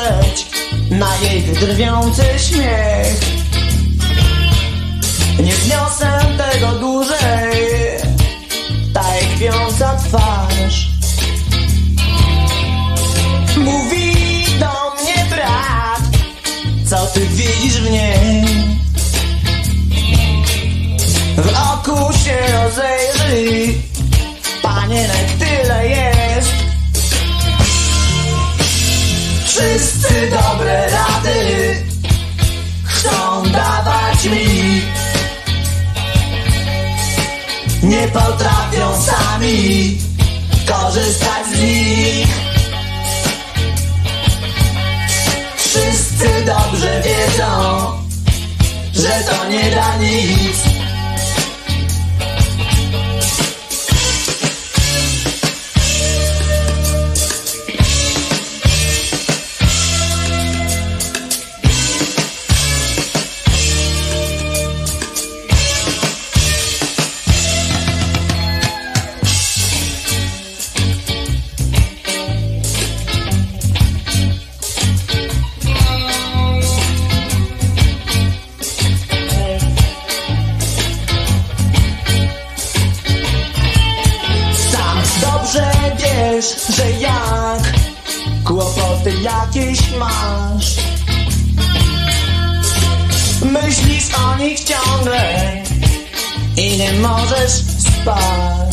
patrzeć na jej drwiący śmiech. Nie zniosę tego dłużej, ta jej kwiąca twarz. Mówi do mnie brat, co ty widzisz w niej? W oku się rozejrzyj, panienek tyle jest. Wszyscy dobre rady chcą dawać mi, nie potrafią sami korzystać z nich. Wszyscy dobrze wiedzą, że to nie da nic. Że jak kłopoty jakieś masz, myślisz o nich ciągle i nie możesz spać.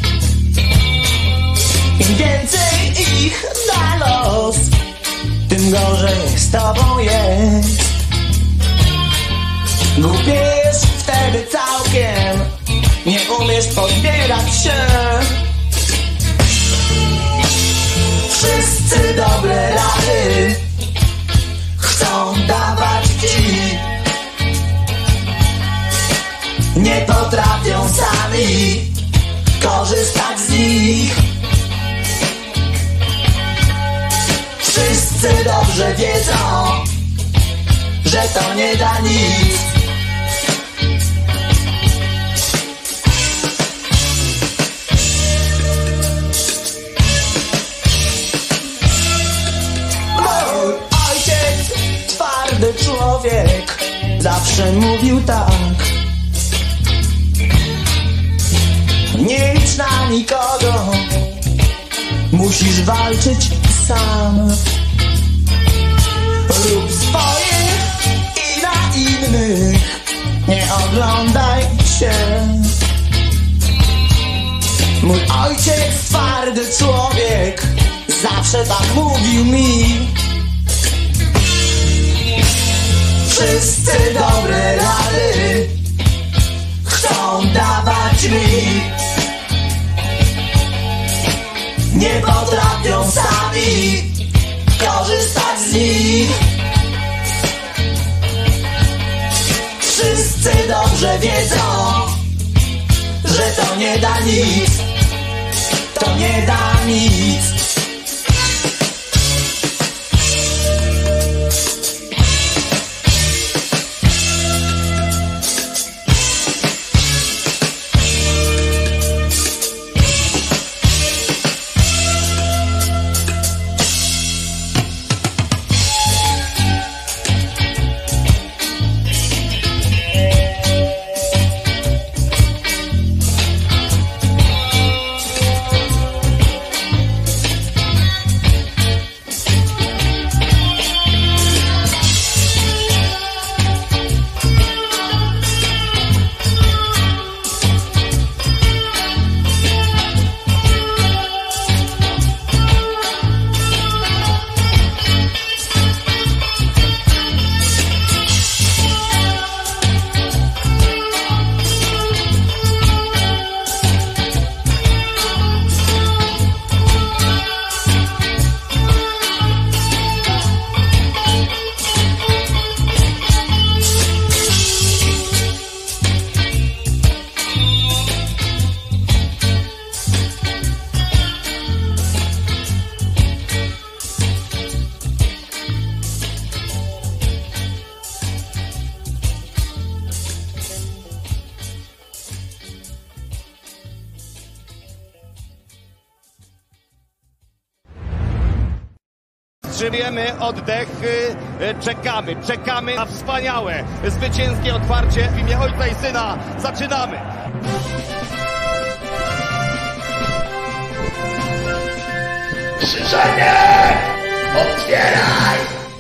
Im więcej ich da los, tym gorzej z tobą jest. Głupiejesz wtedy całkiem, nie umiesz pozbierać się. Wszyscy dobre rady chcą dawać ci, nie potrafią sami korzystać z nich. Wszyscy dobrze wiedzą, że to nie da nic. Człowiek zawsze mówił tak: nie licz na nikogo, musisz walczyć sam. Rób swoje i na innych nie oglądaj się. Mój ojciec, twardy człowiek, zawsze tak mówił mi. Wszyscy dobre rady chcą dawać mi, nie potrafią sami korzystać z nich. Wszyscy dobrze wiedzą, że to nie da nic, to nie da nic. zatrzymujemy oddech, czekamy na wspaniałe, zwycięskie otwarcie w imię Ojca i Syna. Zaczynamy! Krzyżanie! Otwieraj!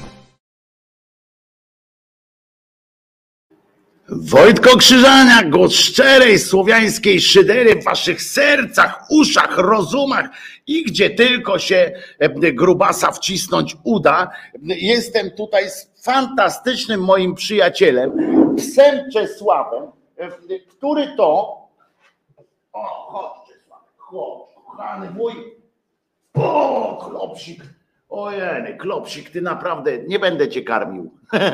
Wojtko Krzyżaniak, głos szczerej słowiańskiej szydery w waszych sercach, uszach, rozumach i gdzie tylko się grubasa wcisnąć uda. Jestem tutaj z fantastycznym moim przyjacielem, psem Czesławem, który to... O, chodź Czesław, chodź, kochany mój. O, Klopsik. Ojej, Klopsik, ty naprawdę, nie będę cię karmił.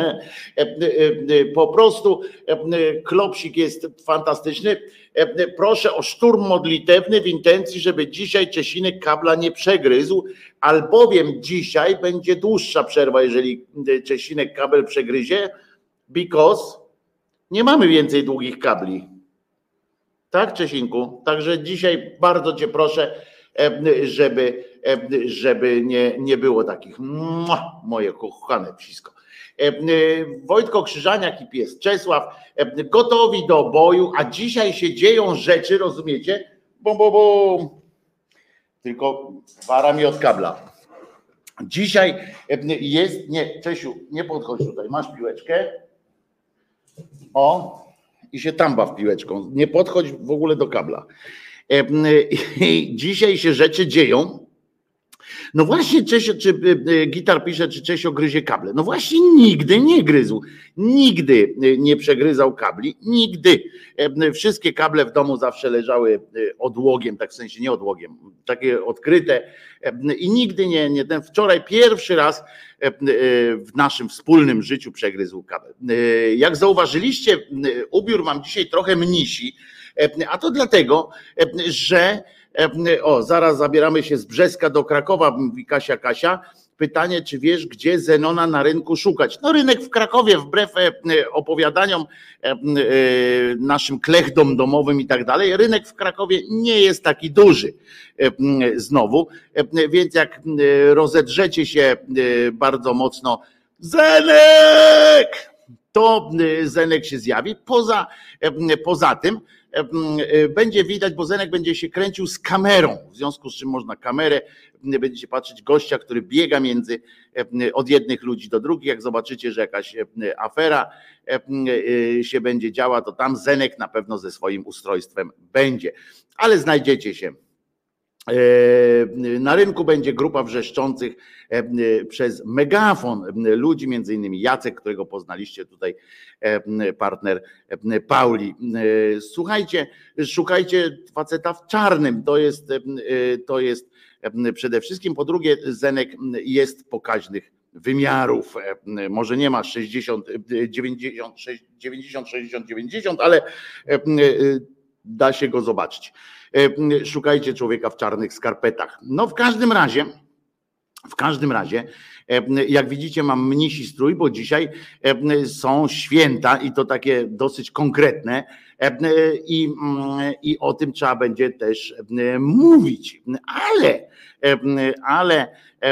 Po prostu Klopsik jest fantastyczny. Proszę o szturm modlitewny w intencji, żeby dzisiaj Czesinek kabla nie przegryzł, albowiem dzisiaj będzie dłuższa przerwa, jeżeli Czesinek kabel przegryzie, because nie mamy więcej długich kabli. Tak, Czesinku? Także dzisiaj bardzo cię proszę, żeby nie było takich moje kochane psisko. Wojtko Krzyżaniak i pies Czesław gotowi do boju, a dzisiaj się dzieją rzeczy, rozumiecie? Tylko wara mi od kabla. Dzisiaj jest, nie, Czesiu, nie podchodź tutaj, masz piłeczkę. O, i się tam baw piłeczką, nie podchodź w ogóle do kabla. Dzisiaj się rzeczy dzieją. No właśnie, Czesio, czy Gitar pisze, czy Czesio gryzie kable. No właśnie nigdy nie gryzł. Nigdy nie przegryzał kabli. Nigdy. Wszystkie kable w domu zawsze leżały odłogiem, tak w sensie nie odłogiem, takie odkryte. I nigdy nie ten wczoraj pierwszy raz w naszym wspólnym życiu przegryzł kabel. Jak zauważyliście, ubiór mam dzisiaj trochę mnisi, a to dlatego, że zaraz zabieramy się z Brzeska do Krakowa, mówi Kasia. Pytanie, czy wiesz, gdzie Zenona na rynku szukać? No rynek w Krakowie, wbrew opowiadaniom naszym klechdom domowym i tak dalej, rynek w Krakowie nie jest taki duży znowu, więc jak rozedrzecie się bardzo mocno, Zenek! To Zenek się zjawi. Poza tym będzie widać, bo Zenek będzie się kręcił z kamerą, w związku z czym można kamerę, będziecie patrzeć gościa, który biega od jednych ludzi do drugich. Jak zobaczycie, że jakaś afera się będzie działa, to tam Zenek na pewno ze swoim ustrojstwem będzie, ale znajdziecie się. Na rynku będzie grupa wrzeszczących przez megafon ludzi, między innymi Jacek, którego poznaliście tutaj, partner Pauli. Słuchajcie, szukajcie faceta w czarnym, to jest przede wszystkim. Po drugie, Zenek jest pokaźnych wymiarów, może nie ma 60, 90, ale da się go zobaczyć. Szukajcie człowieka w czarnych skarpetach. No w każdym razie, jak widzicie, mam mnisi strój, bo dzisiaj są święta i to takie dosyć konkretne i o tym trzeba będzie też mówić. Ale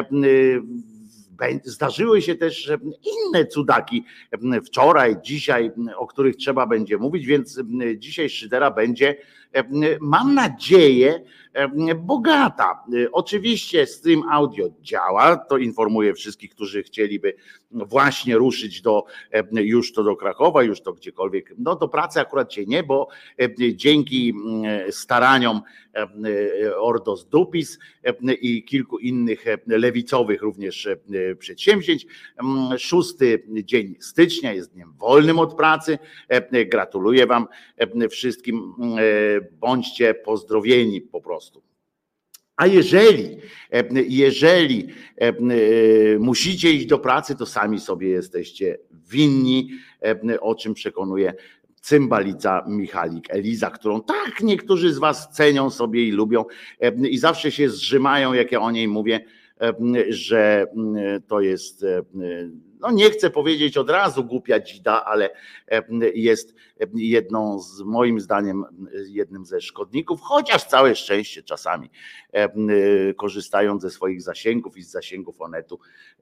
zdarzyły się też inne cudaki wczoraj, dzisiaj, o których trzeba będzie mówić, więc dzisiaj szydera będzie, mam nadzieję, bogata. Oczywiście stream audio działa, to informuję wszystkich, którzy chcieliby właśnie ruszyć już to do Krakowa, już to gdziekolwiek. No do pracy akurat się nie, bo dzięki staraniom Ordos Dupis i kilku innych lewicowych również przedsięwzięć, 6 dzień stycznia jest dniem wolnym od pracy. Gratuluję wam wszystkim, bądźcie pozdrowieni po prostu. A jeżeli musicie iść do pracy, to sami sobie jesteście winni, o czym przekonuje cymbalica Michalik Eliza, którą tak niektórzy z was cenią sobie i lubią i zawsze się zżymają, jak ja o niej mówię, że to jest no nie chcę powiedzieć od razu głupia dzida, ale jest jedną z, moim zdaniem, jednym ze szkodników, chociaż całe szczęście czasami, korzystając ze swoich zasięgów i z zasięgów Onetu,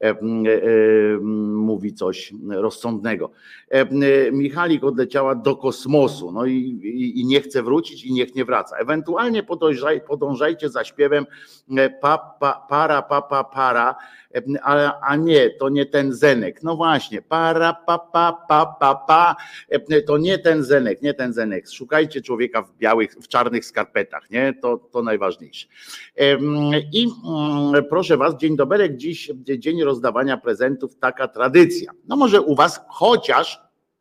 mówi coś rozsądnego. Michalik odleciała do kosmosu, no i nie chce wrócić i niech nie wraca. Ewentualnie podążajcie za śpiewem para, a nie, to nie ten Zenek. No właśnie, para, to nie ten Zenek. Szukajcie człowieka w czarnych skarpetach, nie? To najważniejsze. I proszę was, dzień dobry, dziś dzień rozdawania prezentów, taka tradycja. No może u was, chociaż,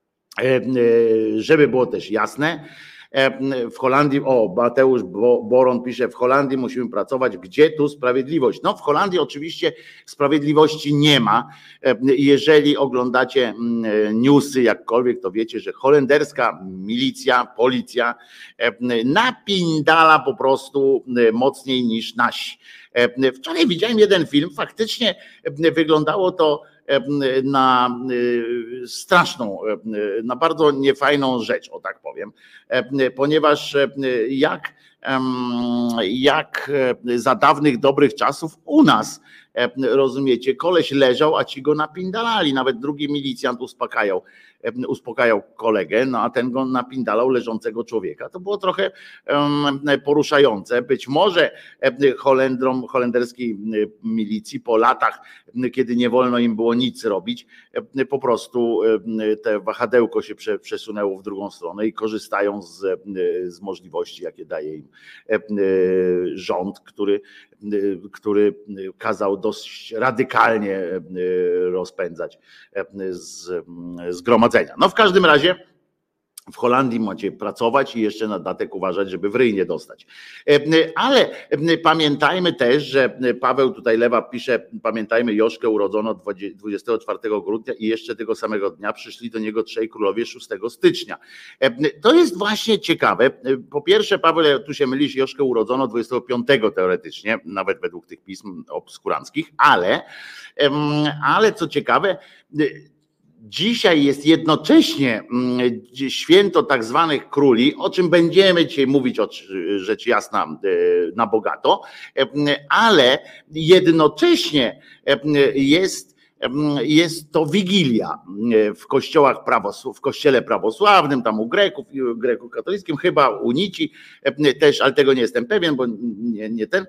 żeby było też jasne, w Holandii, Mateusz Boron pisze, w Holandii musimy pracować, gdzie tu sprawiedliwość? No w Holandii oczywiście sprawiedliwości nie ma. Jeżeli oglądacie newsy jakkolwiek, to wiecie, że holenderska milicja, policja napindala po prostu mocniej niż nasi. Wczoraj widziałem jeden film, faktycznie wyglądało to na straszną, na bardzo niefajną rzecz, o tak powiem, ponieważ jak za dawnych dobrych czasów u nas, rozumiecie, koleś leżał, a ci go napindalali, nawet drugi milicjant uspokajał kolegę, no a ten go napindalał leżącego człowieka. To było trochę poruszające. Być może holenderskiej milicji po latach, kiedy nie wolno im było nic robić, po prostu te wahadełko się przesunęło w drugą stronę i korzystają z możliwości, jakie daje im rząd, który kazał dość radykalnie rozpędzać zgromadzenia. No w każdym razie w Holandii macie pracować i jeszcze na dodatek uważać, żeby w ryj nie dostać. Ale pamiętajmy też, że Paweł tutaj Lewa pisze, pamiętajmy, Joszkę urodzono 24 grudnia i jeszcze tego samego dnia przyszli do niego trzej królowie 6 stycznia. To jest właśnie ciekawe. Po pierwsze, Paweł, tu się mylisz, Joszkę urodzono 25 teoretycznie, nawet według tych pism obskuranckich, ale co ciekawe, dzisiaj jest jednocześnie święto tak zwanych króli, o czym będziemy dzisiaj mówić, rzecz jasna, na bogato, ale jednocześnie jest to Wigilia w kościołach w kościele prawosławnym, tam u Greków, grekokatolickim, chyba u Nici też, ale tego nie jestem pewien, bo nie ten.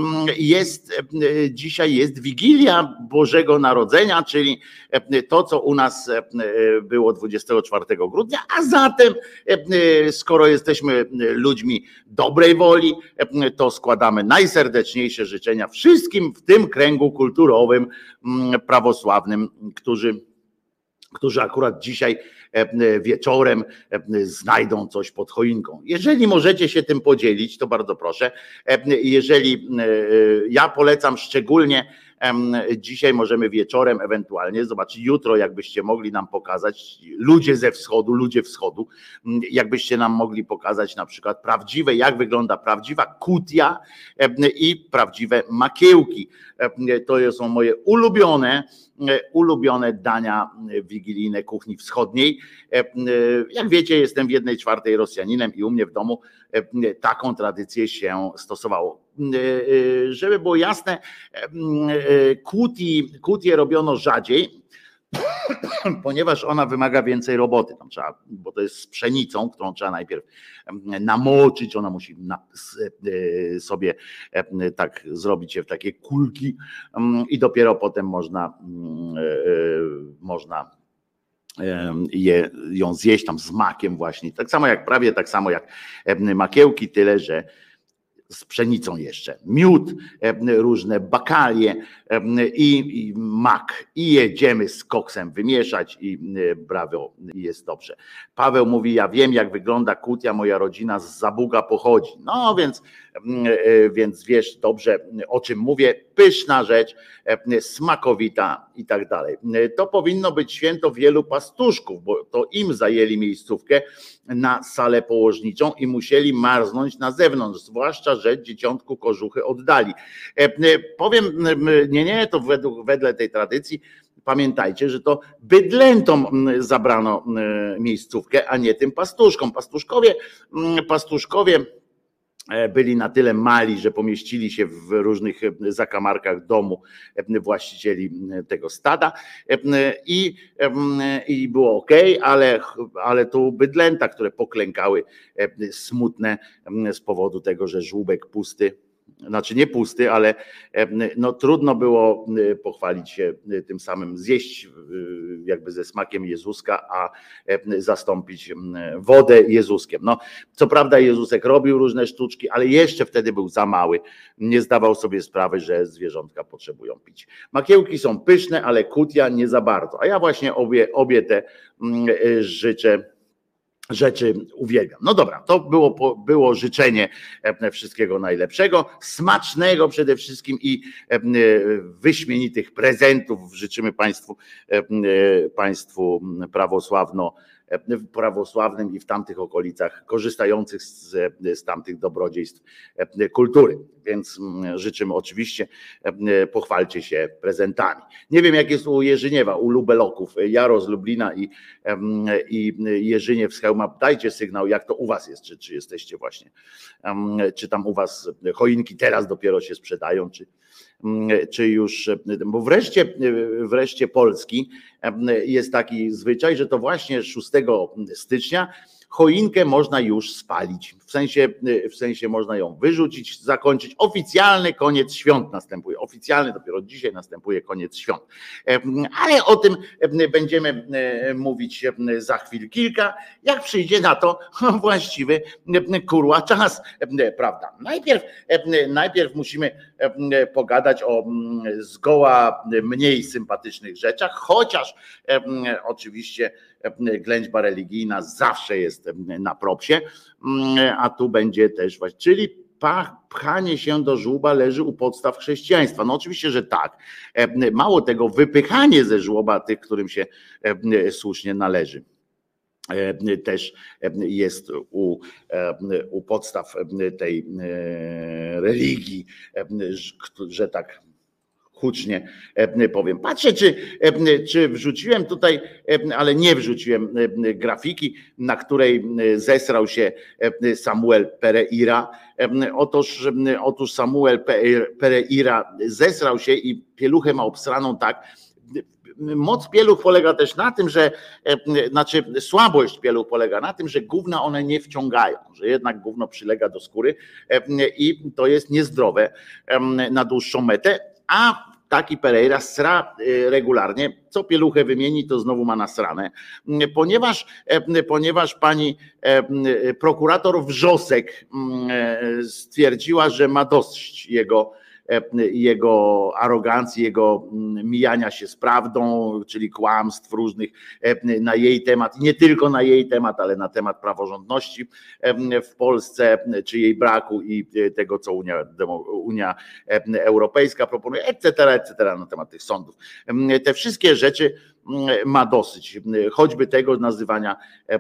Dzisiaj jest Wigilia Bożego Narodzenia, czyli to, co u nas było 24 grudnia, a zatem skoro jesteśmy ludźmi dobrej woli, to składamy najserdeczniejsze życzenia wszystkim w tym kręgu kulturowym prawosławnym, którzy akurat dzisiaj wieczorem znajdą coś pod choinką. Jeżeli możecie się tym podzielić, to bardzo proszę. Jeżeli ja polecam szczególnie, dzisiaj możemy wieczorem ewentualnie, zobaczyć jutro, jakbyście mogli nam pokazać, ludzie wschodu, jakbyście nam mogli pokazać na przykład jak wygląda prawdziwa kutia i prawdziwe makiełki. To są moje ulubione dania wigilijne kuchni wschodniej. Jak wiecie, jestem w 1/4 Rosjaninem i u mnie w domu taką tradycję się stosowało. Żeby było jasne, kutię robiono rzadziej, ponieważ ona wymaga więcej roboty. Tam trzeba, bo to jest z pszenicą, którą trzeba najpierw namoczyć, ona musi sobie tak zrobić się w takie kulki i dopiero potem można ją zjeść tam z makiem właśnie. Prawie tak samo jak makiełki, tyle że z pszenicą jeszcze. Miód, różne bakalie i mak. I jedziemy z koksem wymieszać i brawo, jest dobrze. Paweł mówi, ja wiem jak wygląda kutia, moja rodzina z Zabuga pochodzi. No więc wiesz dobrze o czym mówię. Pyszna rzecz, smakowita i tak dalej. To powinno być święto wielu pastuszków, bo to im zajęli miejscówkę na salę położniczą i musieli marznąć na zewnątrz, zwłaszcza, że dzieciątku kożuchy oddali. Powiem, nie, to wedle tej tradycji pamiętajcie, że to bydlętom zabrano miejscówkę, a nie tym pastuszkom. Pastuszkowie byli na tyle mali, że pomieścili się w różnych zakamarkach domu właścicieli tego stada i było ok, ale to bydlęta, które poklękały smutne z powodu tego, że żłóbek pusty, znaczy nie pusty, ale no trudno było pochwalić się tym samym, zjeść jakby ze smakiem Jezuska, a zastąpić wodę Jezuskiem. No, co prawda Jezusek robił różne sztuczki, ale jeszcze wtedy był za mały, nie zdawał sobie sprawy, że zwierzątka potrzebują pić. Makiełki są pyszne, ale kutia nie za bardzo, a ja właśnie obie te rzeczy uwielbiam. No dobra, to było życzenie wszystkiego najlepszego, smacznego przede wszystkim i wyśmienitych prezentów życzymy Państwu prawosławnym i w tamtych okolicach korzystających z tamtych dobrodziejstw kultury. Więc życzymy oczywiście, pochwalcie się prezentami. Nie wiem jak jest u Jerzyniewa, u Lubeloków, Jaro z Lublina i Jerzyniew z Chełma. Dajcie sygnał jak to u was jest, czy jesteście właśnie, czy tam u was choinki teraz dopiero się sprzedają, czy już, bo wreszcie Polski jest taki zwyczaj, że to właśnie 6 stycznia choinkę można już spalić, w sensie można ją wyrzucić, zakończyć. Oficjalny koniec świąt następuje, oficjalny dopiero dzisiaj następuje koniec świąt, ale o tym będziemy mówić za chwil kilka, jak przyjdzie na to właściwy kurwa czas, prawda. Najpierw musimy pogadać o zgoła mniej sympatycznych rzeczach, chociaż oczywiście ględźba religijna zawsze jest na propsie, a tu będzie też właśnie, czyli pchanie się do żłoba leży u podstaw chrześcijaństwa. No oczywiście, że tak. Mało tego, wypychanie ze żłoba tych, którym się słusznie należy, też jest u podstaw tej religii, że tak hucznie powiem. Patrzę, czy wrzuciłem tutaj, ale nie wrzuciłem grafiki, na której zesrał się Samuel Pereira. Otóż Samuel Pereira zesrał się i pieluchę ma obsraną tak. Moc pieluch polega też na tym, znaczy słabość pieluch polega na tym, że gówna one nie wciągają, że jednak gówno przylega do skóry i to jest niezdrowe na dłuższą metę, a taki Pereira sra regularnie, co pieluchę wymieni, to znowu ma nasrane, ponieważ pani prokurator Wrzosek stwierdziła, że ma dość jego arogancji, jego mijania się z prawdą, czyli kłamstw różnych na jej temat, nie tylko na jej temat, ale na temat praworządności w Polsce, czy jej braku i tego, co Unia Europejska proponuje, etc., na temat tych sądów. Te wszystkie rzeczy ma dosyć, choćby tego nazywania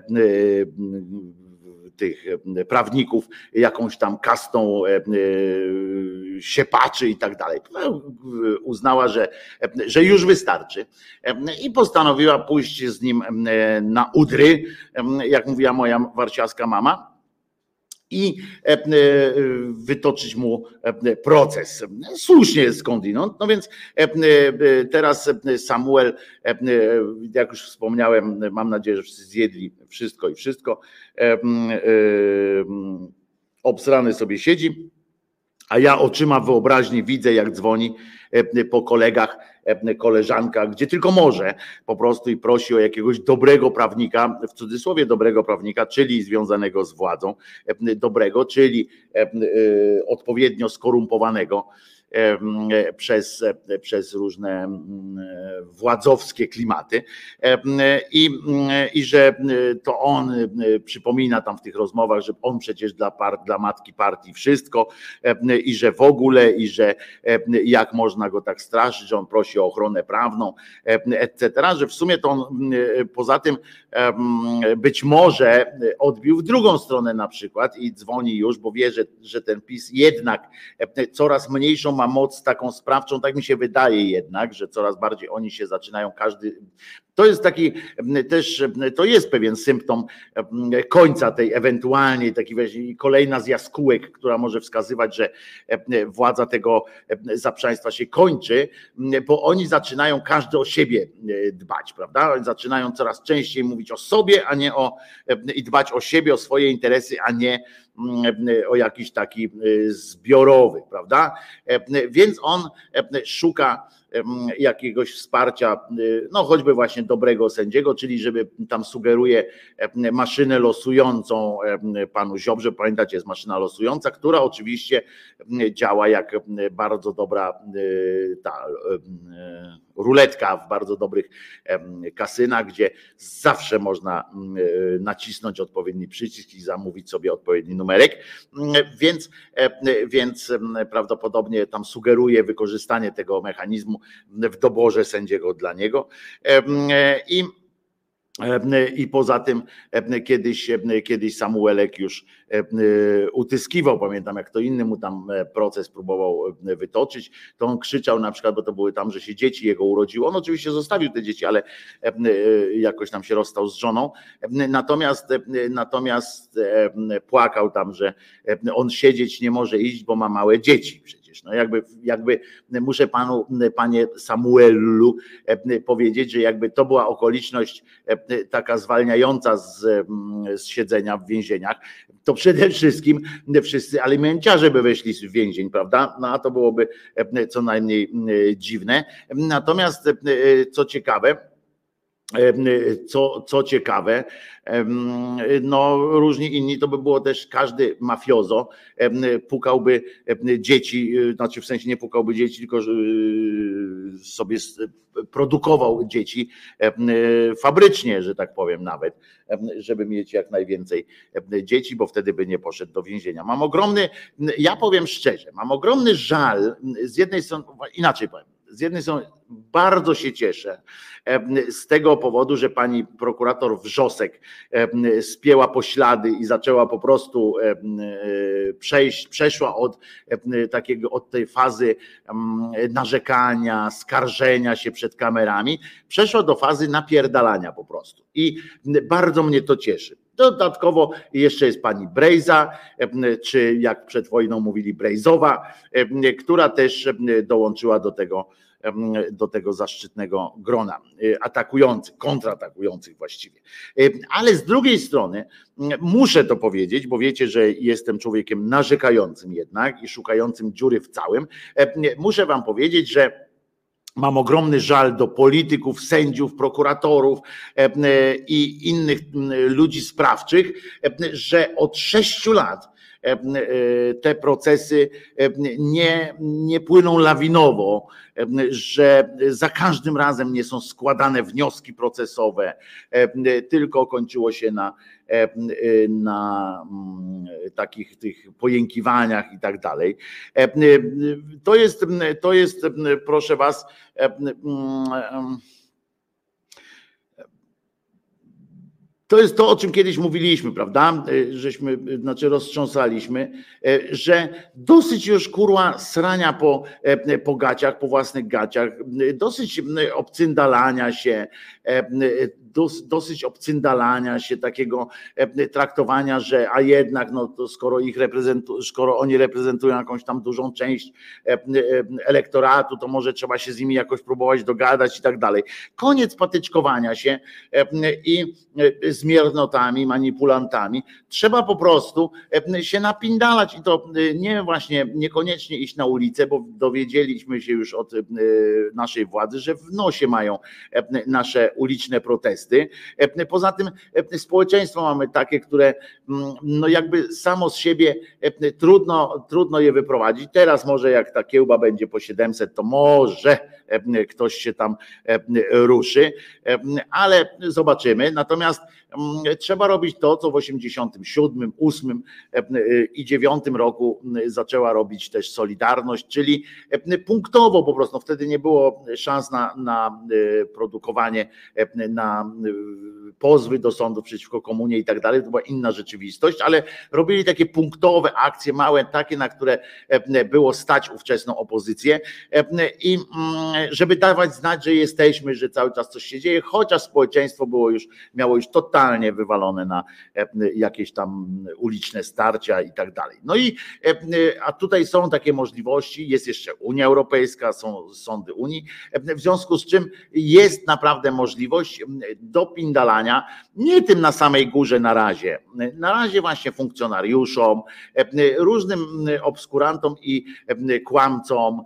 tych prawników jakąś tam kastą siepaczy i tak dalej. Uznała, że już wystarczy i postanowiła pójść z nim na udry, jak mówiła moja warciarska mama, i wytoczyć mu proces. Słusznie skądinąd. No więc teraz Samuel, jak już wspomniałem, mam nadzieję, że wszyscy zjedli wszystko, obsrany sobie siedzi, a ja oczyma wyobraźni widzę, jak dzwoni po kolegach, koleżankach, gdzie tylko może po prostu i prosi o jakiegoś dobrego prawnika, w cudzysłowie dobrego prawnika, czyli związanego z władzą, dobrego, czyli odpowiednio skorumpowanego przez różne władzowskie klimaty i że to on przypomina tam w tych rozmowach, że on przecież dla matki partii wszystko i że w ogóle, i że jak można go tak straszyć, że on prosi o ochronę prawną, etc., że w sumie to on poza tym być może odbił w drugą stronę na przykład i dzwoni już, bo wie, że ten PiS jednak coraz mniejszą ma ma moc taką sprawczą, tak mi się wydaje jednak, że coraz bardziej oni się zaczynają, to jest taki też, to jest pewien symptom końca tej ewentualnie takiej kolejna z jaskółek, która może wskazywać, że władza tego zaprzaństwa się kończy, bo oni zaczynają każdy o siebie dbać, prawda? Oni zaczynają coraz częściej mówić o sobie, a nie i dbać o siebie, o swoje interesy, a nie o jakiś taki zbiorowy, prawda? Więc on szuka jakiegoś wsparcia, no choćby właśnie dobrego sędziego, czyli żeby tam sugeruje maszynę losującą panu Ziobrze. Pamiętacie, jest maszyna losująca, która oczywiście działa jak bardzo dobra ta ruletka w bardzo dobrych kasynach, gdzie zawsze można nacisnąć odpowiedni przycisk i zamówić sobie odpowiedni numerek, więc prawdopodobnie tam sugeruje wykorzystanie tego mechanizmu w doborze sędziego dla niego. I poza tym kiedyś Samuelek już utyskiwał, pamiętam jak to inny mu tam proces próbował wytoczyć, to on krzyczał na przykład, bo to były tam, że się dzieci jego urodziło, on oczywiście zostawił te dzieci, ale jakoś tam się rozstał z żoną, natomiast płakał tam, że on siedzieć nie może iść, bo ma małe dzieci. No jakby muszę panie Samuelu powiedzieć, że jakby to była okoliczność taka zwalniająca z siedzenia w więzieniach, to przede wszystkim wszyscy alimenciarze by weszli w więzień, prawda? No a to byłoby co najmniej dziwne. Natomiast co ciekawe, no różni inni, to by było też każdy mafiozo pukałby dzieci, znaczy w sensie nie pukałby dzieci, tylko sobie produkował dzieci fabrycznie, że tak powiem nawet, żeby mieć jak najwięcej dzieci, bo wtedy by nie poszedł do więzienia. Ja powiem szczerze, mam ogromny żal, z jednej strony, inaczej powiem, z jednej strony bardzo się cieszę z tego powodu, że pani prokurator Wrzosek spięła poślady i zaczęła po prostu przeszła od tej fazy narzekania, skarżenia się przed kamerami, przeszła do fazy napierdalania po prostu. I bardzo mnie to cieszy. Dodatkowo jeszcze jest pani Brejza, czy jak przed wojną mówili Brejzowa, która też dołączyła do tego zaszczytnego grona kontratakujących właściwie. Ale z drugiej strony muszę to powiedzieć, bo wiecie, że jestem człowiekiem narzekającym jednak i szukającym dziury w całym. Muszę wam powiedzieć, że mam ogromny żal do polityków, sędziów, prokuratorów i innych ludzi sprawczych, że od 6 lat te procesy nie płyną lawinowo, że za każdym razem nie są składane wnioski procesowe, tylko kończyło się na takich tych pojękiwaniach i tak dalej. To jest, proszę was, to jest to, o czym kiedyś mówiliśmy, prawda? Roztrząsaliśmy, że dosyć już kurwa srania po gaciach, po własnych gaciach, dosyć obcyndalania się, takiego traktowania, że a jednak no to skoro oni reprezentują jakąś tam dużą część elektoratu, to może trzeba się z nimi jakoś próbować dogadać i tak dalej. Koniec patyczkowania się i z miernotami, manipulantami. Trzeba po prostu się napindalać i to niekoniecznie iść na ulicę, bo dowiedzieliśmy się już od naszej władzy, że w nosie mają nasze uliczne protesty. Poza tym społeczeństwo mamy takie, które no jakby samo z siebie trudno je wyprowadzić. Teraz może jak ta kiełba będzie po 700, to może ktoś się tam ruszy, ale zobaczymy. Natomiast Trzeba robić to, co w 87, 8 i 9 roku zaczęła robić też Solidarność, czyli punktowo po prostu. No wtedy nie było szans na produkowanie, na pozwy do sądu przeciwko komunie i tak dalej, to była inna rzeczywistość, ale robili takie punktowe akcje, małe, takie, na które było stać ówczesną opozycję i żeby dawać znać, że jesteśmy, że cały czas coś się dzieje, chociaż społeczeństwo miało już totalnie wywalone na jakieś tam uliczne starcia i tak dalej. No i a tutaj są takie możliwości, jest jeszcze Unia Europejska, są sądy Unii, w związku z czym jest naprawdę możliwość dopindalania, nie tym na samej górze na razie właśnie funkcjonariuszom, różnym obskurantom i kłamcom,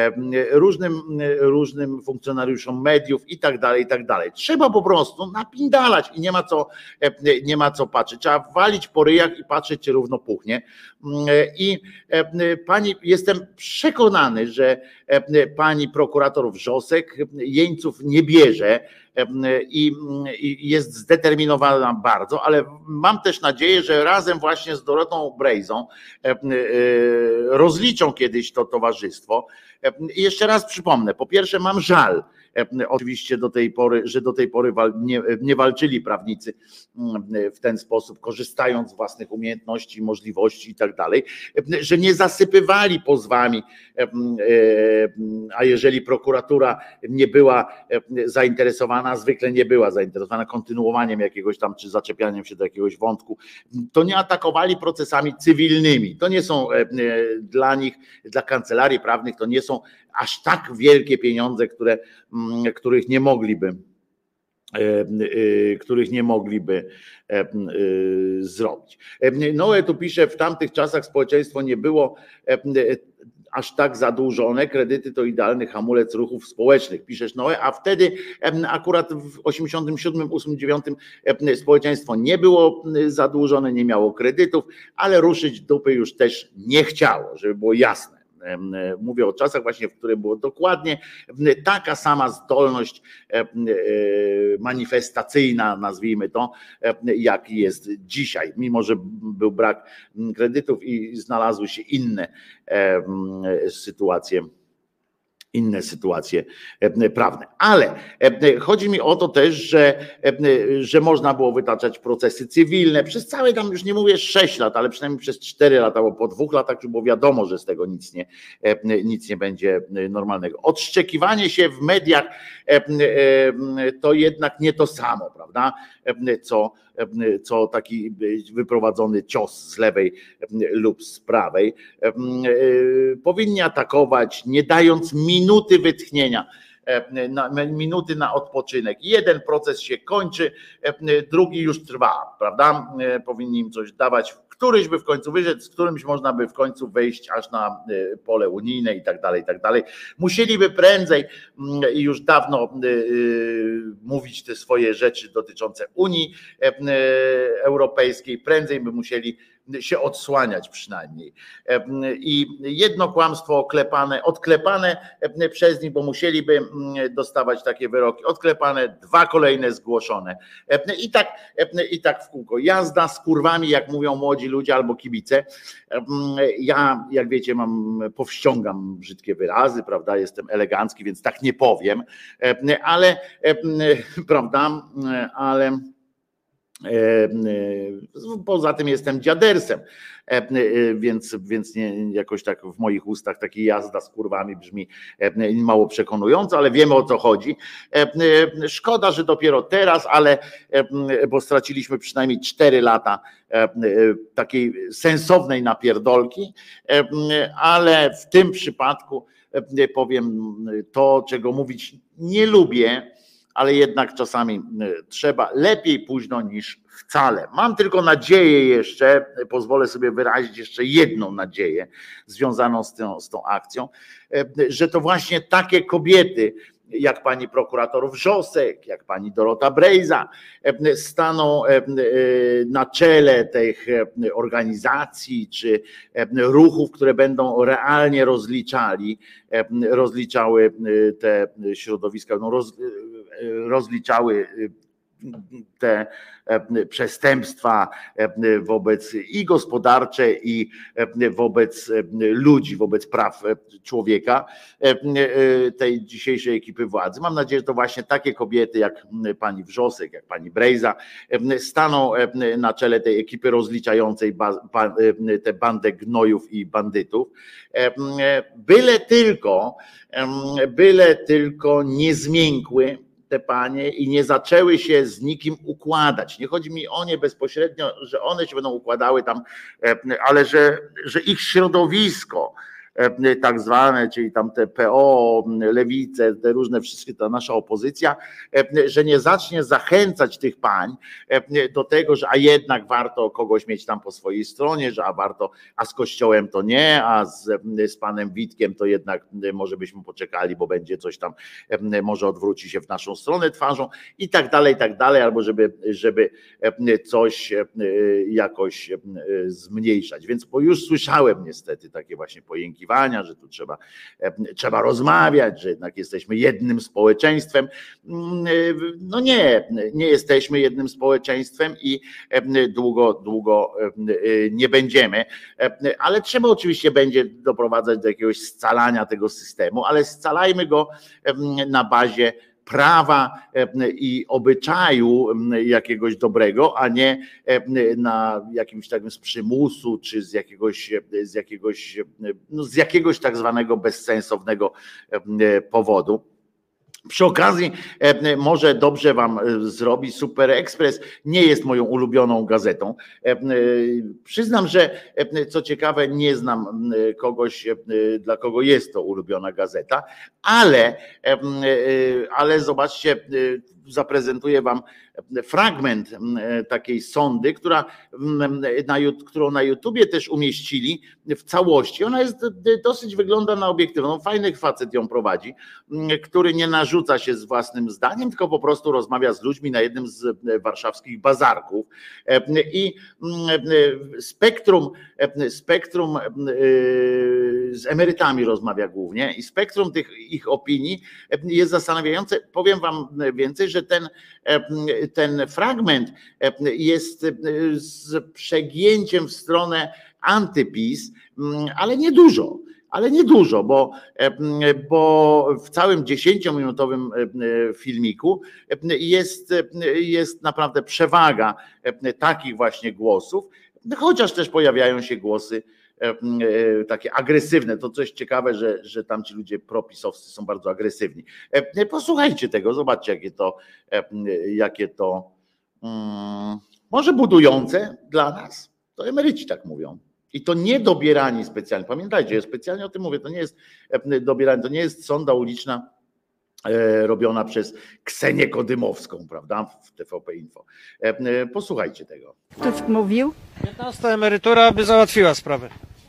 różnym funkcjonariuszom mediów i tak dalej, i tak dalej. Trzeba po prostu napindalać i nie ma co patrzeć. Trzeba walić po ryjach i patrzeć, czy równo puchnie. I pani, jestem przekonany, że pani prokurator Wrzosek jeńców nie bierze i jest zdeterminowana bardzo, ale mam też nadzieję, że razem właśnie z Dorotą Brejzą rozliczą kiedyś to towarzystwo. I jeszcze raz przypomnę, po pierwsze mam żal oczywiście że do tej pory nie walczyli prawnicy w ten sposób, korzystając z własnych umiejętności, możliwości i tak dalej, że nie zasypywali pozwami, a jeżeli prokuratura nie była zainteresowana, zwykle nie była zainteresowana kontynuowaniem jakiegoś tam, czy zaczepianiem się do jakiegoś wątku, to nie atakowali procesami cywilnymi. To nie są dla nich, dla kancelarii prawnych, to nie są aż tak wielkie pieniądze, których nie mogliby zrobić. Noe tu pisze, w tamtych czasach społeczeństwo nie było aż tak zadłużone, kredyty to idealny hamulec ruchów społecznych, piszesz Noe, a wtedy akurat w 87, 89 społeczeństwo nie było zadłużone, nie miało kredytów, ale ruszyć dupy już też nie chciało, żeby było jasne. Mówię o czasach właśnie, w których było dokładnie taka sama zdolność manifestacyjna, nazwijmy to, jak jest dzisiaj, mimo że był brak kredytów i znalazły się inne sytuacje prawne. Ale chodzi mi o to też, że można było wytaczać procesy cywilne przez całe tam, już nie mówię 6 lat, ale przynajmniej przez 4 lata, bo po 2 latach już było wiadomo, że z tego nic nie będzie normalnego. Odszczekiwanie się w mediach to jednak nie to samo, prawda? Co taki wyprowadzony cios z lewej lub z prawej. Powinni atakować, nie dając minuty wytchnienia, minuty na odpoczynek. Jeden proces się kończy, drugi już trwa, prawda? Powinni im coś dawać, któryś by w końcu wyszedł, z którymś można by w końcu wejść aż na pole unijne i tak dalej, i tak dalej. Musieliby prędzej i już dawno mówić te swoje rzeczy dotyczące Unii Europejskiej, prędzej by musieli się odsłaniać przynajmniej. I jedno kłamstwo odklepane przez nich, bo musieliby dostawać takie wyroki, odklepane, 2 kolejne zgłoszone. I tak w kółko. Jazda z kurwami, jak mówią młodzi ludzie albo kibice. Ja, jak wiecie, powściągam brzydkie wyrazy, prawda, jestem elegancki, więc tak nie powiem, ale prawda, ale poza tym jestem dziadersem, więc nie, jakoś tak w moich ustach taki jazda z kurwami brzmi mało przekonująco, ale wiemy, o co chodzi. Szkoda, że dopiero teraz, bo straciliśmy przynajmniej 4 lata takiej sensownej napierdolki, ale w tym przypadku powiem to, czego mówić nie lubię, ale jednak czasami trzeba, lepiej późno niż wcale. Mam tylko nadzieję jeszcze, pozwolę sobie wyrazić jeszcze jedną nadzieję związaną z tą akcją, że to właśnie takie kobiety, jak pani prokurator Wrzosek, jak pani Dorota Brejza staną na czele tych organizacji czy ruchów, które będą realnie rozliczały te środowiska, rozliczały te przestępstwa wobec i gospodarcze, i wobec ludzi, wobec praw człowieka tej dzisiejszej ekipy władzy. Mam nadzieję, że to właśnie takie kobiety jak pani Wrzosek, jak pani Brejza staną na czele tej ekipy rozliczającej tę bandę gnojów i bandytów. Byle tylko nie zmiękły te panie i nie zaczęły się z nikim układać. Nie chodzi mi o nie bezpośrednio, że one się będą układały tam, ale że ich środowisko tak zwane, czyli tam te PO, lewice, te różne wszystkie, ta nasza opozycja, że nie zacznie zachęcać tych pań do tego, że a jednak warto kogoś mieć tam po swojej stronie, że a z Kościołem to nie, a z panem Witkiem to jednak może byśmy poczekali, bo będzie coś tam, może odwróci się w naszą stronę twarzą i tak dalej, albo żeby coś jakoś zmniejszać. Więc bo już słyszałem niestety takie właśnie pojęki, że tu trzeba rozmawiać, że jednak jesteśmy jednym społeczeństwem. No nie jesteśmy jednym społeczeństwem i długo nie będziemy, ale trzeba oczywiście będzie doprowadzać do jakiegoś scalania tego systemu, ale scalajmy go na bazie prawa i obyczaju jakiegoś dobrego, a nie na jakimś takim z przymusu, czy z jakiegoś tak zwanego bezsensownego powodu. Przy okazji może dobrze wam zrobi Super Express, nie jest moją ulubioną gazetą. Przyznam, że co ciekawe nie znam kogoś, dla kogo jest to ulubiona gazeta, ale zobaczcie, zaprezentuję wam fragment takiej sondy, którą na YouTubie też umieścili w całości. Ona jest dosyć, wygląda na obiektywną, fajny facet ją prowadzi, który nie narzuca się z własnym zdaniem, tylko po prostu rozmawia z ludźmi na jednym z warszawskich bazarków. I spektrum z emerytami rozmawia głównie i spektrum tych ich opinii jest zastanawiające. Powiem wam więcej, że ten fragment jest z przegięciem w stronę antyPiS, ale nie dużo, bo w całym 10-minutowym filmiku jest naprawdę przewaga takich właśnie głosów, chociaż też pojawiają się głosy takie agresywne. To coś ciekawe, że tamci ludzie propisowscy są bardzo agresywni. Posłuchajcie tego, zobaczcie jakie to może budujące dla nas. To emeryci tak mówią. I to nie dobierani specjalnie. Pamiętajcie, ja specjalnie o tym mówię, to nie jest dobieranie, to nie jest sonda uliczna robiona przez Ksenię Kodymowską, prawda, w TVP Info. Posłuchajcie tego. Tusk mówił? 15 emerytura by załatwiła sprawę.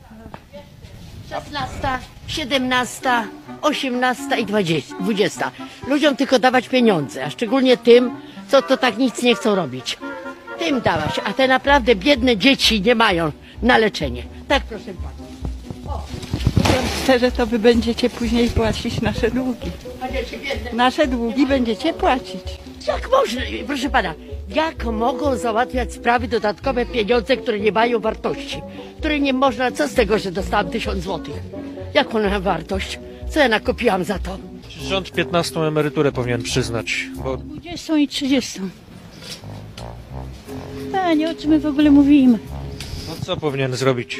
16, 17, 18 i 20. Ludziom tylko dawać pieniądze, a szczególnie tym, co to tak nic nie chcą robić. Tym dawać, a te naprawdę biedne dzieci nie mają na leczenie. Tak, proszę pana. Mówiąc szczerze, to wy będziecie później płacić nasze długi. Nasze długi będziecie płacić. Jak można, proszę pana, jak mogą załatwiać sprawy dodatkowe pieniądze, które nie mają wartości? Które nie można, co z tego, że dostałam 1000 złotych? Jaką ona ma wartość? Co ja nakupiłam za to? Rząd 15 emeryturę powinien przyznać. Bo 20 i 30. Panie, o czym my w ogóle mówimy? no co powinien zrobić?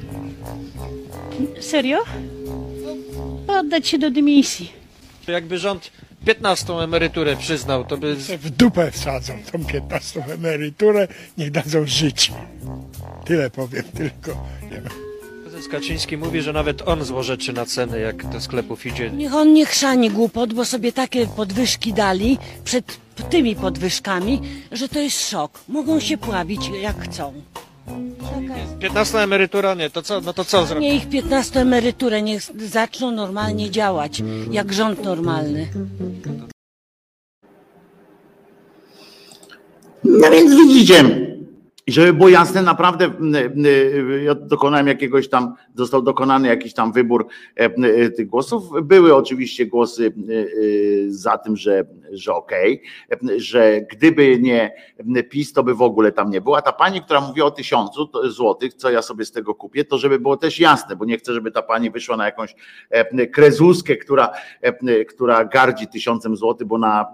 Serio? Oddać się do dymisji. Jakby rząd 15 emeryturę przyznał, to by... W dupę wsadzą tą 15 emeryturę, niech dadzą żyć. Tyle powiem tylko. Nie ma. Prezes Kaczyński mówi, że nawet on złorzeczy na ceny, jak do sklepów idzie. Niech on nie chrzani głupot, bo sobie takie podwyżki dali przed tymi podwyżkami, że to jest szok. Mogą się pławić jak chcą. 15 emerytura nie, to co? No to co zrobić? Nie ich 15 emeryturę, niech zaczną normalnie działać, jak rząd normalny. No więc widzicie, I żeby było jasne, naprawdę ja dokonałem jakiegoś tam, został dokonany jakiś tam wybór tych głosów. Były oczywiście głosy za tym, że okej, że gdyby nie PiS, to by w ogóle tam nie było. A ta pani, która mówi o 1000 złotych, co ja sobie z tego kupię, to żeby było też jasne, bo nie chcę, żeby ta pani wyszła na jakąś krezuskę, która gardzi 1000 złotych, bo na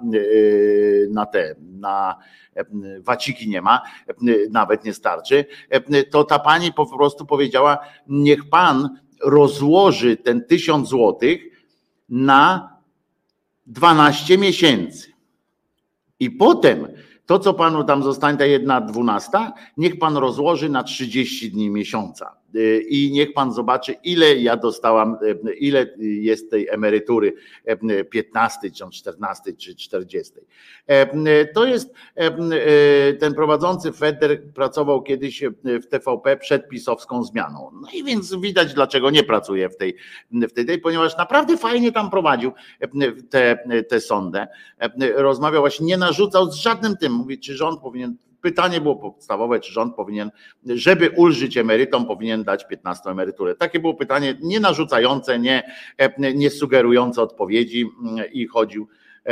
waciki nie ma, nawet nie starczy, to ta pani po prostu powiedziała, niech pan rozłoży ten 1000 złotych na 12 miesięcy. I potem to, co panu tam zostanie, ta 1/12, niech pan rozłoży na 30 dni miesiąca. I niech pan zobaczy, ile ja dostałam, ile jest tej emerytury 15, czy 14, czy 40. To jest ten prowadzący Feder pracował kiedyś w TVP przed pisowską zmianą. No i więc widać, dlaczego nie pracuje w tej, ponieważ naprawdę fajnie tam prowadził tę sondę. Rozmawiał właśnie, nie narzucał z żadnym tym. Mówi, czy rząd powinien. Pytanie było podstawowe, czy rząd powinien, żeby ulżyć emerytom, powinien dać 15 emeryturę. Takie było pytanie, nie narzucające, nie sugerujące odpowiedzi i chodził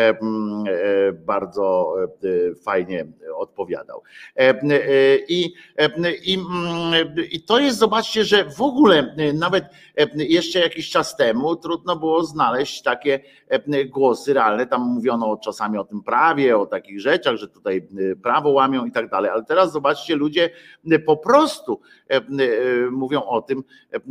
bardzo fajnie odpowiadał. I to jest, zobaczcie, że w ogóle nawet jeszcze jakiś czas temu trudno było znaleźć takie głosy realne. Tam mówiono czasami o tym prawie, o takich rzeczach, że tutaj prawo łamią i tak dalej, ale teraz zobaczcie, ludzie po prostu mówią o tym,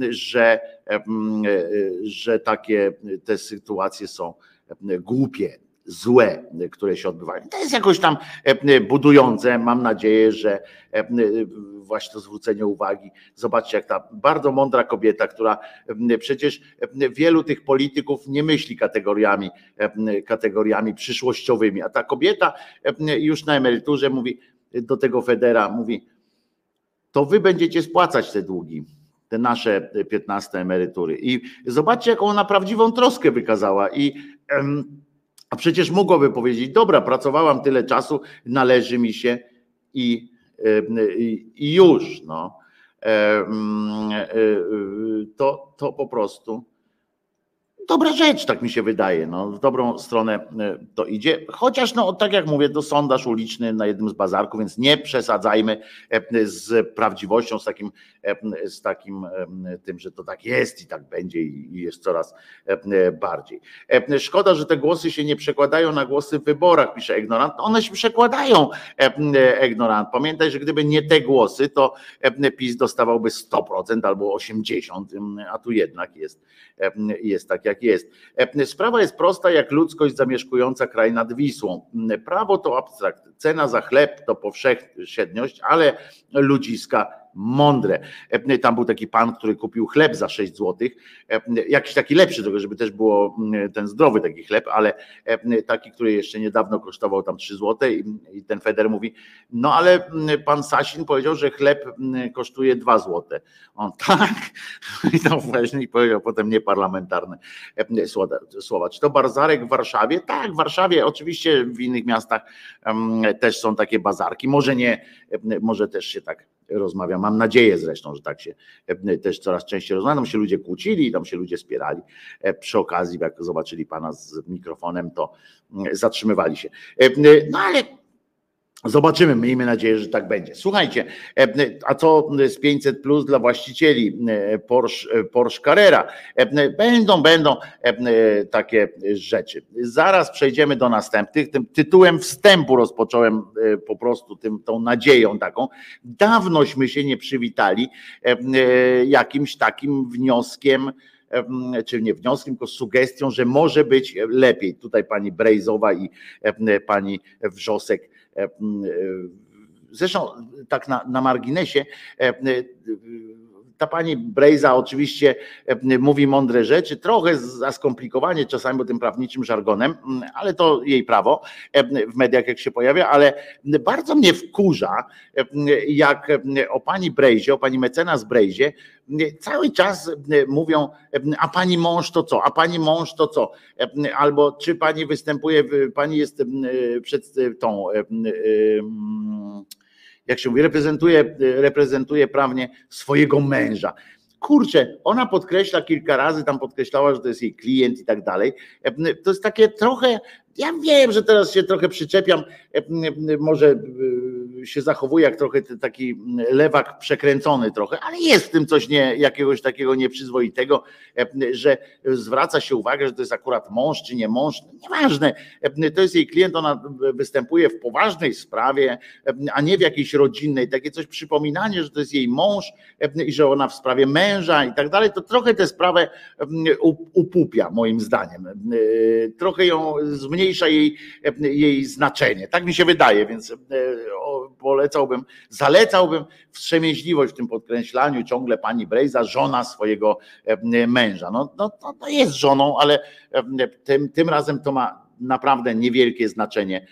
że takie te sytuacje są głupie, złe, które się odbywają. To jest jakoś tam budujące. Mam nadzieję, że właśnie to zwrócenie uwagi. Zobaczcie, jak ta bardzo mądra kobieta, która przecież wielu tych polityków nie myśli kategoriami przyszłościowymi, a ta kobieta już na emeryturze mówi do tego Federa, mówi, to wy będziecie spłacać te długi, te nasze 15 emerytury. I zobaczcie, jaką ona prawdziwą troskę wykazała. A przecież mogłoby powiedzieć, dobra, pracowałam tyle czasu, należy mi się i już. No. To po prostu dobra rzecz, tak mi się wydaje. No, w dobrą stronę to idzie. Chociaż, no, tak jak mówię, to sondaż uliczny na jednym z bazarków, więc nie przesadzajmy z prawdziwością, z takim tym, że to tak jest i tak będzie i jest coraz bardziej. Szkoda, że te głosy się nie przekładają na głosy w wyborach, pisze Ignorant. One się przekładają, Ignorant. Pamiętaj, że gdyby nie te głosy, to PiS dostawałby 100% albo 80%, a tu jednak jest tak, jak jest. Sprawa jest prosta, jak ludzkość zamieszkująca kraj nad Wisłą. Prawo to abstrakt, cena za chleb to powszechność, ale ludziska mądre. Tam był taki pan, który kupił chleb za 6 zł, jakiś taki lepszy, tylko żeby też było ten zdrowy taki chleb, ale taki, który jeszcze niedawno kosztował tam 3 zł i ten Feder mówi, no ale pan Sasin powiedział, że chleb kosztuje 2 zł. On tak, i tam właśnie powiedział potem nieparlamentarne słowa. Czy to bazarek w Warszawie? Tak, w Warszawie, oczywiście w innych miastach też są takie bazarki, może nie, może też się tak rozmawia. Mam nadzieję zresztą, że tak się też coraz częściej rozmawia. Tam się ludzie kłócili, tam się ludzie spierali. Przy okazji, jak zobaczyli pana z mikrofonem, to zatrzymywali się. No ale zobaczymy, miejmy nadzieję, że tak będzie. Słuchajcie, a co z 500 plus dla właścicieli Porsche Carrera? Będą takie rzeczy. Zaraz przejdziemy do następnych. Tym tytułem wstępu rozpocząłem po prostu tą nadzieją taką. Dawnośmy się nie przywitali jakimś takim wnioskiem, czy nie wnioskiem, tylko sugestią, że może być lepiej. Tutaj pani Brejzowa i pani Wrzosek. Zresztą tak na marginesie, ta pani Brejza oczywiście mówi mądre rzeczy, trochę za skomplikowanie czasami, bo tym prawniczym żargonem, ale to jej prawo w mediach jak się pojawia, ale bardzo mnie wkurza, jak o pani Brejzie, o pani mecenas Brejzie cały czas mówią, a pani mąż to co, a pani mąż to co, albo czy pani występuje, pani jest przed tą, jak się mówi, reprezentuje prawnie swojego męża. Kurczę, ona podkreśla kilka razy, tam podkreślała, że to jest jej klient i tak dalej. To jest takie trochę, ja wiem, że teraz się trochę przyczepiam, może się zachowuje jak trochę taki lewak przekręcony trochę, ale jest w tym coś jakiegoś takiego nieprzyzwoitego, że zwraca się uwagę, że to jest akurat mąż czy nie mąż, nieważne, to jest jej klient, ona występuje w poważnej sprawie, a nie w jakiejś rodzinnej, takie coś przypominanie, że to jest jej mąż i że ona w sprawie męża i tak dalej, to trochę tę sprawę upupia moim zdaniem, trochę ją zmniejsza jej znaczenie, tak mi się wydaje, więc zalecałbym wstrzemięźliwość w tym podkreślaniu ciągle pani Brejza, żona swojego męża. No to jest żoną, ale tym razem to ma naprawdę niewielkie znaczenie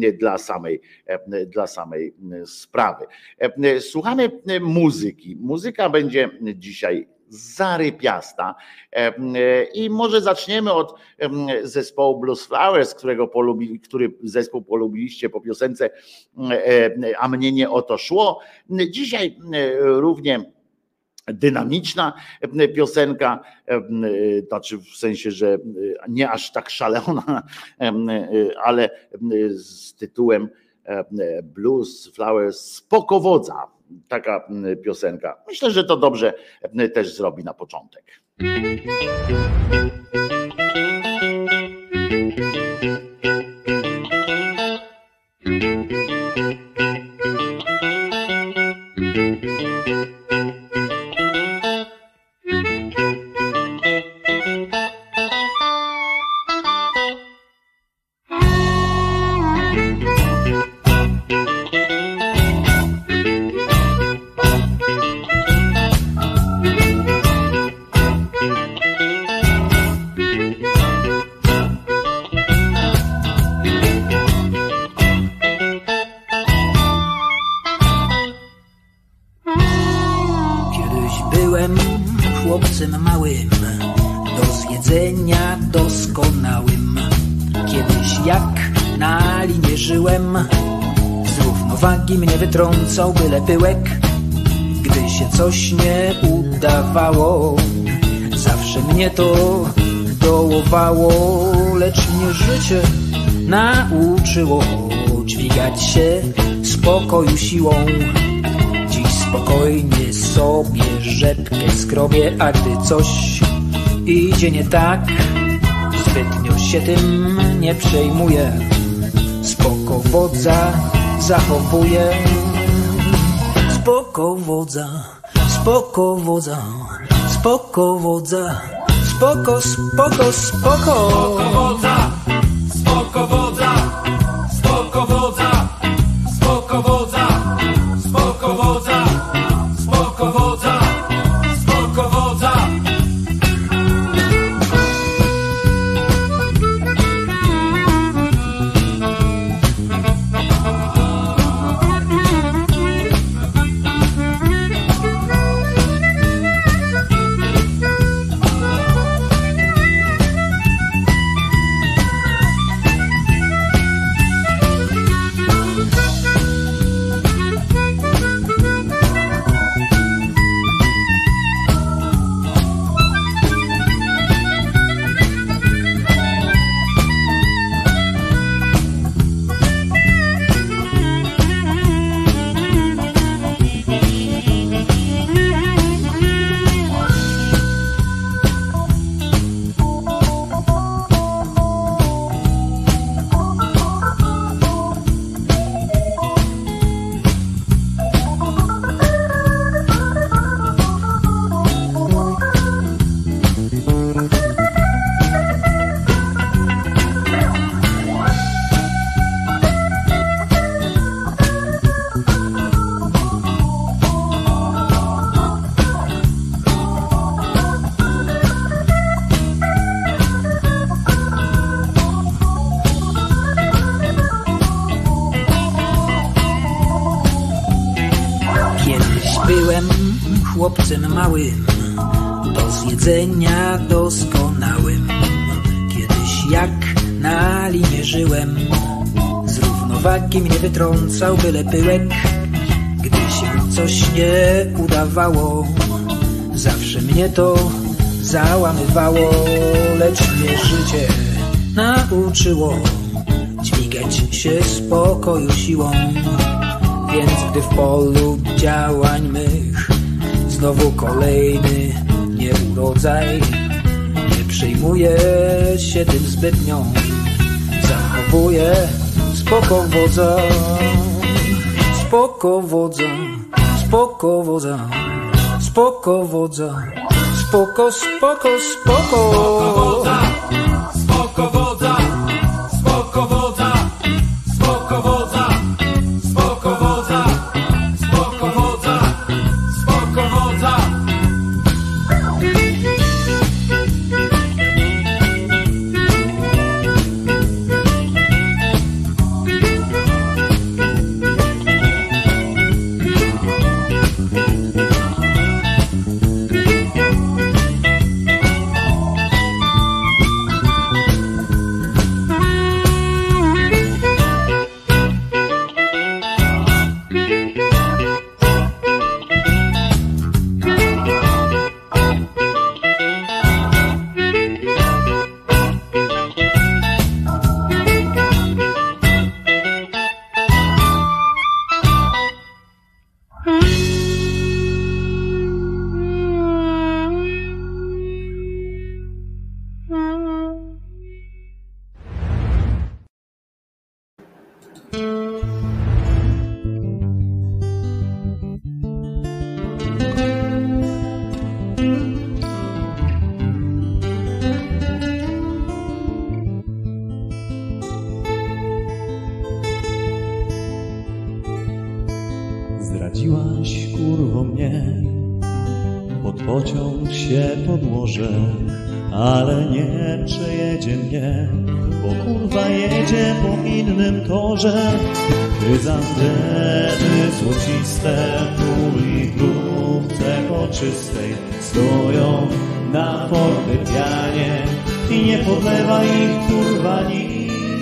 dla samej sprawy. Słuchamy muzyki. Muzyka będzie dzisiaj zarypiasta i może zaczniemy od zespołu Blues Flowers, który zespół polubiliście po piosence A mnie nie o to szło. Dzisiaj równie dynamiczna piosenka, znaczy w sensie, że nie aż tak szalona, ale z tytułem Blues Flowers Spokowodza. Taka piosenka. Myślę, że to dobrze też zrobi na początek. Wytrącał byle pyłek, gdy się coś nie udawało. Zawsze mnie to dołowało, lecz mnie życie nauczyło dźwigać się spokoju siłą. Dziś spokojnie sobie rzepkę skrobię, a gdy coś idzie nie tak, zbytnio się tym nie przejmuję. Spokowodza zachowuję. Spokowodza, spokowodza, spokowodza, spoko, spoko, spoko. Spokowodza, spokowodza, spokowodza, spokowodza, spokowodza, spokowodza, spokowodza. Chłopcem małym, do zjedzenia doskonałym. Kiedyś jak na linie żyłem, z równowagi mnie wytrącał byle pyłek, coś nie udawało. Zawsze mnie to załamywało, lecz mnie życie nauczyło dźwigać się spokoju siłą. Więc gdy w polu działań mych znowu kolejny nieurodzaj, nie przejmuję się tym zbytnio, zachowuję spoko wodza, spoko wodza, spoko wodza, spoko wodza, spoko, spoko, spoko. Spoko wodza, spoko wodza, spoko wodza, spoko wodza, spoko wodza, spoko wodza. Zdradziłaś, kurwo, mnie, pod pociąg się podłożę, ale nie przejedzie mnie, bo kurwa jedzie po innym torze. Chryzantemy złociste w litrówce poczystej stoją na fortepianie i nie podlewa ich kurwa nikt.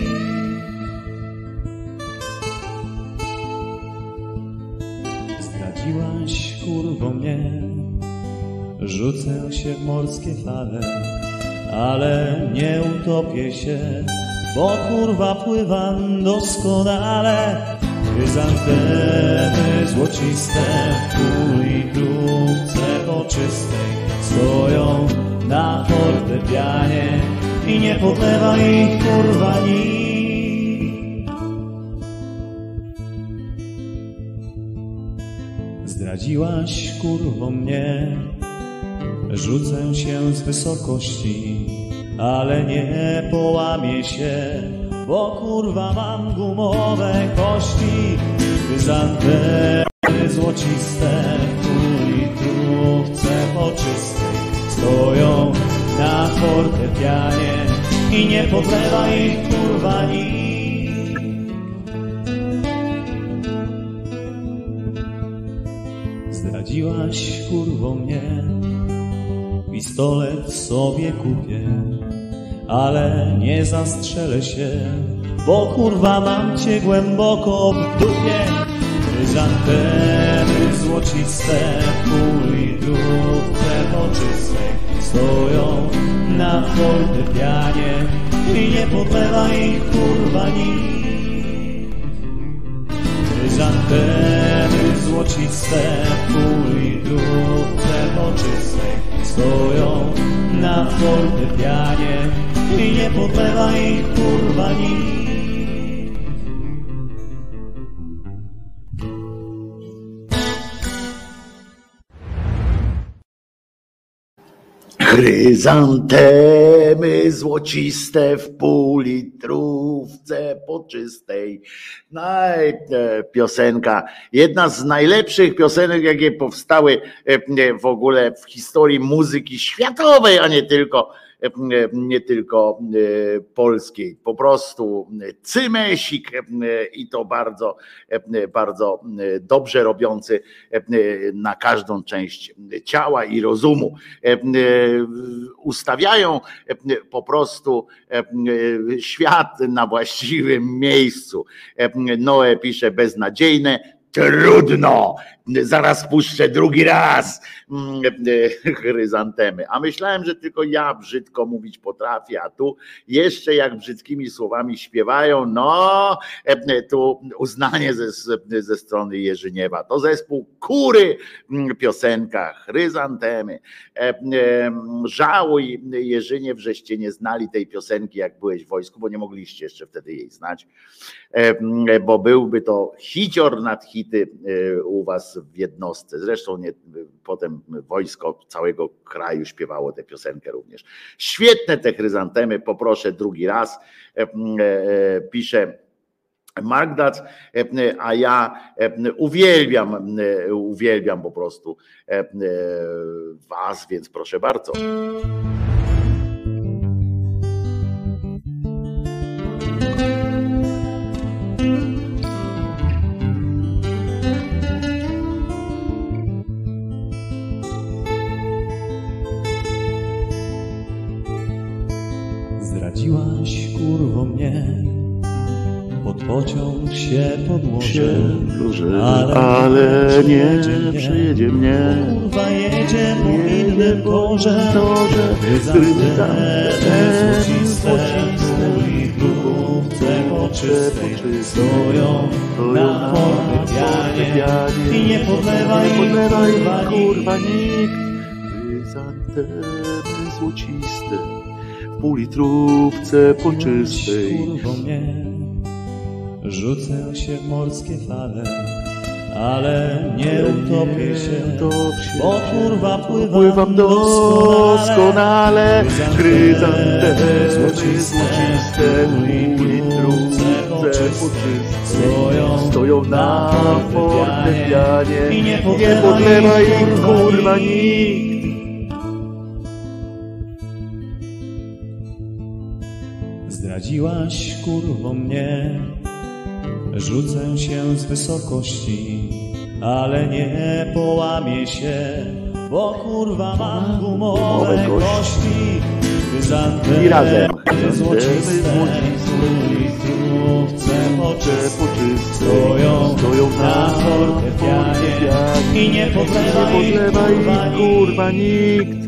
Zdradziłaś, kurwo, mnie, rzucę się w morskie fale, ale nie utopię się, bo kurwa pływam doskonale. Chryzantemy złociste w półlitrówce poczystej stoją na fortepianie i nie podlewa ich kurwa nikt. Zdradziłaś, kurwo, mnie, rzucę się z wysokości, ale nie połamię się, bo kurwa mam gumowe kości. Chryzantemy złociste w półlitrówce poczystej stoją na fortepianie i nie podlewa ich kurwa nikt. Zdradziłaś, kurwo, mnie, pistolet sobie kupię, ale nie zastrzelę się, bo kurwa mam cię głęboko w dupie. Chryzantemy złociste w półlitrówce poczystej stoją na fortepianie i nie podlewa ich kurwa nikt. Chryzantemy złociste w półlitrówce poczystej stoją na fortepianie i nie podlewa ich kurwa nikt. Chryzantemy złociste w półlitrówce poczystej. No i piosenka, jedna z najlepszych piosenek, jakie powstały w ogóle w historii muzyki światowej, a nie tylko polskiej. Po prostu cymesik i to bardzo, bardzo dobrze robiący na każdą część ciała i rozumu. Ustawiają po prostu świat na właściwym miejscu. Noe pisze beznadziejne. Trudno, zaraz puszczę drugi raz chryzantemy. A myślałem, że tylko ja brzydko mówić potrafię, a tu jeszcze jak brzydkimi słowami śpiewają, no tu uznanie ze strony Jerzyniewa. To zespół Kury, piosenka Chryzantemy. Żałuj, Jerzyniew, żeście nie znali tej piosenki, jak byłeś w wojsku, bo nie mogliście jeszcze wtedy jej znać, bo byłby to hicior nad hity u was w jednostce. Zresztą potem wojsko całego kraju śpiewało tę piosenkę również. Świetne te chryzantemy, poproszę drugi raz. Pisze Magdac, a ja uwielbiam po prostu was, więc proszę bardzo. Zdradziłaś kurwo mnie, pod pociąg się podłożę, ale nie przejedzie mnie. Kurwa jedzie po innym torze, chryzantemy złociste, i grówce poczystej stoją na fortepianie i nie podlewa ich kurwa nikt. Chryzantemy złociste, w półlitrówce poczystej. Rzucę się w morskie fale, ale nie utopię się, bo kurwa pływam doskonale. Chryzantemy złociste, w półlitrówce poczystej stoją na fortepianie i nie podlewa ich kurwa nikt. Zdradziłaś kurwo mnie, rzucę się z wysokości, ale nie połamię się, bo kurwa mam gumowe kości. I razem złociste, w poczystej stoją na fortepianie i nie podlewa ich kurwa nikt.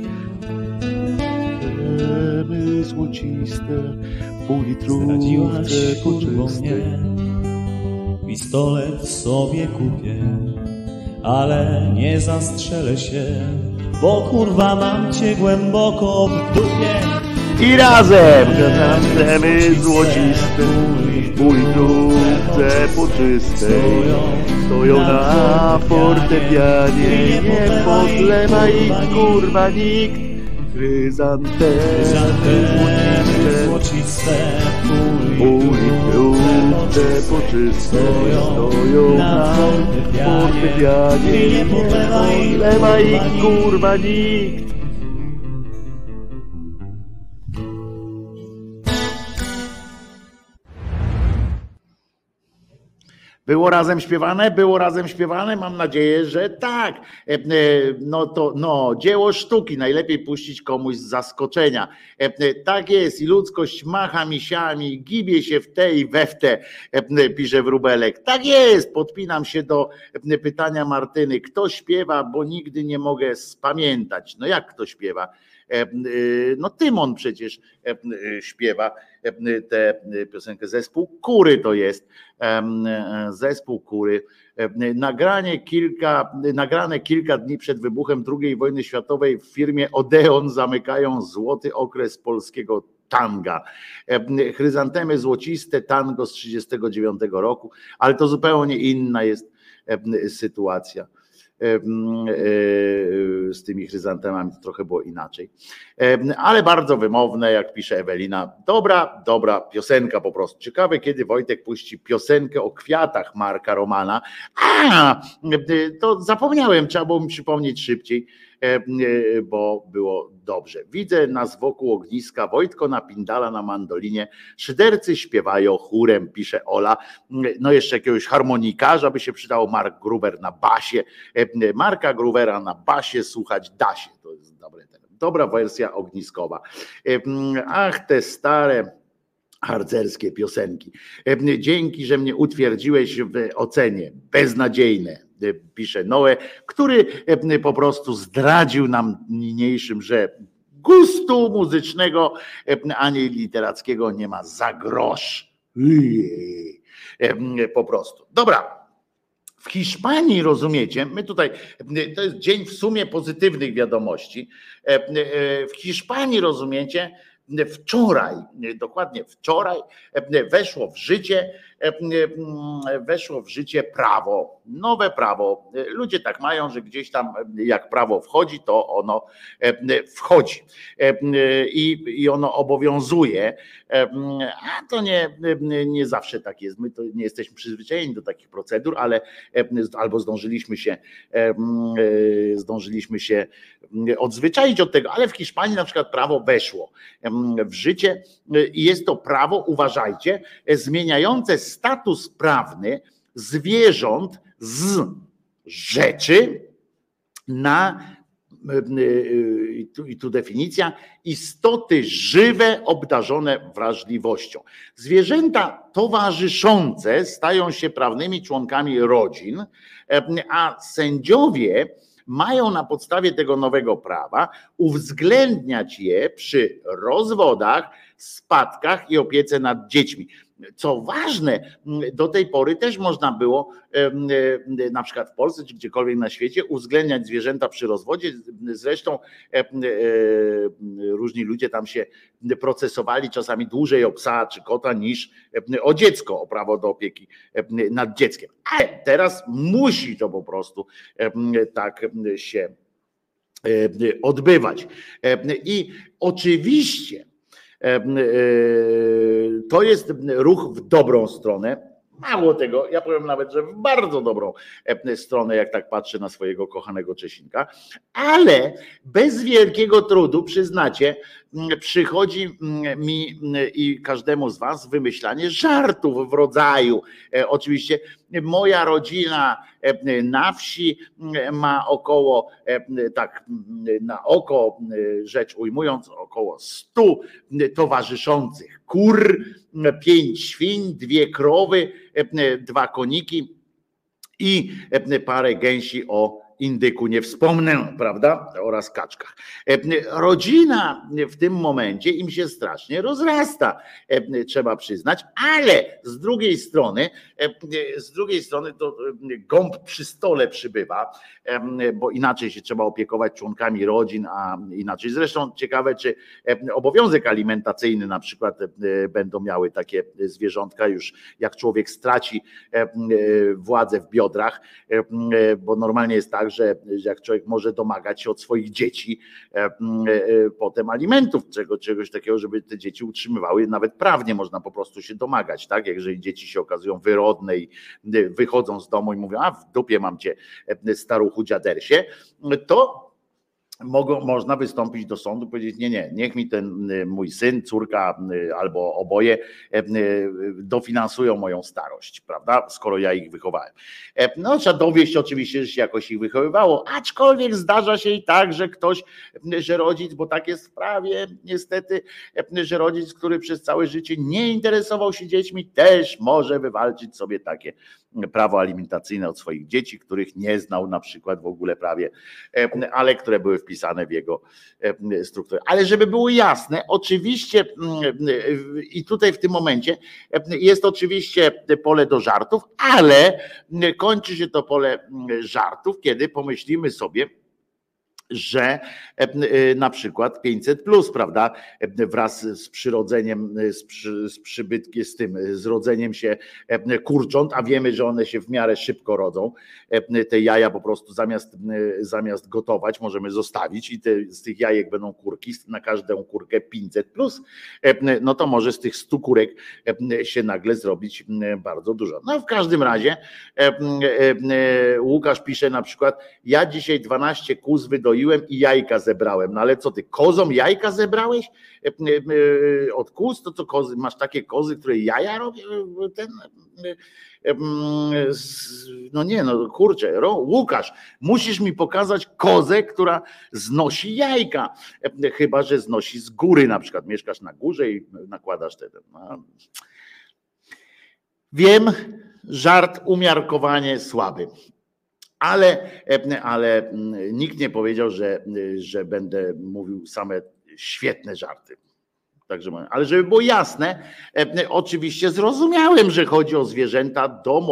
Złociste, półlitrówce poczystej. Pistolet sobie kupię, ale nie zastrzelę się, bo kurwa mam cię głęboko w dupie. I razem chryzantemy złociste, w półlitrówce poczystej stoją na fortepianie, nie podlewa ich kurwa nikt. Chryzantemy złociste, półlitrówce poczystej stoją na fortepianie i nie podlewa ich kurwa nikt. Było razem śpiewane? Było razem śpiewane? Mam nadzieję, że tak. No, dzieło sztuki. Najlepiej puścić komuś z zaskoczenia. Tak jest i ludzkość macha misiami, gibie się w te i we w te, pisze Wróbelek. Tak jest, podpinam się do pytania Martyny. Kto śpiewa, bo nigdy nie mogę spamiętać. No jak kto śpiewa? No Tymon przecież śpiewa tę piosenkę. Zespół Kury to jest. Zespół Kury. Nagrane kilka dni przed wybuchem II wojny światowej w firmie Odeon zamykają złoty okres polskiego tanga. Chryzantemy złociste, tango z 1939 roku, ale to zupełnie inna jest sytuacja. Z tymi chryzantemami to trochę było inaczej, ale bardzo wymowne, jak pisze Ewelina. Dobra piosenka po prostu. Ciekawe, kiedy Wojtek puści piosenkę o kwiatach Marka Romana. To zapomniałem, trzeba było mi przypomnieć szybciej, bo było dobrze. Widzę nas wokół ogniska, Wojtko napindala na mandolinie, szydercy śpiewają chórem, pisze Ola. No jeszcze jakiegoś harmonikarza by się przydało, Mark Gruber na basie. Marka Grubera na basie słuchać da się. To jest dobra wersja ogniskowa. Ach, te stare harcerskie piosenki. Dzięki, że mnie utwierdziłeś w ocenie. Beznadziejne, pisze Noe, który po prostu zdradził nam niniejszym, że gustu muzycznego ani literackiego nie ma za grosz. Po prostu. Dobra. W Hiszpanii, rozumiecie, my tutaj, to jest dzień w sumie pozytywnych wiadomości. W Hiszpanii, rozumiecie, dokładnie wczoraj weszło w życie prawo, nowe prawo. Ludzie tak mają, że gdzieś tam jak prawo wchodzi, to ono wchodzi i ono obowiązuje, a to nie zawsze tak jest. My to nie jesteśmy przyzwyczajeni do takich procedur, ale albo zdążyliśmy się odzwyczaić od tego, ale w Hiszpanii na przykład prawo weszło w życie i jest to prawo, uważajcie, zmieniające status prawny zwierząt z rzeczy na, i tu definicja, istoty żywe obdarzone wrażliwością. Zwierzęta towarzyszące stają się prawnymi członkami rodzin, a sędziowie mają na podstawie tego nowego prawa uwzględniać je przy rozwodach, spadkach i opiece nad dziećmi. Co ważne, do tej pory też można było na przykład w Polsce czy gdziekolwiek na świecie uwzględniać zwierzęta przy rozwodzie. Zresztą różni ludzie tam się procesowali czasami dłużej o psa czy kota niż o dziecko, o prawo do opieki nad dzieckiem. Ale teraz musi to po prostu tak się odbywać. I oczywiście to jest ruch w dobrą stronę. Mało tego, ja powiem nawet, że w bardzo dobrą stronę, jak tak patrzę na swojego kochanego Czesinka, ale bez wielkiego trudu, przyznacie, przychodzi mi i każdemu z was wymyślanie żartów w rodzaju, oczywiście moja rodzina na wsi ma około, tak na oko rzecz ujmując, około 100 towarzyszących kur, 5 świń, 2 krowy, 2 koniki i parę gęsi, o indyku nie wspomnę, prawda, oraz kaczkach. Rodzina w tym momencie im się strasznie rozrasta, trzeba przyznać, ale z drugiej strony to gąb przy stole przybywa, bo inaczej się trzeba opiekować członkami rodzin, a inaczej. Zresztą ciekawe, czy obowiązek alimentacyjny na przykład będą miały takie zwierzątka już, jak człowiek straci władzę w biodrach, bo normalnie jest tak, że jak człowiek może domagać się od swoich dzieci potem alimentów, czegoś takiego, żeby te dzieci utrzymywały, nawet prawnie można po prostu się domagać, tak? Jeżeli dzieci się okazują wyrodne i wychodzą z domu i mówią, a w dupie mam cię, staruchu dziadersie, to można wystąpić do sądu, powiedzieć nie, niech mi ten mój syn, córka albo oboje dofinansują moją starość, prawda, skoro ja ich wychowałem. No trzeba dowieść oczywiście, że się jakoś ich wychowywało, aczkolwiek zdarza się i tak, że rodzic, bo tak jest w prawie niestety, że rodzic, który przez całe życie nie interesował się dziećmi, też może wywalczyć sobie takie prawo alimentacyjne od swoich dzieci, których nie znał na przykład w ogóle prawie, ale które były wpisane w jego strukturę. Ale żeby było jasne, oczywiście i tutaj w tym momencie jest oczywiście pole do żartów, ale kończy się to pole żartów, kiedy pomyślimy sobie, że na przykład 500+, prawda, wraz z przyrodzeniem, z rodzeniem się kurcząt, a wiemy, że one się w miarę szybko rodzą, te jaja po prostu zamiast gotować możemy zostawić i z tych jajek będą kurki, na każdą kurkę 500+, no to może z tych 100 kurek się nagle zrobić bardzo dużo. No w każdym razie Łukasz pisze na przykład, ja dzisiaj 12 kóz wydoiłem doiłem i jajka zebrałem. No ale co ty, kozom jajka zebrałeś? Od kóz? To co kozy? Masz takie kozy, które jaja robią? No nie, no kurczę, Łukasz, musisz mi pokazać kozę, która znosi jajka. Chyba że znosi z góry, na przykład mieszkasz na górze i nakładasz ten. No. Wiem, żart umiarkowanie słaby. Ale nikt nie powiedział, że będę mówił same świetne żarty. Także, ale żeby było jasne, oczywiście zrozumiałem, że chodzi o zwierzęta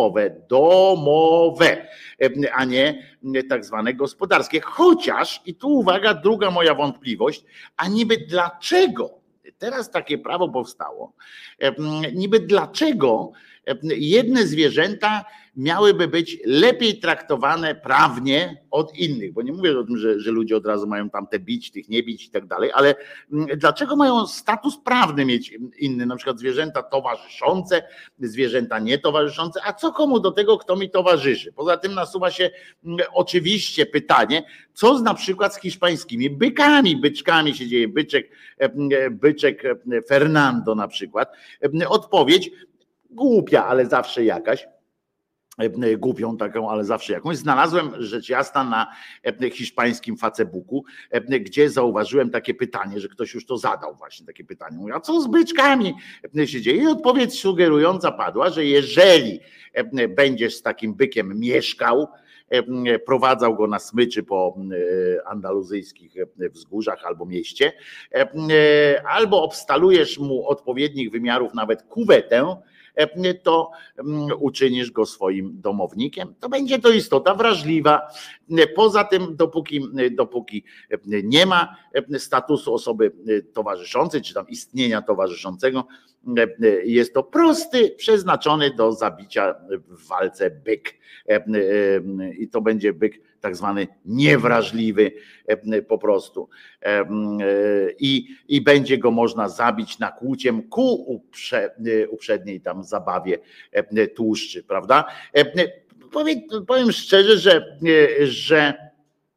domowe, a nie tak zwane gospodarskie. Chociaż, i tu uwaga, druga moja wątpliwość, a niby dlaczego, teraz takie prawo powstało, niby dlaczego jedne zwierzęta miałyby być lepiej traktowane prawnie od innych, bo nie mówię o tym, że ludzie od razu mają tamte bić, tych nie bić i tak dalej, ale dlaczego mają status prawny mieć inny, na przykład zwierzęta towarzyszące, zwierzęta nietowarzyszące, a co komu do tego, kto mi towarzyszy? Poza tym nasuwa się oczywiście pytanie, co na przykład z hiszpańskimi byczkami się dzieje, byczek Fernando na przykład. Odpowiedź głupia, ale zawsze jakaś. Głupią taką, ale zawsze jakąś. Znalazłem rzecz jasna na hiszpańskim Facebooku, gdzie zauważyłem takie pytanie, że ktoś już to zadał właśnie takie pytanie. Mówi, a co z byczkami się dzieje? I odpowiedź sugerująca padła, że jeżeli będziesz z takim bykiem mieszkał, prowadzał go na smyczy po andaluzyjskich wzgórzach albo mieście, albo obstalujesz mu odpowiednich wymiarów nawet kuwetę, to uczynisz go swoim domownikiem. To będzie to istota wrażliwa. Poza tym, dopóki nie ma statusu osoby towarzyszącej, czy tam istnienia towarzyszącego, jest to prosty, przeznaczony do zabicia w walce byk. I to będzie byk tak zwany niewrażliwy po prostu. I będzie go można zabić nakłuciem ku uprzedniej tam zabawie tłuszczy, prawda? Powiem szczerze, że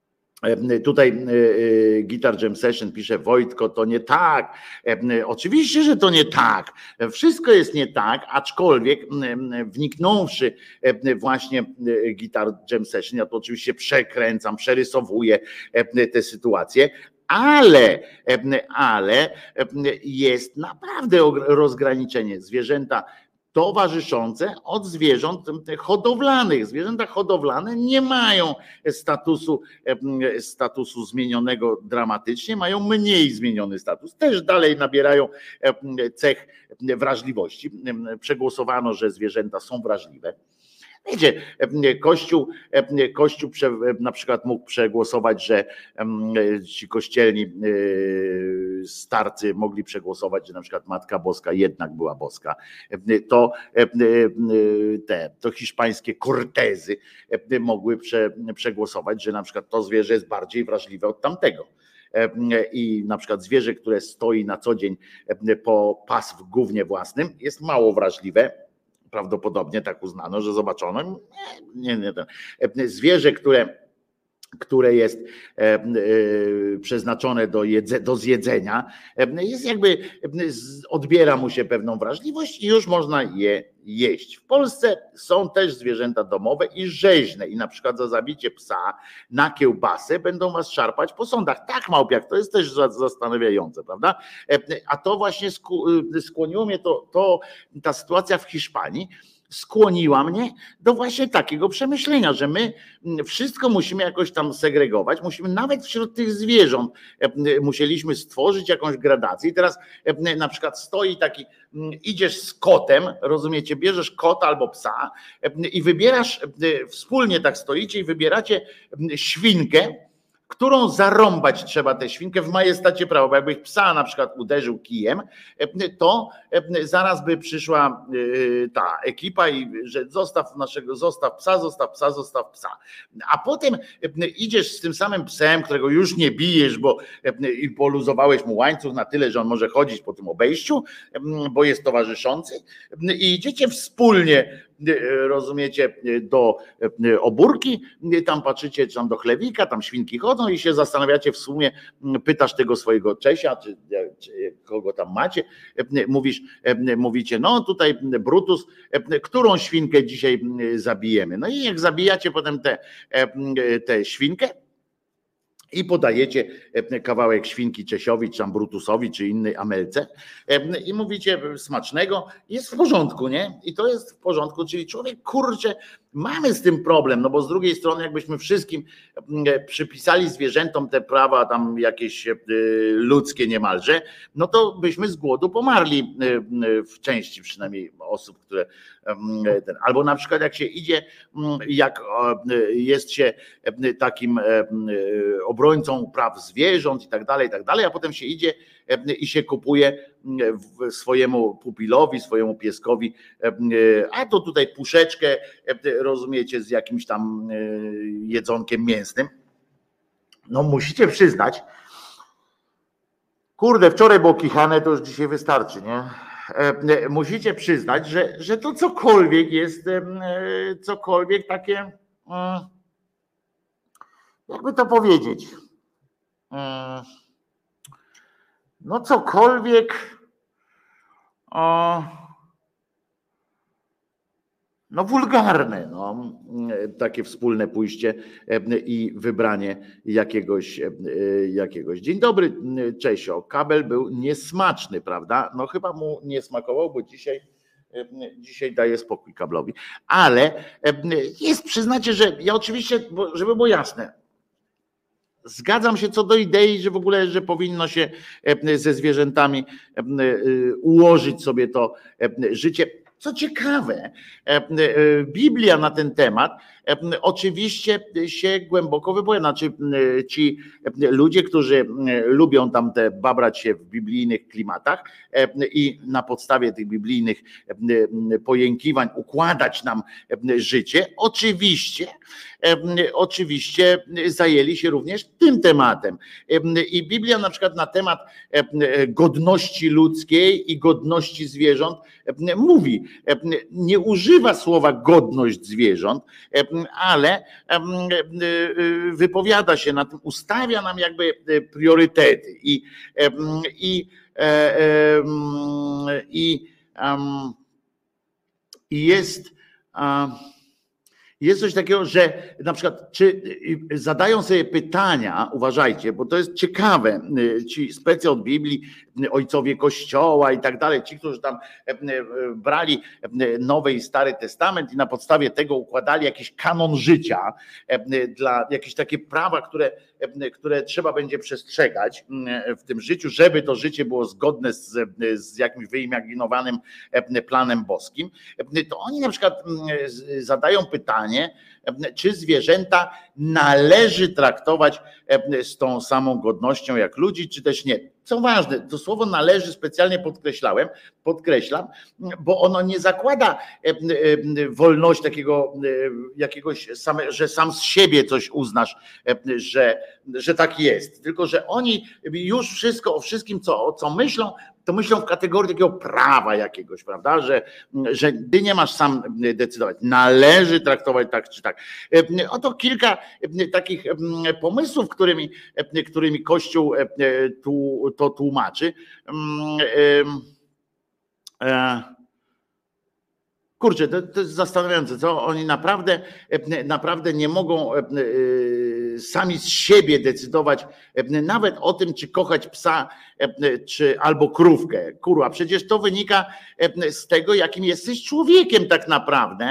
tutaj Guitar Jam Session pisze, Wojtko, to nie tak. Oczywiście, że to nie tak. Wszystko jest nie tak, aczkolwiek wniknąwszy właśnie Guitar Jam Session, ja to oczywiście przekręcam, przerysowuję tę sytuację, ale jest naprawdę rozgraniczenie. Zwierzęta towarzyszące od zwierząt hodowlanych. Zwierzęta hodowlane nie mają statusu zmienionego dramatycznie, mają mniej zmieniony status. Też dalej nabierają cech wrażliwości. Przegłosowano, że zwierzęta są wrażliwe. Wiecie, Kościół na przykład mógł przegłosować, że ci kościelni starcy mogli przegłosować, że na przykład Matka Boska jednak była boska. To hiszpańskie kortezy mogły przegłosować, że na przykład to zwierzę jest bardziej wrażliwe od tamtego. I na przykład zwierzę, które stoi na co dzień po pas w gównie własnym, jest mało wrażliwe. Prawdopodobnie tak uznano, że zobaczono. Zwierzę, które jest przeznaczone do zjedzenia, jest jakby, odbiera mu się pewną wrażliwość i już można je jeść. W Polsce są też zwierzęta domowe i rzeźne i na przykład za zabicie psa na kiełbasę będą was szarpać po sądach. Tak, Małpiak, to jest też zastanawiające, prawda? A to właśnie skłoniło mnie, ta sytuacja w Hiszpanii skłoniła mnie do właśnie takiego przemyślenia, że my wszystko musimy jakoś tam segregować, musimy nawet wśród tych zwierząt musieliśmy stworzyć jakąś gradację. I teraz na przykład stoi taki, idziesz z kotem, rozumiecie, bierzesz kota albo psa i wybierasz, wspólnie tak stoicie i wybieracie świnkę, którą zarąbać trzeba tę świnkę w majestacie prawa, bo jakbyś psa na przykład uderzył kijem, to zaraz by przyszła ta ekipa i że zostaw psa. A potem idziesz z tym samym psem, którego już nie bijesz, bo poluzowałeś mu łańcuch na tyle, że on może chodzić po tym obejściu, bo jest towarzyszący i idziecie wspólnie rozumiecie, do obórki, tam patrzycie, czy tam do chlewika, tam świnki chodzą i się zastanawiacie w sumie, pytasz tego swojego Czesia, czy kogo tam macie, mówicie, no tutaj Brutus, którą świnkę dzisiaj zabijemy. No i jak zabijacie potem tę świnkę, i podajecie kawałek świnki Czesiowi, czy tam Brutusowi, czy innej Amelce i mówicie smacznego, jest w porządku, nie? I to jest w porządku, czyli człowiek, kurczę, mamy z tym problem, no bo z drugiej strony jakbyśmy wszystkim przypisali zwierzętom te prawa tam jakieś ludzkie niemalże, no to byśmy z głodu pomarli w części przynajmniej osób, które albo na przykład jak się idzie, jak jest się takim obrońcą praw zwierząt i tak dalej, a potem się idzie i się kupuje swojemu pupilowi, swojemu pieskowi, a to tutaj puszeczkę, rozumiecie, z jakimś tam jedzonkiem mięsnym. No musicie przyznać, kurde, wczoraj było kichane, to już dzisiaj wystarczy, nie? Musicie przyznać, że to cokolwiek jest, cokolwiek takie, jakby to powiedzieć, no cokolwiek, no wulgarne, no, takie wspólne pójście i wybranie jakiegoś. Dzień dobry, Czesio, kabel był niesmaczny, prawda? No chyba mu nie smakował, bo dzisiaj daje spokój kablowi, ale jest, przyznacie, że ja oczywiście, żeby było jasne, zgadzam się co do idei, że w ogóle, że powinno się ze zwierzętami ułożyć sobie to życie. Co ciekawe, Biblia na ten temat oczywiście się głęboko wypowiada. Znaczy ci ludzie, którzy lubią tam babrać się w biblijnych klimatach i na podstawie tych biblijnych pojękiwań układać nam życie, oczywiście zajęli się również tym tematem. I Biblia na przykład na temat godności ludzkiej i godności zwierząt mówi, nie używa słowa godność zwierząt, ale wypowiada się na tym, ustawia nam jakby priorytety jest coś takiego, że na przykład czy zadają sobie pytania, uważajcie, bo to jest ciekawe, ci specy od Biblii, ojcowie Kościoła i tak dalej, ci, którzy tam brali Nowy i Stary Testament i na podstawie tego układali jakiś kanon życia, dla jakieś takie prawa, które trzeba będzie przestrzegać w tym życiu, żeby to życie było zgodne z jakimś wyimaginowanym planem boskim, to oni na przykład zadają pytanie, czy zwierzęta należy traktować z tą samą godnością jak ludzi, czy też nie. Co ważne, to słowo należy specjalnie podkreślam, bo ono nie zakłada wolności takiego jakiegoś, że sam z siebie coś uznasz, że tak jest. Tylko że oni już wszystko o wszystkim, co myślą, to myślą w kategorii takiego prawa jakiegoś, prawda, że ty nie masz sam decydować, należy traktować tak czy tak. Oto kilka takich pomysłów, którymi Kościół to tłumaczy. Kurczę, to jest zastanawiające, co oni naprawdę nie mogą sami z siebie decydować nawet o tym, czy kochać psa, czy albo krówkę. Kurwa, przecież to wynika z tego, jakim jesteś człowiekiem tak naprawdę,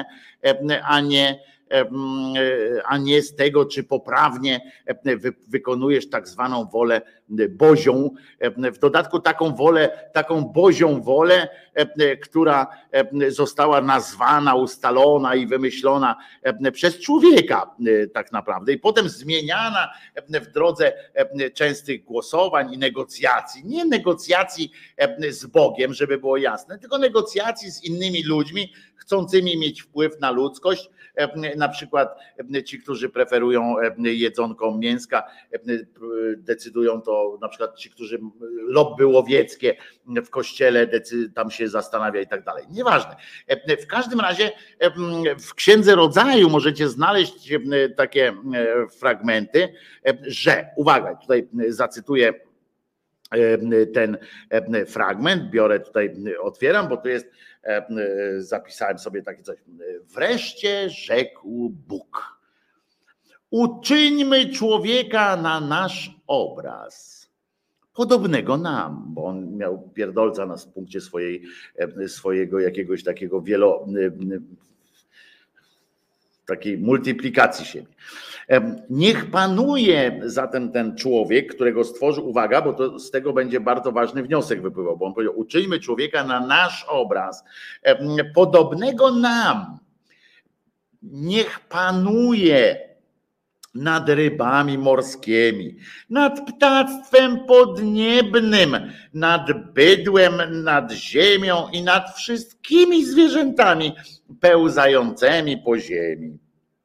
a nie z tego, czy poprawnie wykonujesz tak zwaną wolę bozią. W dodatku taką bozią wolę, która została nazwana, ustalona i wymyślona przez człowieka tak naprawdę i potem zmieniana w drodze częstych głosowań i negocjacji. Nie negocjacji z Bogiem, żeby było jasne, tylko negocjacji z innymi ludźmi, chcącymi mieć wpływ na ludzkość, na przykład ci, którzy preferują jedzonko mięska, decydują to, na przykład ci, którzy lobby łowieckie w kościele tam się zastanawia i tak dalej. Nieważne. W każdym razie w Księdze Rodzaju możecie znaleźć takie fragmenty, że, uwaga, tutaj zacytuję ten fragment, biorę tutaj, otwieram, bo tu jest, zapisałem sobie takie coś. Wreszcie rzekł Bóg: uczyńmy człowieka na nasz obraz, podobnego nam, bo on miał pierdolca na punkcie swojego jakiegoś takiego takiej multiplikacji siebie. Niech panuje zatem ten człowiek, którego stworzył, uwaga, bo to z tego będzie bardzo ważny wniosek wypływał, bo on powiedział: uczyńmy człowieka na nasz obraz, podobnego nam. Niech panuje nad rybami morskimi, nad ptactwem podniebnym, nad bydłem, nad ziemią i nad wszystkimi zwierzętami pełzającymi po ziemi.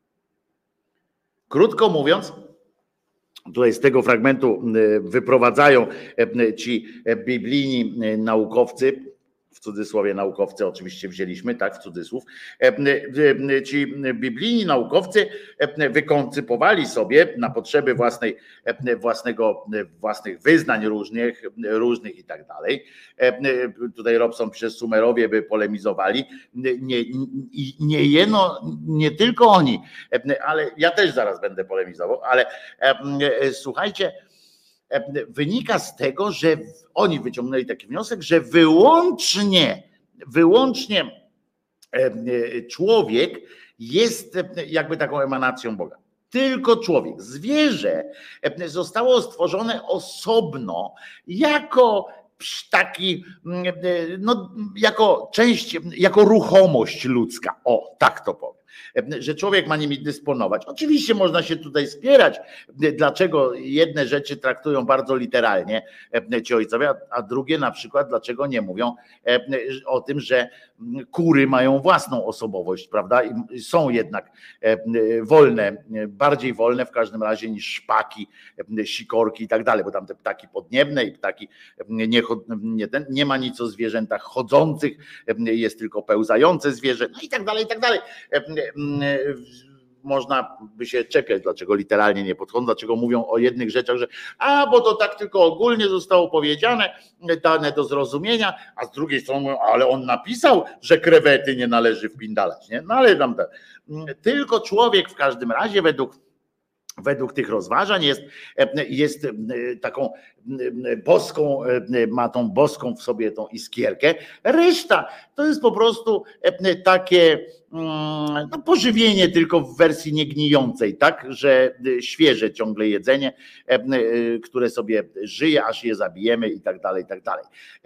Krótko mówiąc, tutaj z tego fragmentu wyprowadzają ci biblijni naukowcy, w cudzysłowie naukowcy oczywiście wzięliśmy, tak, w cudzysłów, ci biblijni naukowcy wykoncypowali sobie na potrzeby własnych wyznań różnych i tak dalej. Tutaj Robson pisze, Sumerowie by polemizowali, nie tylko oni, ale ja też zaraz będę polemizował, ale słuchajcie, wynika z tego, że oni wyciągnęli taki wniosek, że wyłącznie człowiek jest jakby taką emanacją Boga. Tylko człowiek. Zwierzę zostało stworzone osobno jako taki, no, jako część, jako ruchomość ludzka. O, tak to powiem. Że człowiek ma nimi dysponować. Oczywiście można się tutaj spierać, dlaczego jedne rzeczy traktują bardzo literalnie ci ojcowie, a drugie na przykład dlaczego nie mówią o tym, że kury mają własną osobowość, prawda? I są jednak wolne, bardziej wolne w każdym razie niż szpaki, sikorki i tak dalej, bo tam te ptaki podniebne i ptaki nie ma nic o zwierzętach chodzących, jest tylko pełzające zwierzę, no i tak dalej, i tak dalej. Można by się czepiać, dlaczego literalnie nie podchodzą, dlaczego mówią o jednych rzeczach, że bo to tak tylko ogólnie zostało powiedziane, dane do zrozumienia, a z drugiej strony mówią, ale on napisał, że krewety nie należy wpindalać, nie? No ale tam tylko człowiek w każdym razie według tych rozważań jest taką boską, ma tą boską w sobie tą iskierkę. Reszta to jest po prostu takie pożywienie tylko w wersji niegnijącej, tak, że świeże ciągle jedzenie, które sobie żyje, aż je zabijemy i tak dalej, i tak dalej.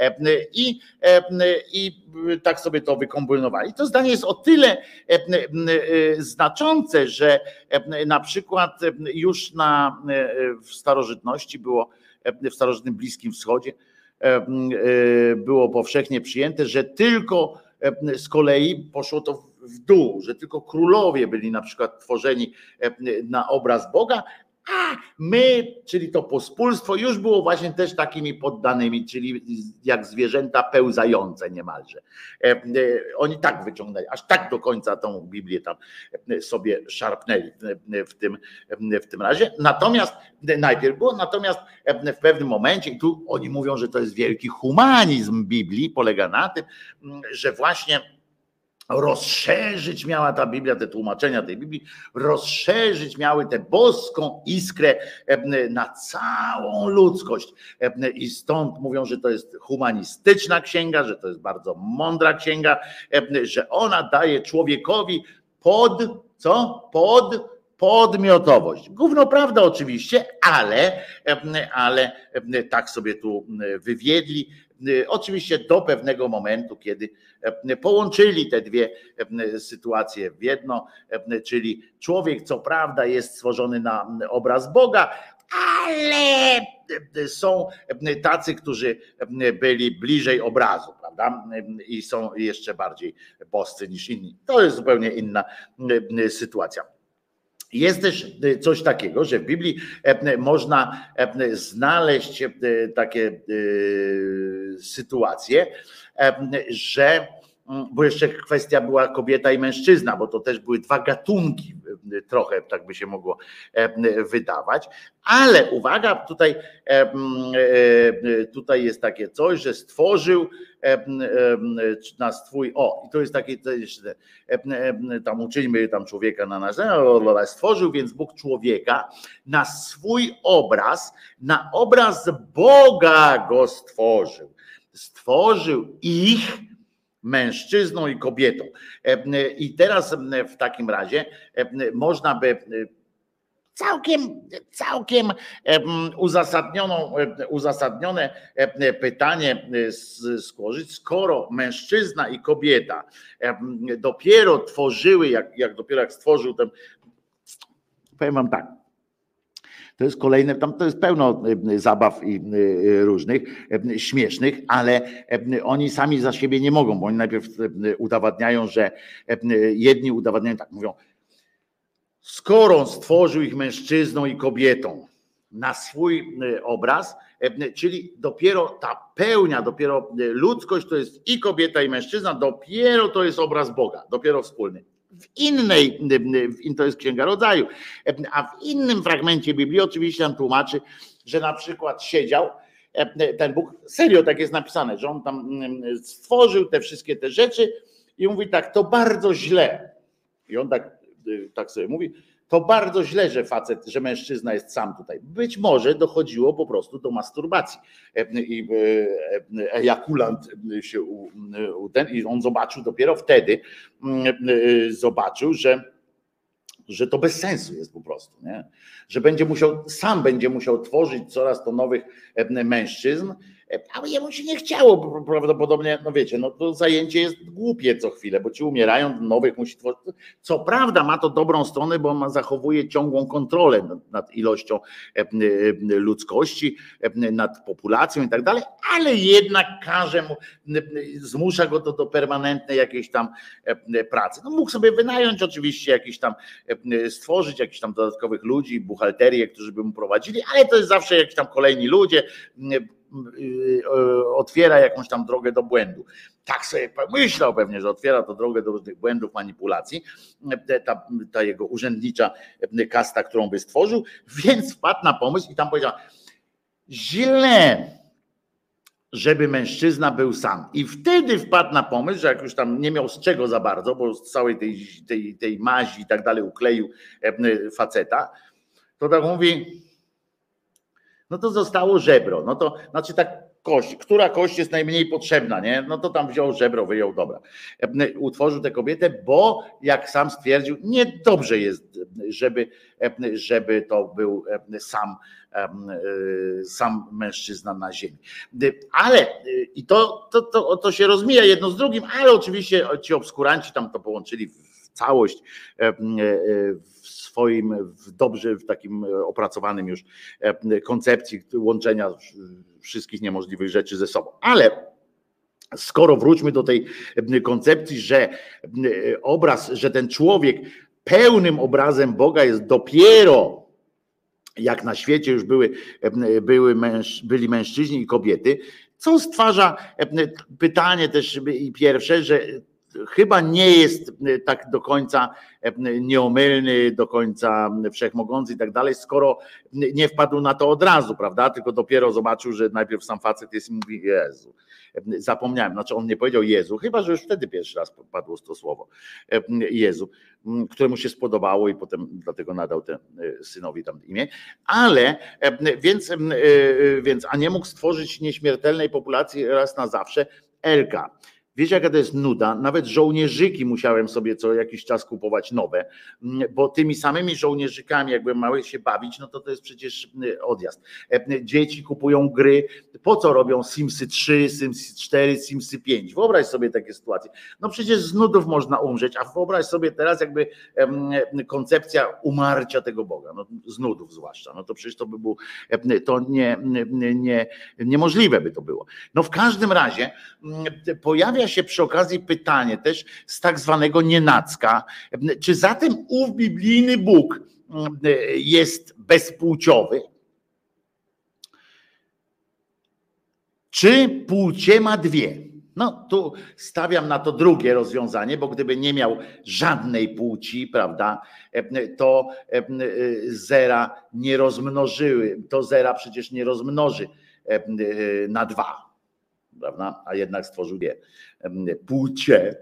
I tak sobie to wykombinowali. To zdanie jest o tyle znaczące, że na przykład już w starożytności w starożytnym Bliskim Wschodzie było powszechnie przyjęte, że tylko z kolei poszło to w dół, że tylko królowie byli na przykład tworzeni na obraz Boga, a my, czyli to pospólstwo, już było właśnie też takimi poddanymi, czyli jak zwierzęta pełzające niemalże. Oni tak wyciągnęli, aż tak do końca tą Biblię tam sobie szarpnęli w tym razie. Natomiast najpierw było, natomiast w pewnym momencie, i tu oni mówią, że to jest wielki humanizm Biblii, polega na tym, że właśnie rozszerzyć miała ta Biblia, te tłumaczenia tej Biblii, rozszerzyć miały tę boską iskrę na całą ludzkość. I stąd mówią, że to jest humanistyczna księga, że to jest bardzo mądra księga, że ona daje człowiekowi podmiotowość. Gówno prawda oczywiście, ale tak sobie tu wywiedli. Oczywiście do pewnego momentu, kiedy połączyli te dwie sytuacje w jedno, czyli człowiek co prawda jest stworzony na obraz Boga, ale są tacy, którzy byli bliżej obrazu, prawda? prawda? I są jeszcze bardziej boscy niż inni. To jest zupełnie inna sytuacja. Jest też coś takiego, że w Biblii można znaleźć takie sytuacje, że, bo jeszcze kwestia była kobieta i mężczyzna, bo to też były dwa gatunki, trochę tak by się mogło wydawać, ale uwaga, tutaj jest takie coś, że stworzył nas twój, i to jest takie, tam uczyńmy tam człowieka na nasz, stworzył więc Bóg człowieka na swój obraz, na obraz Boga go stworzył. Stworzył ich mężczyzną i kobietą. I teraz w takim razie można by całkiem uzasadnione pytanie złożyć, skoro mężczyzna i kobieta dopiero tworzyły, jak stworzył ten, powiem wam tak, to jest kolejne, tam to jest pełno zabaw i różnych śmiesznych, ale oni sami za siebie nie mogą, bo oni najpierw udowadniają, że jedni udowadniają tak, mówią, skoro on stworzył ich mężczyzną i kobietą na swój obraz, czyli dopiero ta pełnia, dopiero ludzkość to jest i kobieta i mężczyzna, dopiero to jest obraz Boga, dopiero wspólny. To jest Księga Rodzaju, a w innym fragmencie Biblii oczywiście tam tłumaczy, że na przykład siedział ten Bóg, serio tak jest napisane, że on tam stworzył te wszystkie te rzeczy i mówi tak, to bardzo źle. I on tak sobie mówi, to bardzo źle, że mężczyzna jest sam tutaj. Być może dochodziło po prostu do masturbacji. I ejakulant się i on zobaczył dopiero wtedy, że to bez sensu jest po prostu, nie? Że sam będzie musiał tworzyć coraz to nowych mężczyzn, ale jemu się nie chciało prawdopodobnie, no wiecie, no to zajęcie jest głupie co chwilę, bo ci umierają, nowych musi tworzyć. Co prawda ma to dobrą stronę, bo zachowuje ciągłą kontrolę nad ilością ludzkości, nad populacją i tak dalej, ale jednak każe mu, zmusza go do permanentnej jakiejś tam pracy. No mógł sobie wynająć oczywiście jakiś tam, stworzyć jakichś tam dodatkowych ludzi, buchalterię, którzy by mu prowadzili, ale to jest zawsze jakiś tam kolejni ludzie, otwiera jakąś tam drogę do błędu. Tak sobie pomyślał pewnie, że otwiera to drogę do różnych błędów, manipulacji, ta jego urzędnicza kasta, którą by stworzył, więc wpadł na pomysł i tam powiedział, źle, żeby mężczyzna był sam. I wtedy wpadł na pomysł, że jak już tam nie miał z czego za bardzo, bo z całej tej mazi i tak dalej ukleił faceta, to tak mówi, no to zostało żebro, no to znaczy tak kość, która kość jest najmniej potrzebna, nie? No to tam wziął żebro, wyjął, dobra. Utworzył tę kobietę, bo jak sam stwierdził, niedobrze jest, żeby to był sam mężczyzna na ziemi. Ale i to się rozmija jedno z drugim, ale oczywiście ci obskuranci tam to połączyli w całość, w takim opracowanym już koncepcji łączenia wszystkich niemożliwych rzeczy ze sobą. Ale skoro wróćmy do tej koncepcji, że ten człowiek pełnym obrazem Boga jest dopiero, jak na świecie już byli mężczyźni i kobiety, co stwarza pytanie też i pierwsze, że chyba nie jest tak do końca nieomylny, do końca wszechmogący i tak dalej, skoro nie wpadł na to od razu, prawda? Tylko dopiero zobaczył, że najpierw sam facet jest i mówi, Jezu, zapomniałem, znaczy on nie powiedział Jezu, chyba że już wtedy pierwszy raz padło to słowo Jezu, któremu się spodobało i potem dlatego nadał synowi tam imię, ale więc a nie mógł stworzyć nieśmiertelnej populacji raz na zawsze, Elka. Wiecie, jaka to jest nuda? Nawet żołnierzyki musiałem sobie co jakiś czas kupować nowe, bo tymi samymi żołnierzykami, jakby mały się bawić, no to jest przecież odjazd. Dzieci kupują gry, po co robią Simsy 3, Simsy 4, Simsy 5? Wyobraź sobie takie sytuacje. No przecież z nudów można umrzeć, a wyobraź sobie teraz jakby koncepcja umarcia tego Boga, no z nudów zwłaszcza, no to przecież to by było, to niemożliwe by to było. No w każdym razie pojawia się przy okazji pytanie też z tak zwanego nienacka, czy zatem ów biblijny Bóg jest bezpłciowy? Czy płcie ma dwie? No tu stawiam na to drugie rozwiązanie, bo gdyby nie miał żadnej płci, prawda, to zera nie rozmnożyły, to zera przecież nie rozmnoży na 2. Prawda? A jednak stworzył dwie płcie.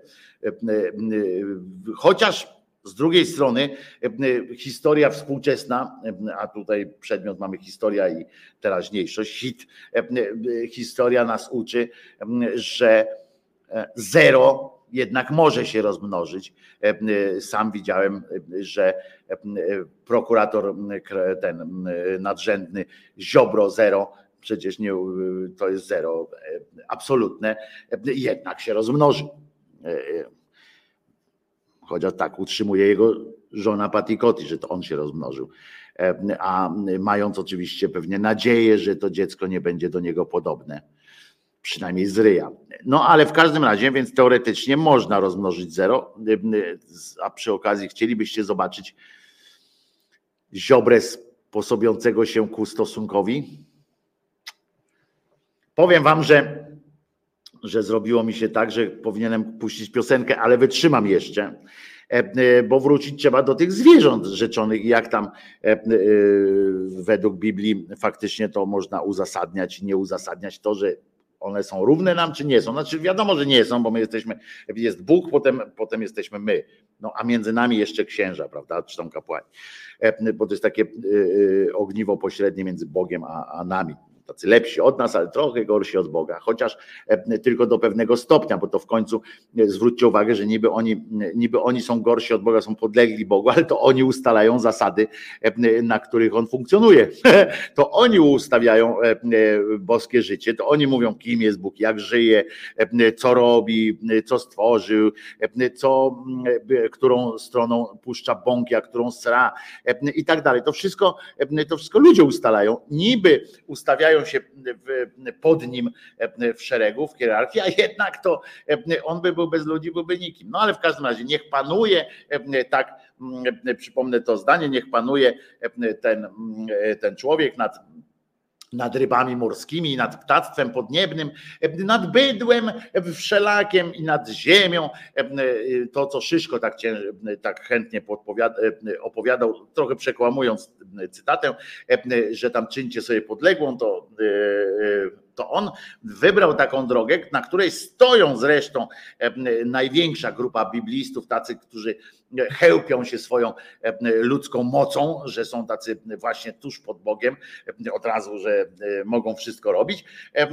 Chociaż z drugiej strony historia współczesna, a tutaj przedmiot mamy historia i teraźniejszość, historia nas uczy, że zero jednak może się rozmnożyć. Sam widziałem, że prokurator ten nadrzędny Ziobro zero, przecież nie, to jest zero absolutne, jednak się rozmnoży. Chociaż tak utrzymuje jego żona Patty Coty, że to on się rozmnożył. A mając oczywiście pewnie nadzieję, że to dziecko nie będzie do niego podobne. Przynajmniej z ryja. No ale w każdym razie, więc teoretycznie można rozmnożyć zero, a przy okazji chcielibyście zobaczyć Ziobrę sposobiącego się ku stosunkowi? Powiem wam, że zrobiło mi się tak, że powinienem puścić piosenkę, ale wytrzymam jeszcze, bo wrócić trzeba do tych zwierząt rzeczonych, jak tam według Biblii faktycznie to można uzasadniać i nie uzasadniać to, że one są równe nam, czy nie są. Znaczy wiadomo, że nie są, bo my jesteśmy, jest Bóg, potem jesteśmy my. No a między nami jeszcze księża, prawda, czy tam kapłani. Bo to jest takie ogniwo pośrednie między Bogiem a nami. Tacy lepsi od nas, ale trochę gorsi od Boga, chociaż tylko do pewnego stopnia, bo to w końcu zwróćcie uwagę, że niby oni są gorsi od Boga, są podlegli Bogu, ale to oni ustalają zasady, na których on funkcjonuje. To oni ustawiają boskie życie, to oni mówią, kim jest Bóg, jak żyje, co robi, co stworzył, którą stroną puszcza bąki, a którą sra i tak dalej. To wszystko ludzie ustalają, niby ustawiają się pod nim w szeregu, w hierarchii, a jednak to on by był bez ludzi, byłby nikim. No ale w każdym razie niech panuje, tak przypomnę to zdanie, niech panuje ten człowiek nad rybami morskimi, nad ptactwem podniebnym, nad bydłem wszelakiem i nad ziemią. To, co Szyszko tak chętnie opowiadał, trochę przekłamując cytatę, że tam czyńcie sobie podległą, to on wybrał taką drogę, na której stoją zresztą największa grupa biblistów, tacy, którzy chełpią się swoją ludzką mocą, że są tacy właśnie tuż pod Bogiem, od razu, że mogą wszystko robić,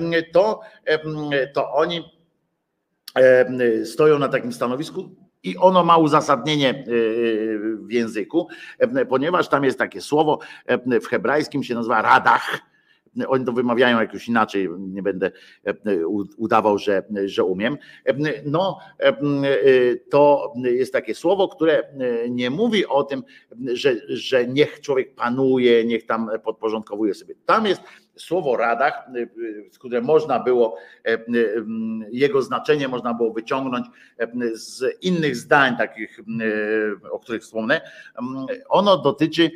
to oni stoją na takim stanowisku i ono ma uzasadnienie w języku, ponieważ tam jest takie słowo, w hebrajskim się nazywa radach. Oni to wymawiają jakoś inaczej, nie będę udawał, że umiem. No, to jest takie słowo, które nie mówi o tym, że niech człowiek panuje, niech tam podporządkowuje sobie. Tam jest słowo radach, które można było, jego znaczenie można było wyciągnąć z innych zdań, takich, o których wspomnę. Ono dotyczy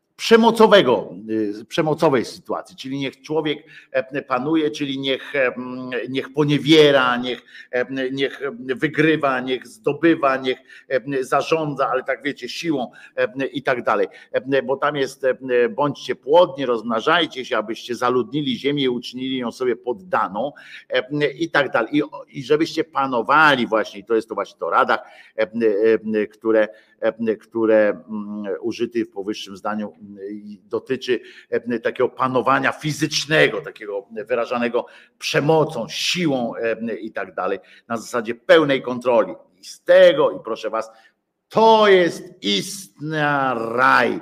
przemocowej sytuacji, czyli niech człowiek panuje, czyli niech poniewiera, niech wygrywa, niech zdobywa, niech zarządza, ale tak wiecie, siłą i tak dalej. Bo tam jest bądźcie płodni, rozmnażajcie się, abyście zaludnili ziemię i uczynili ją sobie poddaną i tak dalej. I żebyście panowali właśnie, i to jest to właśnie to radach, które użyty w powyższym zdaniu dotyczy takiego panowania fizycznego, takiego wyrażanego przemocą, siłą i tak dalej, na zasadzie pełnej kontroli. I z tego, i proszę was, to jest istny raj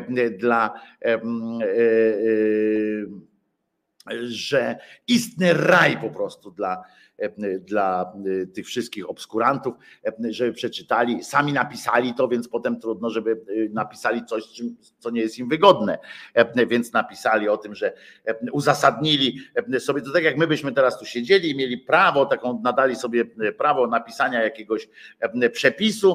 że istny raj po prostu dla tych wszystkich obskurantów, żeby przeczytali, sami napisali to, więc potem trudno, żeby napisali coś, co nie jest im wygodne, więc napisali o tym, że uzasadnili sobie, to tak jak my byśmy teraz tu siedzieli i mieli prawo, nadali sobie prawo napisania jakiegoś przepisu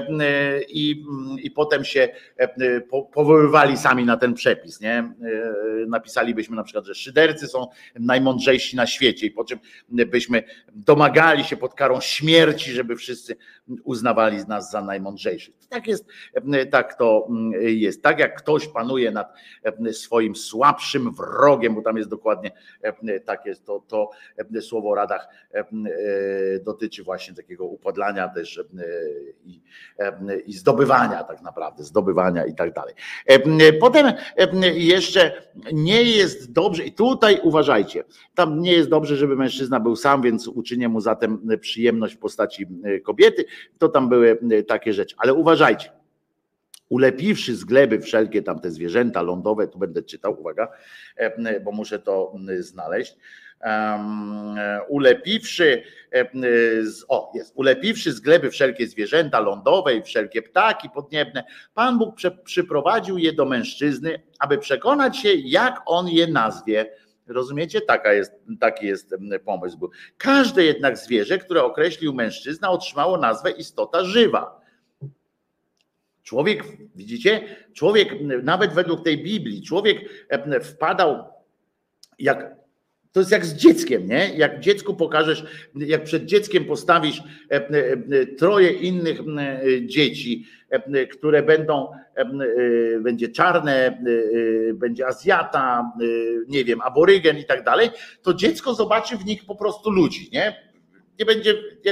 i potem się powoływali sami na ten przepis, nie? Napisalibyśmy na przykład, że szydercy są najmądrzejsi na świecie i po czym byśmy domagali się pod karą śmierci, żeby wszyscy uznawali nas za najmądrzejszych. Tak jest, tak to jest. Tak jak ktoś panuje nad swoim słabszym wrogiem, bo tam jest dokładnie tak jest, to słowo o radach dotyczy właśnie takiego upodlania też i zdobywania tak naprawdę, zdobywania i tak dalej. Potem jeszcze nie jest dobrze, i tutaj uważajcie, tam nie jest dobrze, żeby mężczyzna był sam, więc uczynię mu zatem przyjemność w postaci kobiety, to tam były takie rzeczy, ale uważajcie, ulepiwszy z gleby wszelkie tam te zwierzęta lądowe, tu będę czytał, uwaga, bo muszę to znaleźć, ulepiwszy z gleby wszelkie zwierzęta lądowe i wszelkie ptaki podniebne, Pan Bóg przyprowadził je do mężczyzny, aby przekonać się, jak on je nazwie. Rozumiecie? Taki jest pomysł. Każde jednak zwierzę, które określił mężczyzna, otrzymało nazwę istota żywa. Człowiek, widzicie? Człowiek, nawet według tej Biblii, człowiek wpadał to jest jak z dzieckiem, nie? Jak dziecku pokażesz, jak przed dzieckiem postawisz troje innych dzieci, które będzie czarne, będzie Azjata, nie wiem, aborygen i tak dalej, to dziecko zobaczy w nich po prostu ludzi, nie? Nie będzie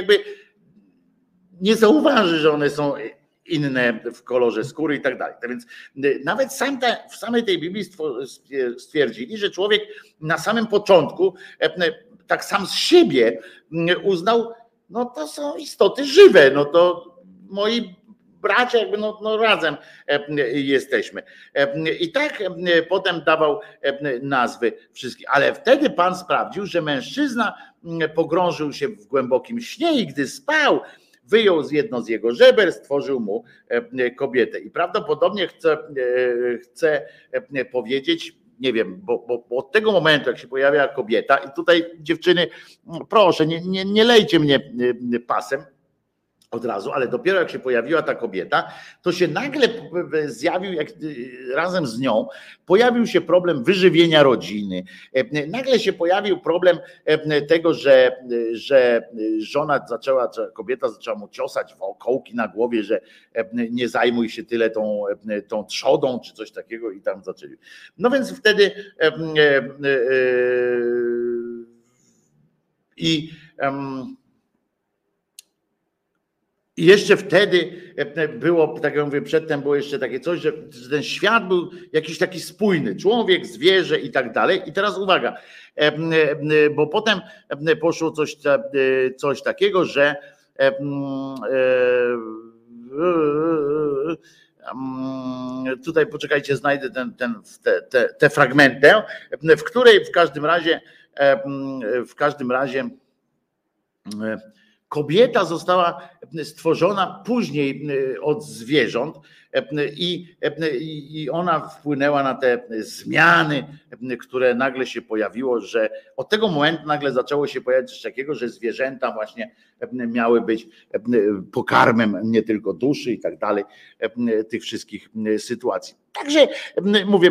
nie zauważy, że one są inne w kolorze skóry i tak dalej. Więc nawet w samej tej Biblii stwierdzili, że człowiek na samym początku tak sam z siebie uznał, no to są istoty żywe, no to moi bracia razem jesteśmy. I tak potem dawał nazwy wszystkich. Ale wtedy Pan sprawdził, że mężczyzna pogrążył się w głębokim śnie i gdy spał, wyjął jedno z jego żeber, stworzył mu kobietę. I prawdopodobnie chce powiedzieć, nie wiem, bo od tego momentu, jak się pojawia kobieta, i tutaj dziewczyny, proszę, nie lejcie mnie pasem od razu, ale dopiero jak się pojawiła ta kobieta, to się nagle zjawił, razem z nią pojawił się problem wyżywienia rodziny. Nagle się pojawił problem tego, że kobieta zaczęła mu ciosać wokołki na głowie, że nie zajmuj się tyle tą trzodą, czy coś takiego i tam zaczęli. No więc wtedy I jeszcze wtedy było, tak jak mówię, przedtem było jeszcze takie coś, że ten świat był jakiś taki spójny, człowiek, zwierzę i tak dalej. I teraz uwaga, bo potem poszło coś takiego, że tutaj poczekajcie, znajdę tę fragmentę, w której w każdym razie kobieta została stworzona później od zwierząt i ona wpłynęła na te zmiany, które nagle się pojawiło, że od tego momentu nagle zaczęło się pojawiać coś takiego, że zwierzęta właśnie miały być pokarmem nie tylko duszy i tak dalej, tych wszystkich sytuacji. Także mówię,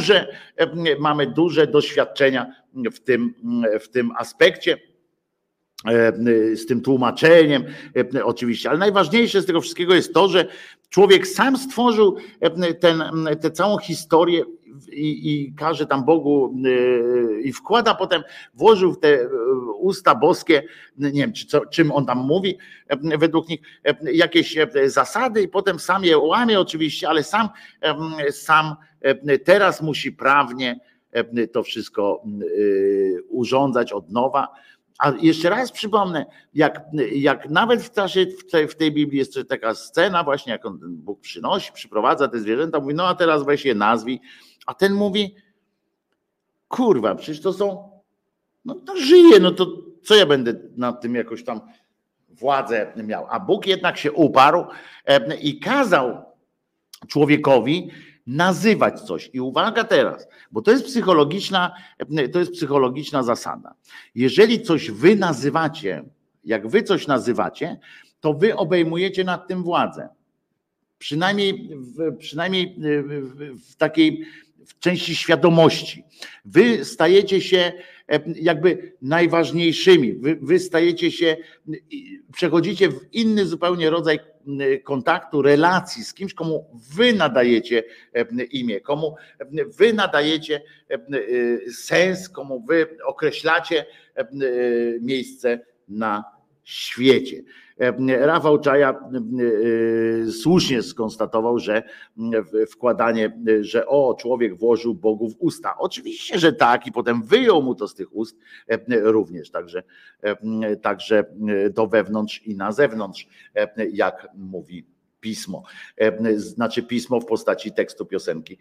mamy duże doświadczenia w tym aspekcie. z tym tłumaczeniem oczywiście, ale najważniejsze z tego wszystkiego jest to, że człowiek sam stworzył tę całą historię i każe tam Bogu i wkłada potem, włożył w te usta boskie, nie wiem czym on tam mówi, według nich jakieś zasady i potem sam je łamie oczywiście, ale sam teraz musi prawnie to wszystko urządzać od nowa. A jeszcze raz przypomnę, jak nawet w tej Biblii jest taka scena właśnie, jak Bóg przyprowadza te zwierzęta, mówi, no a teraz weź je nazwij, a ten mówi, kurwa, przecież to są, no to żyje, no to co ja będę nad tym jakoś tam władzę miał. A Bóg jednak się uparł i kazał człowiekowi nazywać coś. I uwaga teraz, bo to jest psychologiczna zasada. Jeżeli coś wy nazywacie, jak wy coś nazywacie, to wy obejmujecie nad tym władzę. Przynajmniej w takiej w części świadomości. Wy stajecie się jakby najważniejszymi. Wy stajecie się, przechodzicie w inny zupełnie rodzaj kontaktu, relacji z kimś, komu wy nadajecie imię, komu wy nadajecie sens, komu wy określacie miejsce na świecie. Rafał Czaja słusznie skonstatował, że wkładanie, że człowiek włożył Bogu w usta. Oczywiście, że tak i potem wyjął mu to z tych ust również, także do wewnątrz i na zewnątrz, jak mówi Pismo. Znaczy pismo w postaci tekstu piosenki,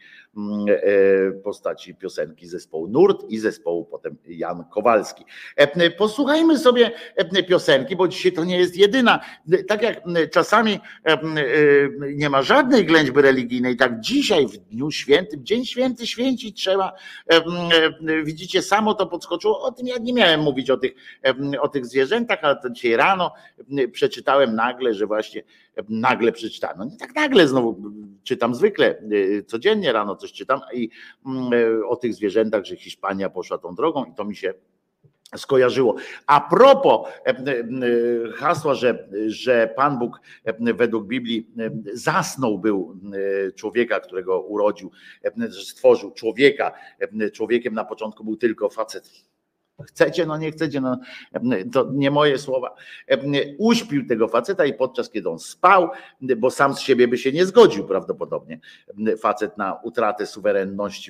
zespołu Nurt i zespołu potem Jan Kowalski. Posłuchajmy sobie piosenki, bo dzisiaj to nie jest jedyna. Tak jak czasami nie ma żadnej ględźby religijnej, tak dzisiaj w dniu świętym, dzień święty święcić trzeba. Widzicie, samo to podskoczyło. O tym ja nie miałem mówić o tych zwierzętach, ale to dzisiaj rano przeczytałem nagle, że właśnie nagle przeczytałem. No nie tak nagle, znowu czytam zwykle, codziennie rano coś czytam i o tych zwierzętach, że Hiszpania poszła tą drogą i to mi się skojarzyło. A propos hasła, że Pan Bóg według Biblii zasnął był człowieka, którego urodził, że stworzył człowieka. Człowiekiem na początku był tylko facet. Chcecie, no nie chcecie, no to nie moje słowa. Uśpił tego faceta i podczas kiedy on spał, bo sam z siebie by się nie zgodził prawdopodobnie, facet na utratę suwerenności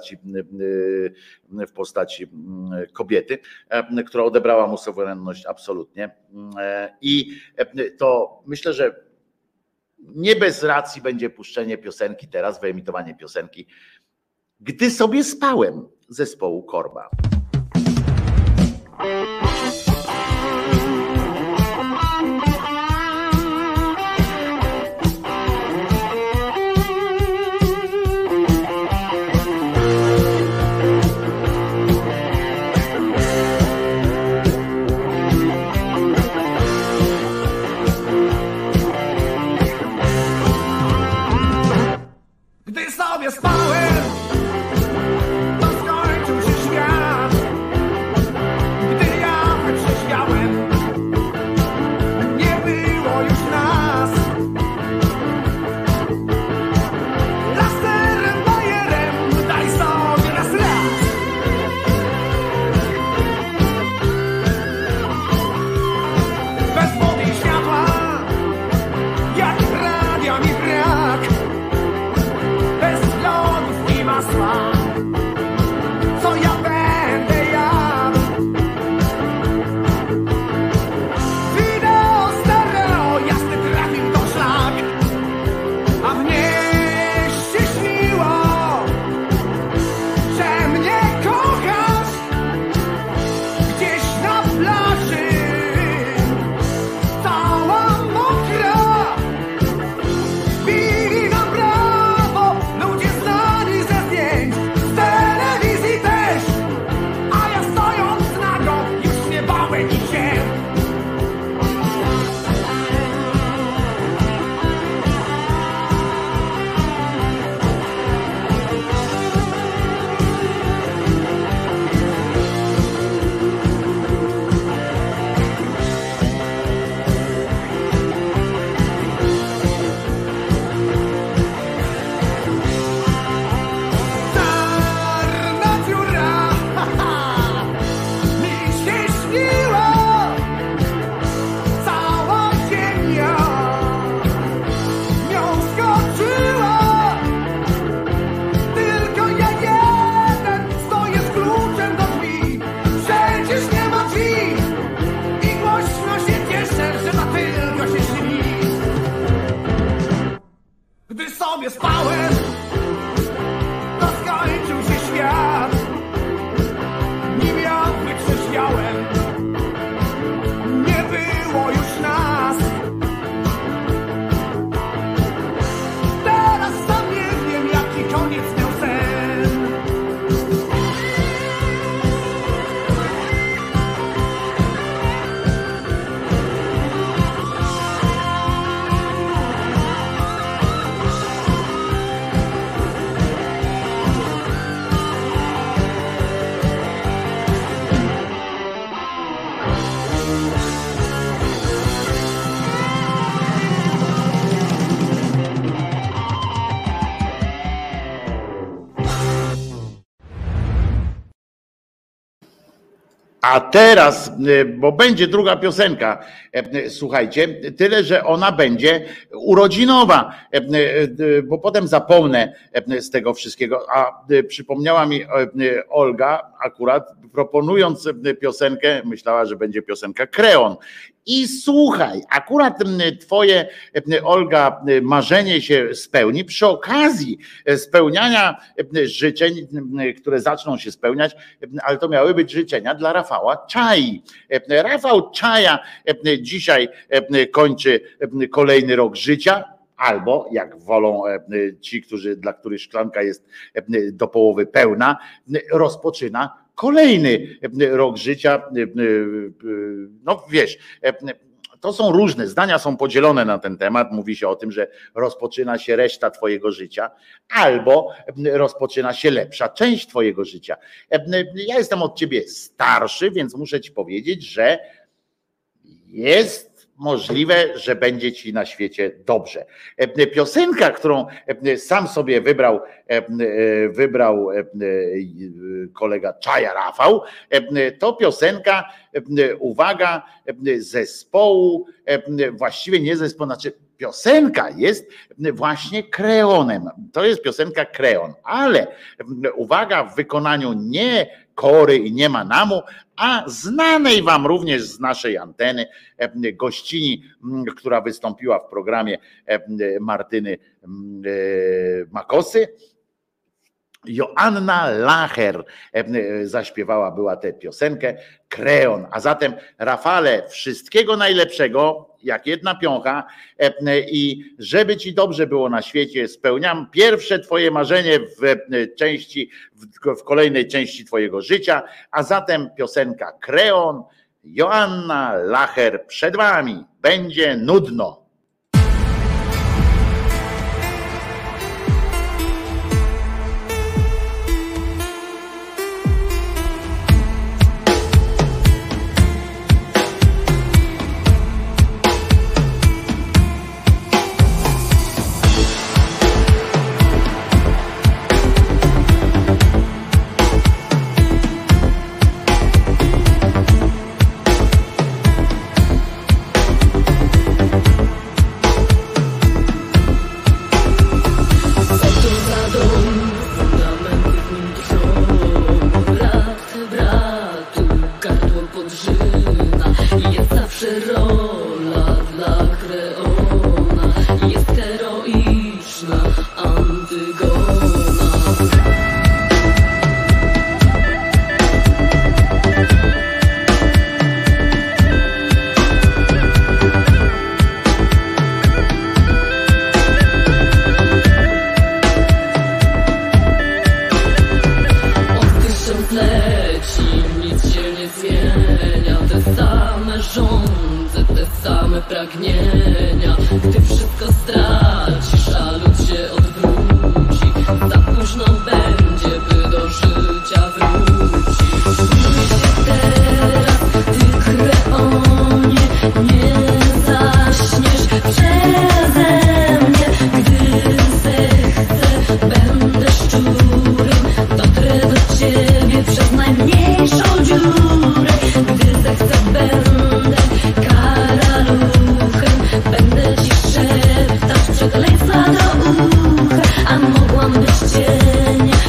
w postaci kobiety, która odebrała mu suwerenność absolutnie. I to myślę, że nie bez racji będzie puszczenie piosenki teraz, wyemitowanie piosenki Gdy sobie spałem zespołu Korba. Gdy sobie spałem, to skończył się świat. Gdy ja A teraz, bo będzie druga piosenka, słuchajcie, tyle, że ona będzie urodzinowa, bo potem zapomnę z tego wszystkiego, a przypomniała mi Olga akurat, proponując piosenkę, myślała, że będzie piosenka Kreon. I słuchaj, akurat twoje, Olga, marzenie się spełni przy okazji spełniania życzeń, które zaczną się spełniać, ale to miały być życzenia dla Rafała Czai. Rafał Czaja dzisiaj kończy kolejny rok życia, albo jak wolą ci, dla których szklanka jest do połowy pełna, rozpoczyna kolejny rok życia. No wiesz, to są różne, zdania są podzielone na ten temat. Mówi się o tym, że rozpoczyna się reszta twojego życia, albo rozpoczyna się lepsza część twojego życia. Ja jestem od ciebie starszy, więc muszę ci powiedzieć, że jest możliwe, że będzie ci na świecie dobrze. Piosenka, którą sam sobie wybrał kolega Czaja Rafał, to piosenka, uwaga, zespołu, właściwie nie zespołu, znaczy piosenka jest właśnie Kreonem. To jest piosenka Kreon, ale uwaga, w wykonaniu nie Kory i nie Manamu, a znanej wam również z naszej anteny gościni, która wystąpiła w programie Martyny Makosy. Joanna Lacher zaśpiewała tę piosenkę Kreon. A zatem, Rafale, wszystkiego najlepszego, jak jedna piącha, i żeby ci dobrze było na świecie. Spełniam pierwsze twoje marzenie w kolejnej części twojego życia, a zatem piosenka Kreon, Joanna Lacher przed wami. Będzie nudno. Przekleństwa do ucha, a mogłam być cień.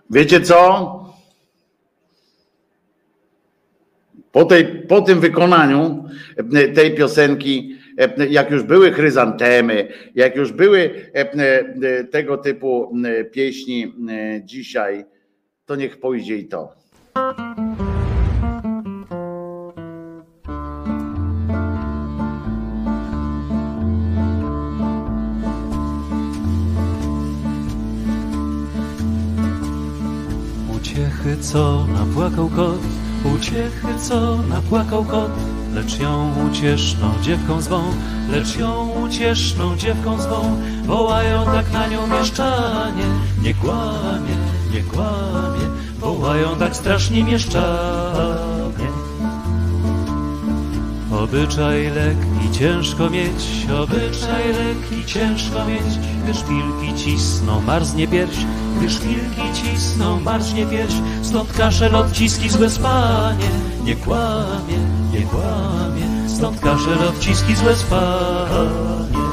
Wiecie co? Po tym wykonaniu tej piosenki, jak już były chryzantemy, jak już były tego typu pieśni dzisiaj, to niech pójdzie i to. Uciechy, co napłakał kot, uciechy, co napłakał kot, lecz ją ucieszną dziewką zwą, lecz ją ucieszną dziewką zwą, wołają tak na nią mieszczanie, nie kłamie, nie kłamie, wołają tak strasznie mieszczanie. Obyczaj lekki ciężko mieć, obyczaj lekki ciężko mieć, gdy szpilki cisną, marznie pierś, gdy szpilki cisną, marznie pierś, stąd kaszel, odciski, złe spanie, nie kłamie, nie kłamie, stąd kaszel, odciski, złe spanie.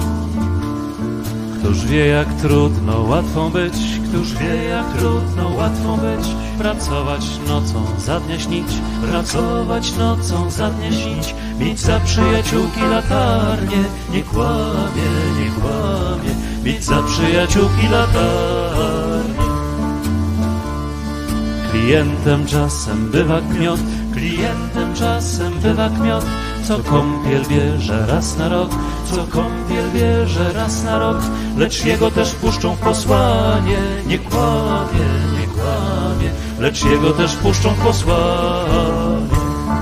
Któż wie, jak trudno łatwą być, któż wie, jak trudno łatwą być, pracować nocą, za dnia śnić, pracować nocą, za dnia śnić, mieć za przyjaciółki latarnie, nie kłamie, nie kłamie, mieć za przyjaciółki latarnie. Klientem czasem bywa kmiot, klientem czasem bywa kmiot, co kąpiel bierze raz na rok, co kąpiel bierze raz na rok, lecz jego też puszczą w posłanie, nie kłamie, nie kłamie, lecz jego też puszczą w posłanie.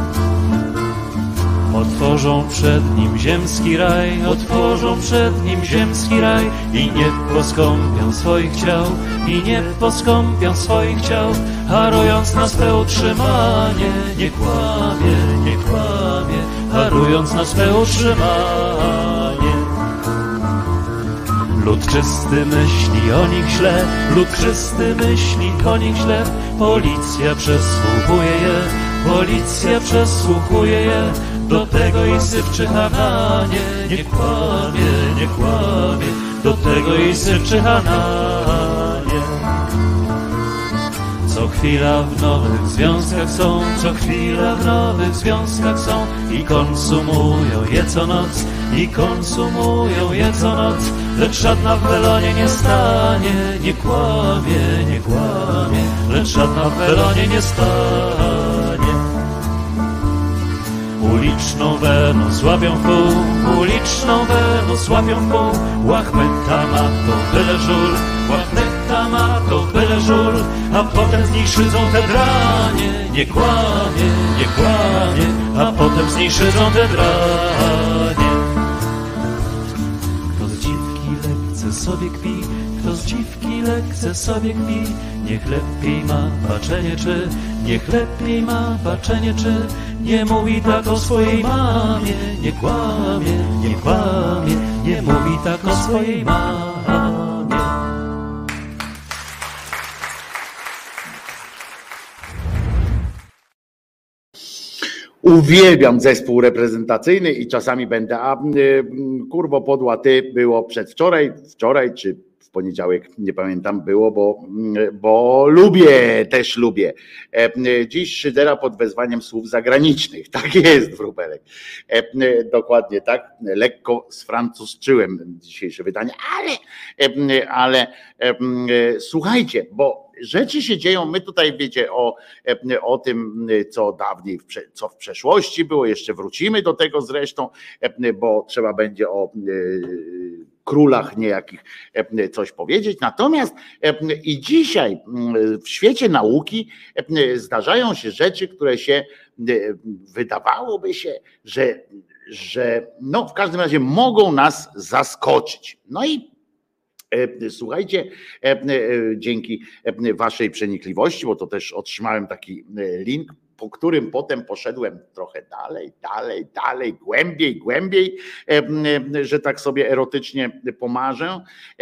Otworzą przed nim ziemski raj, otworzą przed nim ziemski raj i nie poskąpią swoich ciał, i nie poskąpią swoich ciał, harując na swe utrzymanie, nie kłamie, nie kłamie, harując na swe utrzymanie. Lud czysty myśli o nich źle, lud czysty myśli o nich źle, policja przesłuchuje je, policja przesłuchuje je, do tego i syf czyha na nie, nie kłamie, nie kłamie, do tego i syf czyha na nie. Co chwila w nowych związkach są, co chwila w nowych związkach są i konsumują je co noc, i konsumują je co noc, lecz żadna w welonie nie stanie, nie kłamie, nie kłamie, lecz żadna w welonie nie stanie. Uliczną Wenus łapią w pół, uliczną Wenus łapią w pół, łachmyta ma to byle żul, łachmyta ma to byle żul, a potem z nich szydzą te dranie, nie kłamie, nie kłamie, a potem z nich szydzą te dranie. Kto z dziwki lekce sobie kpi, kto z dziwki lekce sobie kpi, niech lepiej ma baczenie czy, niech lepiej ma baczenie czy, nie mówi tak o swojej mamie, nie kłamie, nie kłamie, nie mówi tak o swojej mamie. Uwielbiam zespół reprezentacyjny i czasami będę, a kurwo podła ty było przedwczoraj, wczoraj czy w poniedziałek, nie pamiętam, było, bo lubię, też lubię. Dziś Szydera pod wezwaniem słów zagranicznych. Tak jest, Wróbelek. Dokładnie tak. Lekko sfrancusczyłem dzisiejsze wydanie, ale słuchajcie, bo rzeczy się dzieją, my tutaj wiecie o tym, co dawniej, co w przeszłości było, jeszcze wrócimy do tego zresztą, bo trzeba będzie o królach niejakich coś powiedzieć. Natomiast i dzisiaj w świecie nauki zdarzają się rzeczy, które się wydawałoby się, że no w każdym razie mogą nas zaskoczyć. No i słuchajcie, dzięki waszej przenikliwości, bo to też otrzymałem taki link, po którym potem poszedłem trochę dalej, głębiej, że tak sobie erotycznie pomarzę.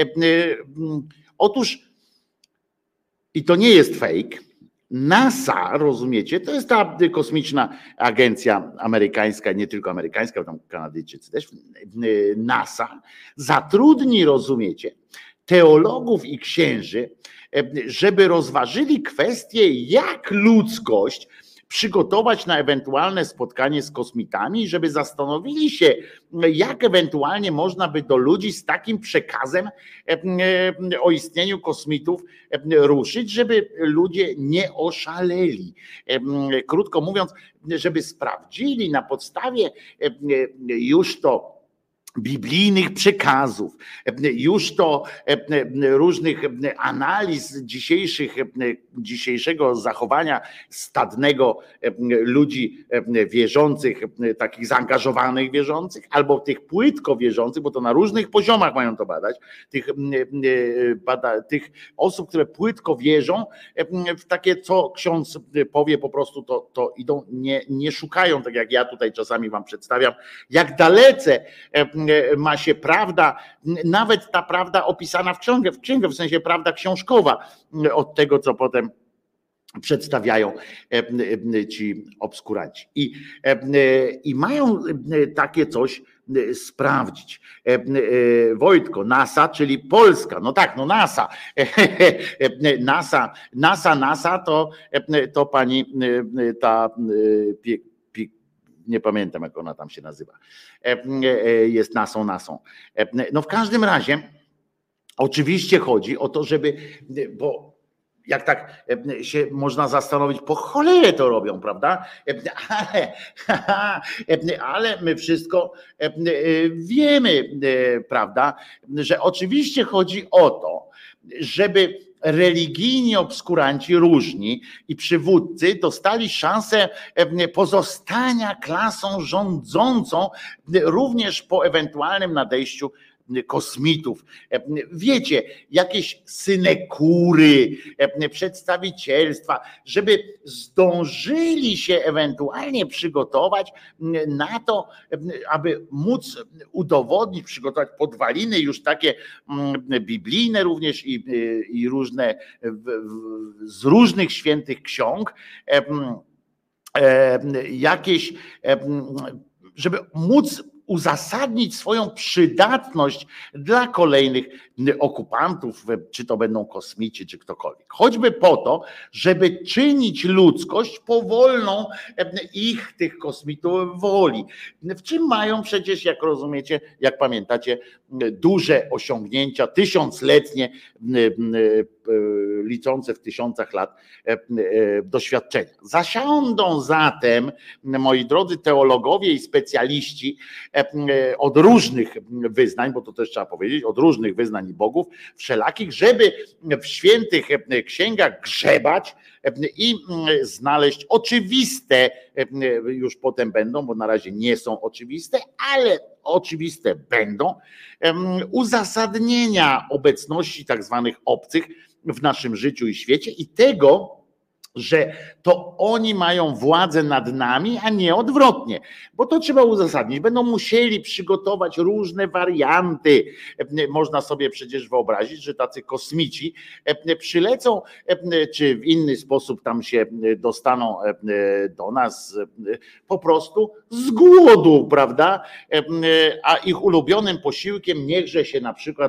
Otóż, i to nie jest fake, NASA, rozumiecie, to jest ta kosmiczna agencja amerykańska, nie tylko amerykańska, tam Kanadyjczycy też, NASA zatrudni, rozumiecie, teologów i księży, żeby rozważyli kwestię, jak ludzkość przygotować na ewentualne spotkanie z kosmitami, żeby zastanowili się, jak ewentualnie można by do ludzi z takim przekazem o istnieniu kosmitów ruszyć, żeby ludzie nie oszaleli. Krótko mówiąc, żeby sprawdzili na podstawie już to biblijnych przekazów, już to różnych analiz dzisiejszego zachowania stadnego ludzi wierzących, takich zaangażowanych wierzących, albo tych płytko wierzących, bo to na różnych poziomach mają to badać, tych osób, które płytko wierzą w takie, co ksiądz powie, po prostu to idą, nie szukają, tak jak ja tutaj czasami wam przedstawiam, jak dalece ma się prawda, nawet ta prawda opisana w księgę, w sensie prawda książkowa, od tego, co potem przedstawiają ci obskuranci. I mają takie coś sprawdzić. Wojtko, NASA, czyli Polska, no tak, no NASA. NASA to pani ta nie pamiętam, jak ona tam się nazywa, jest nasą. No w każdym razie oczywiście chodzi o to, żeby, bo jak tak się można zastanowić, po cholerę to robią, prawda? Ale my wszystko wiemy, prawda, że oczywiście chodzi o to, żeby religijni obskuranci różni i przywódcy dostali szansę pozostania klasą rządzącą również po ewentualnym nadejściu kosmitów. Wiecie, jakieś synekury, przedstawicielstwa, żeby zdążyli się ewentualnie przygotować na to, aby móc udowodnić, przygotować podwaliny już takie biblijne również i różne z różnych świętych ksiąg, jakieś, żeby móc uzasadnić swoją przydatność dla kolejnych okupantów, czy to będą kosmici, czy ktokolwiek. Choćby po to, żeby czynić ludzkość powolną ich, tych kosmitów, woli. W czym mają przecież, jak rozumiecie, jak pamiętacie, duże osiągnięcia, tysiącletnie, liczące w tysiącach lat doświadczenia. Zasiądą zatem, moi drodzy teologowie i specjaliści od różnych wyznań, bo to też trzeba powiedzieć, od różnych wyznań i bogów wszelakich, żeby w świętych księgach grzebać i znaleźć oczywiste, już potem będą, bo na razie nie są oczywiste, ale oczywiste będą, uzasadnienia obecności tak zwanych obcych w naszym życiu i świecie i tego, że to oni mają władzę nad nami, a nie odwrotnie, bo to trzeba uzasadnić. Będą musieli przygotować różne warianty. Można sobie przecież wyobrazić, że tacy kosmici przylecą, czy w inny sposób tam się dostaną do nas po prostu z głodu, prawda? A ich ulubionym posiłkiem niechże się na przykład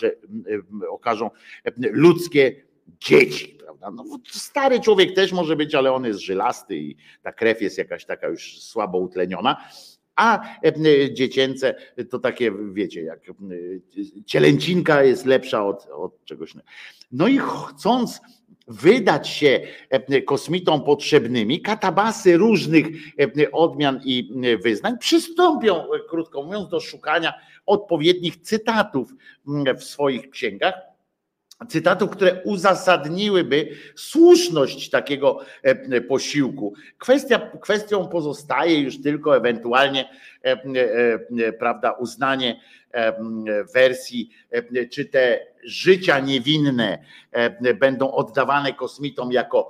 okażą ludzkie dzieci, prawda? No, stary człowiek też może być, ale on jest żylasty i ta krew jest jakaś taka już słabo utleniona, a dziecięce to takie, wiecie, jak cielęcinka jest lepsza od czegoś. No i chcąc wydać się kosmitom potrzebnymi, katabasy różnych odmian i wyznań przystąpią, krótko mówiąc, do szukania odpowiednich cytatów w swoich księgach, cytatów, które uzasadniłyby słuszność takiego posiłku. Kwestią pozostaje już tylko ewentualnie, prawda, uznanie wersji, czy te życia niewinne będą oddawane kosmitom jako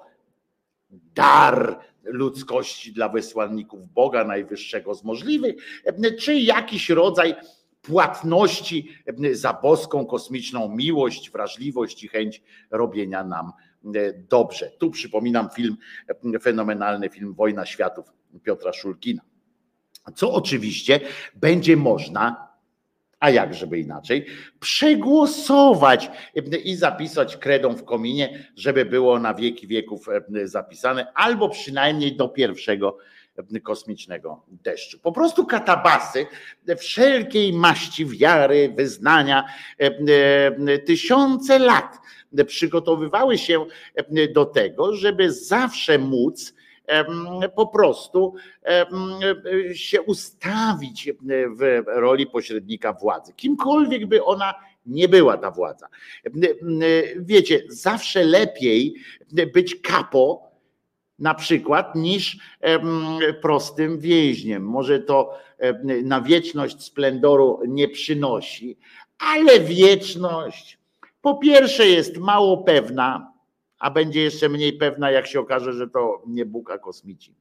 dar ludzkości dla wysłanników Boga Najwyższego z możliwych, czy jakiś rodzaj płatności za boską, kosmiczną miłość, wrażliwość i chęć robienia nam dobrze. Tu przypominam fenomenalny film Wojna Światów Piotra Szulkina. Co oczywiście będzie można a jak żeby inaczej, przegłosować i zapisać kredą w kominie, żeby było na wieki wieków zapisane, albo przynajmniej do pierwszego kosmicznego deszczu. Po prostu katabasy wszelkiej maści wiary, wyznania, tysiące lat przygotowywały się do tego, żeby zawsze móc po prostu się ustawić w roli pośrednika władzy. Kimkolwiek by ona nie była ta władza. Wiecie, zawsze lepiej być kapo na przykład niż prostym więźniem. Może to na wieczność splendoru nie przynosi, ale wieczność po pierwsze jest mało pewna, a będzie jeszcze mniej pewna, jak się okaże, że to nie Bóg, a kosmici.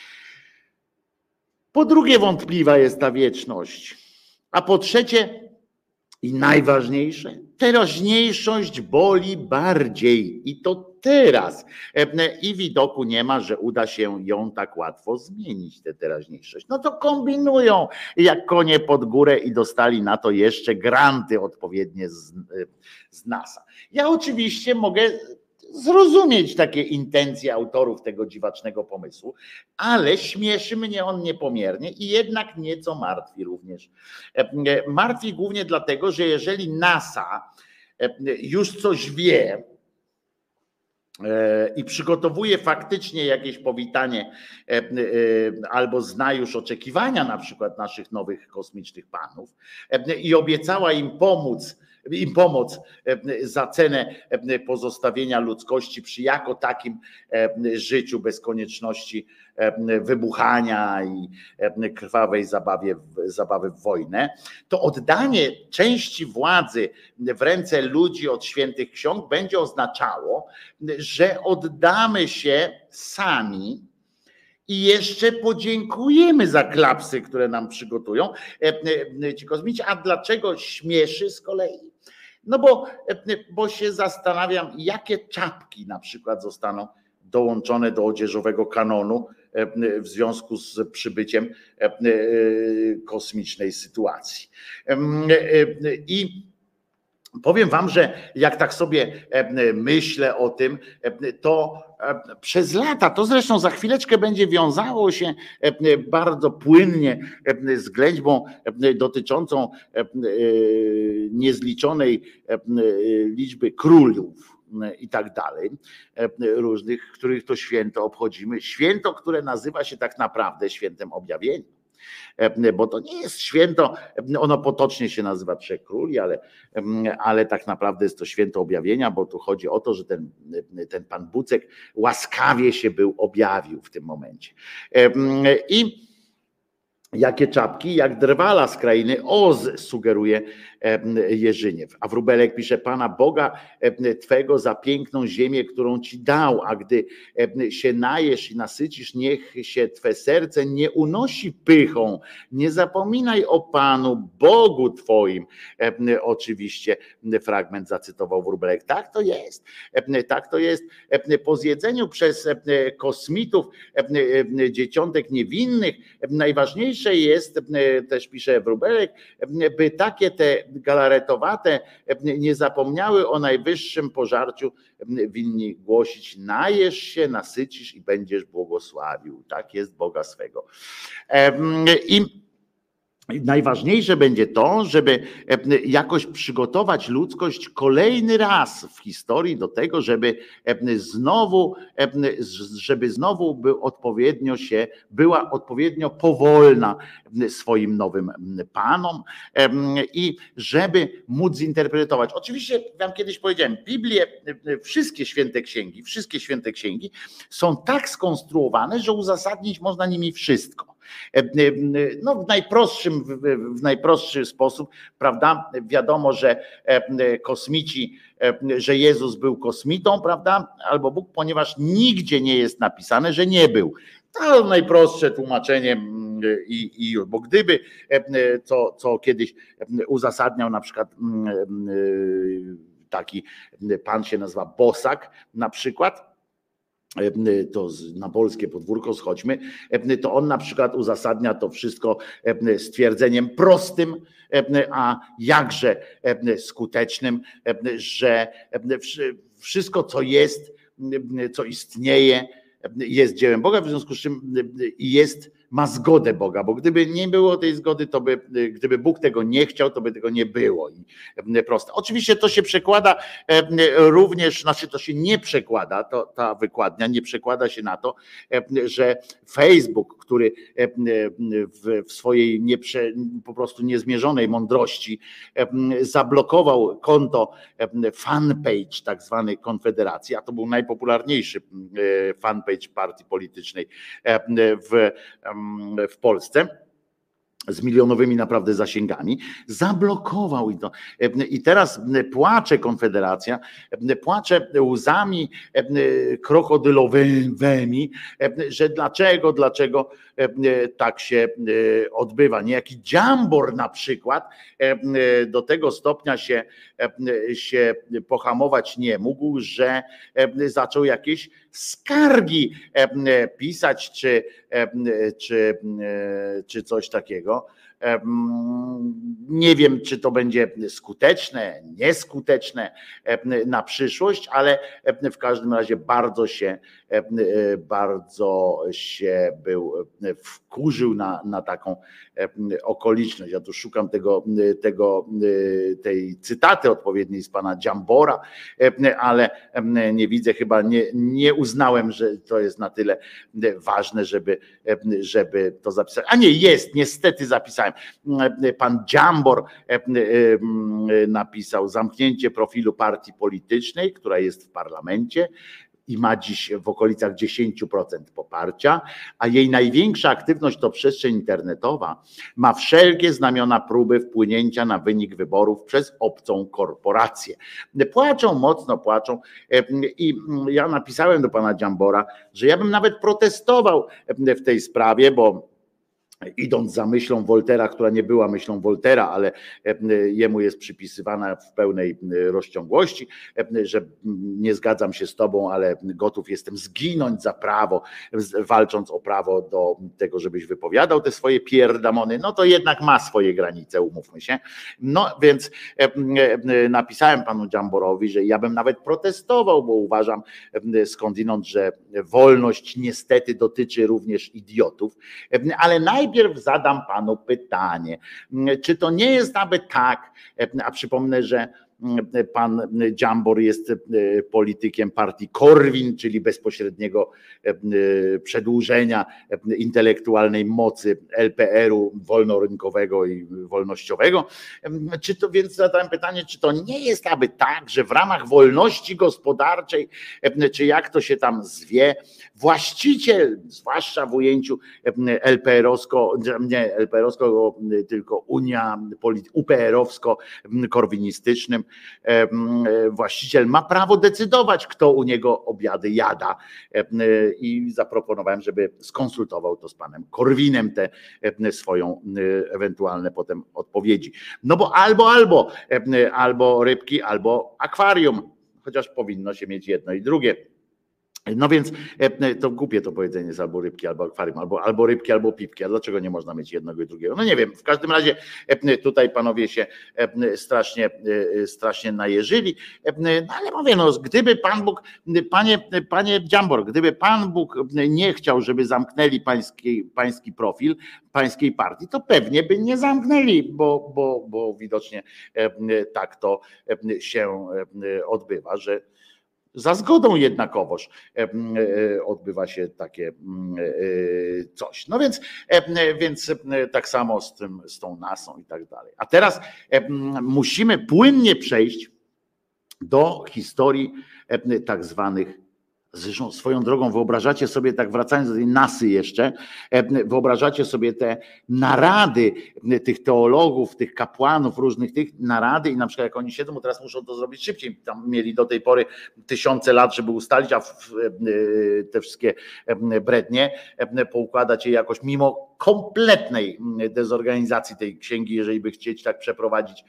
Po drugie wątpliwa jest ta wieczność, a po trzecie i najważniejsze, teraźniejszość boli bardziej i to teraz. I widoku nie ma, że uda się ją tak łatwo zmienić, tę teraźniejszość. No to kombinują jak konie pod górę i dostali na to jeszcze granty odpowiednie z NASA. Ja oczywiście mogę zrozumieć takie intencje autorów tego dziwacznego pomysłu, ale śmieszy mnie on niepomiernie i jednak nieco martwi również. Martwi głównie dlatego, że jeżeli NASA już coś wie i przygotowuje faktycznie jakieś powitanie albo zna już oczekiwania na przykład naszych nowych kosmicznych panów i obiecała im pomoc za cenę pozostawienia ludzkości przy jako takim życiu bez konieczności wybuchania i krwawej zabawy w wojnę, to oddanie części władzy w ręce ludzi od świętych ksiąg będzie oznaczało, że oddamy się sami i jeszcze podziękujemy za klapsy, które nam przygotują ci kosmici. A dlaczego śmieszy z kolei? No bo się zastanawiam, jakie czapki na przykład zostaną dołączone do odzieżowego kanonu w związku z przybyciem kosmicznej sytuacji. I powiem wam, że jak tak sobie myślę o tym, to przez lata, to zresztą za chwileczkę będzie wiązało się bardzo płynnie z ględźbą dotyczącą niezliczonej liczby królów i tak dalej, różnych, których to święto obchodzimy. Święto, które nazywa się tak naprawdę świętem objawienia. Bo to nie jest święto, ono potocznie się nazywa Trzech Króli, ale tak naprawdę jest to święto objawienia, bo tu chodzi o to, że ten pan Bucek łaskawie się objawił w tym momencie. I jakie czapki, jak drwala z krainy Oz, sugeruje Jerzyniew. A Wróbelek pisze: Pana Boga Twego za piękną ziemię, którą Ci dał, a gdy się najesz i nasycisz, niech się Twe serce nie unosi pychą. Nie zapominaj o Panu Bogu Twoim. Oczywiście fragment zacytował Wróbelek. Tak to jest. Tak to jest. Po zjedzeniu przez kosmitów dzieciątek niewinnych najważniejsze jest, też pisze Wróbelek, by takie te galaretowate nie zapomniały o najwyższym pożarciu, winni głosić: najesz się, nasycisz i będziesz błogosławił. Tak jest Boga swego. I najważniejsze będzie to, żeby jakoś przygotować ludzkość kolejny raz w historii do tego, żeby znowu była odpowiednio powolna swoim nowym panom i żeby móc zinterpretować. Oczywiście wam kiedyś powiedziałem, Biblię, wszystkie święte księgi są tak skonstruowane, że uzasadnić można nimi wszystko. No, w najprostszy sposób, prawda? Wiadomo, że kosmici, że Jezus był kosmitą, prawda? Albo Bóg, ponieważ nigdzie nie jest napisane, że nie był. To najprostsze tłumaczenie bo gdyby co kiedyś uzasadniał na przykład taki pan się nazywa Bosak na przykład, to na polskie podwórko schodźmy, to on na przykład uzasadnia to wszystko stwierdzeniem prostym, a jakże skutecznym, że wszystko co jest, co istnieje, jest dziełem Boga, w związku z czym ma zgodę Boga, bo gdyby nie było tej zgody, to gdyby Bóg tego nie chciał, to by tego nie było. I proste. Oczywiście to się przekłada również, znaczy to się nie przekłada, ta wykładnia nie przekłada się na to, że Facebook, który w swojej po prostu niezmierzonej mądrości zablokował konto fanpage tak zwanej Konfederacji, a to był najpopularniejszy fanpage partii politycznej w Polsce z milionowymi naprawdę zasięgami, zablokował to. I teraz płacze Konfederacja, płacze łzami krokodylowymi, że dlaczego tak się odbywa. Niejaki Dziambor na przykład do tego stopnia się pohamować nie mógł, że zaczął jakieś skargi pisać czy coś takiego. Nie wiem, czy to będzie skuteczne, nieskuteczne na przyszłość, ale w każdym razie bardzo się wkurzył na taką okoliczność. Ja tu szukam tej cytaty odpowiedniej z pana Dziambora, ale nie widzę, nie uznałem, że to jest na tyle ważne, żeby to zapisać. A nie, jest, niestety zapisałem. Pan Dziambor napisał: zamknięcie profilu partii politycznej, która jest w parlamencie i ma dziś w okolicach 10% poparcia, a jej największa aktywność to przestrzeń internetowa, ma wszelkie znamiona próby wpłynięcia na wynik wyborów przez obcą korporację. Płaczą, mocno płaczą i ja napisałem do pana Dziambora, że ja bym nawet protestował w tej sprawie, bo idąc za myślą Woltera, która nie była myślą Woltera, ale jemu jest przypisywana w pełnej rozciągłości, że nie zgadzam się z tobą, ale gotów jestem zginąć za prawo, walcząc o prawo do tego, żebyś wypowiadał te swoje pierdamony, no to jednak ma swoje granice, umówmy się. No więc napisałem panu Dziamborowi, że ja bym nawet protestował, bo uważam skądinąd, że wolność niestety dotyczy również idiotów, ale najpierw zadam panu pytanie, czy to nie jest aby tak, a przypomnę, że pan Dziambor jest politykiem partii Korwin, czyli bezpośredniego przedłużenia intelektualnej mocy LPR-u wolnorynkowego i wolnościowego. Więc zadałem pytanie, czy to nie jest aby tak, że w ramach wolności gospodarczej, czy jak to się tam zwie, właściciel, zwłaszcza w ujęciu nie LPR-owsko, tylko UPR-owsko-korwinistycznym, właściciel ma prawo decydować, kto u niego obiady jada, i zaproponowałem, żeby skonsultował to z panem Korwinem, te swoją ewentualne potem odpowiedzi. No bo albo rybki, albo akwarium, chociaż powinno się mieć jedno i drugie. No więc to głupie to powiedzenie jest albo rybki, albo akwarium, albo rybki, albo piwki. A dlaczego nie można mieć jednego i drugiego? No nie wiem, w każdym razie tutaj panowie się strasznie najeżyli, no ale mówię, no gdyby Pan Bóg, panie Dziambor, gdyby Pan Bóg nie chciał, żeby zamknęli pański profil, pańskiej partii, to pewnie by nie zamknęli, bo widocznie tak to się odbywa, że za zgodą jednakowoż odbywa się takie coś. No więc tak samo z tą NASA i tak dalej. A teraz musimy płynnie przejść do historii tak zwanych. Zresztą swoją drogą wyobrażacie sobie, tak wracając do tej NASA jeszcze, wyobrażacie sobie te narady tych teologów, tych kapłanów, różnych tych narady i na przykład jak oni siedzą, bo teraz muszą to zrobić szybciej, tam mieli do tej pory tysiące lat, żeby ustalić, a te wszystkie brednie poukładać je jakoś mimo kompletnej dezorganizacji tej księgi, jeżeli by chcieć tak przeprowadzić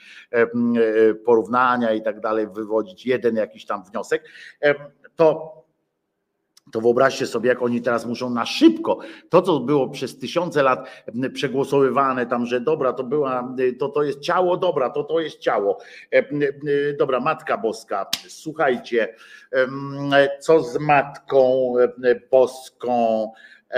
porównania i tak dalej, wywodzić jeden jakiś tam wniosek, to To wyobraźcie sobie, jak oni teraz muszą na szybko, to co było przez tysiące lat przegłosowywane tam, że dobra, to jest ciało, dobra, to jest ciało. Dobra, Matka Boska, słuchajcie, co z Matką Boską?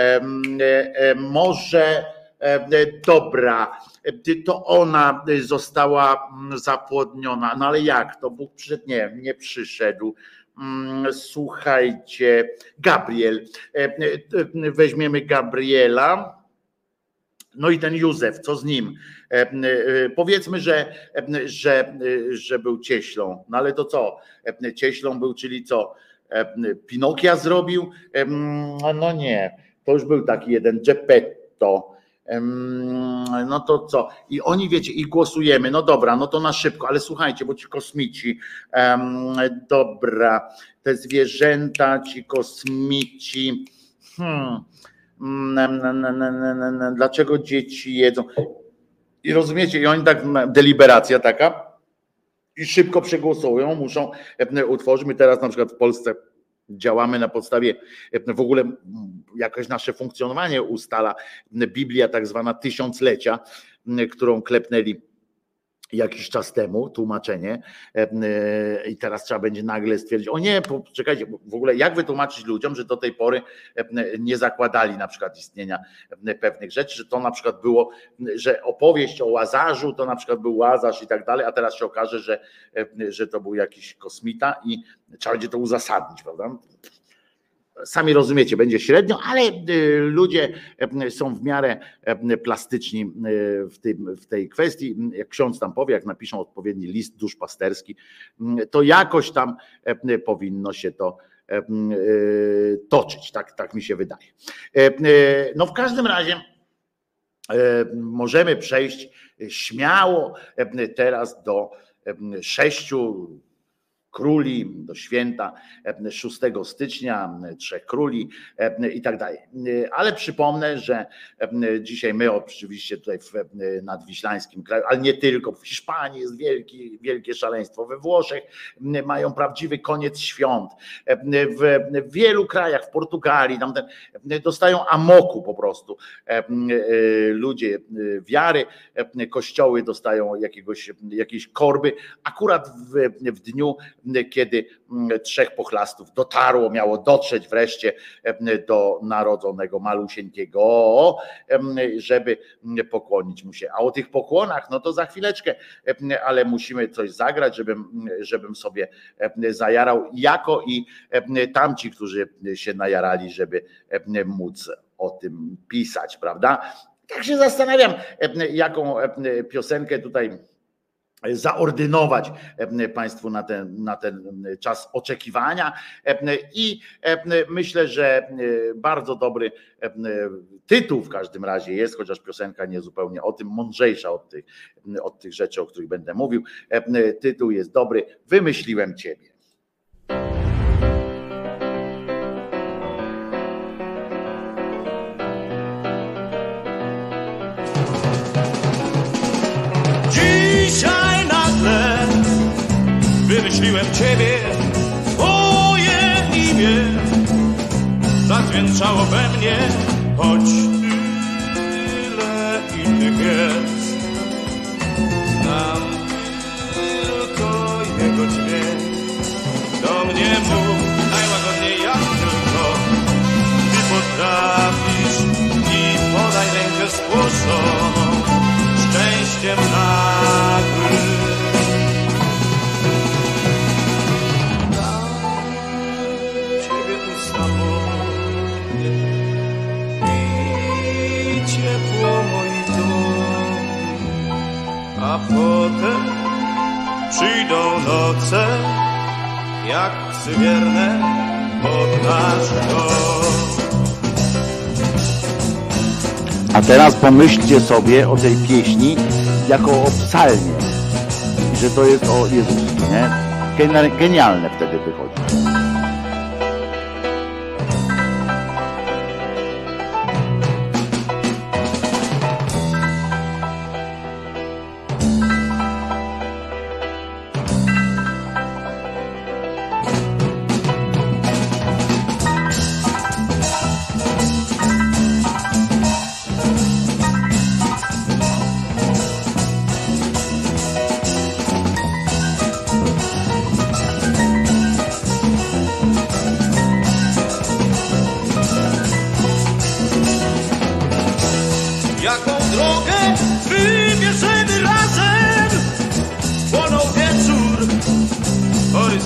Może dobra, to ona została zapłodniona, no ale jak to? Bóg przyszedł? Nie przyszedł. Słuchajcie, Gabriel, weźmiemy Gabriela, no i ten Józef, co z nim? Powiedzmy, że był cieślą, no ale to co? Cieślą był, czyli co? Pinokia zrobił? No nie, to już był taki jeden Geppetto. No to co? I oni, wiecie, i głosujemy, no dobra, no to na szybko, ale słuchajcie, bo ci kosmici, dobra, te zwierzęta, ci kosmici, dlaczego dzieci jedzą? I rozumiecie, i oni tak, deliberacja taka, i szybko przegłosują, muszą utworzyć. My teraz na przykład w Polsce działamy na podstawie, w ogóle jakoś nasze funkcjonowanie ustala Biblia tak zwana tysiąclecia, którą klepnęli jakiś czas temu, tłumaczenie, i teraz trzeba będzie nagle stwierdzić, o nie, czekajcie, w ogóle jak wytłumaczyć ludziom, że do tej pory nie zakładali na przykład istnienia pewnych rzeczy, że to na przykład było, że opowieść o Łazarzu to na przykład był Łazarz i tak dalej, a teraz się okaże, że to był jakiś kosmita i trzeba będzie to uzasadnić, prawda? Sami rozumiecie, będzie średnio, ale ludzie są w miarę plastyczni w tej kwestii. Jak ksiądz tam powie, jak napiszą odpowiedni list duszpasterski, to jakoś tam powinno się to toczyć. Tak mi się wydaje. No w każdym razie możemy przejść śmiało teraz do 6 króli, do święta 6 stycznia, 3 króli i tak dalej. Ale przypomnę, że dzisiaj my oczywiście tutaj w nadwiślańskim kraju, ale nie tylko, w Hiszpanii jest wielkie szaleństwo, we Włoszech mają prawdziwy koniec świąt, w wielu krajach, w Portugalii, tam dostają amoku po prostu ludzie wiary, kościoły dostają jakiejś korby, akurat w dniu, kiedy 3 pochlastów miało dotrzeć wreszcie do narodzonego malusieńkiego, żeby pokłonić mu się. A o tych pokłonach, no to za chwileczkę, ale musimy coś zagrać, żebym sobie zajarał, jako i tamci, którzy się najarali, żeby móc o tym pisać, prawda? Tak się zastanawiam, jaką piosenkę tutaj zaordynować Państwu na ten czas oczekiwania i myślę, że bardzo dobry tytuł w każdym razie jest, chociaż piosenka nie zupełnie o tym, mądrzejsza od tych rzeczy, o których będę mówił. Tytuł jest dobry, Wymyśliłem Ciebie. Wymyśliłem Ciebie, Twoje imię zadźwięczało we mnie, choć tyle innych jest. Znam tylko jego dźwięk, do mnie mów najłagodniej jak tylko Ty potrafisz i podaj rękę spłoszoną szczęściem nagłym. A potem przyjdą noce, jak psy wierne pod nasz dom. A teraz pomyślcie sobie o tej pieśni jako o psalmie, że to jest o Jezusie, nie? Genialne wtedy wychodzi.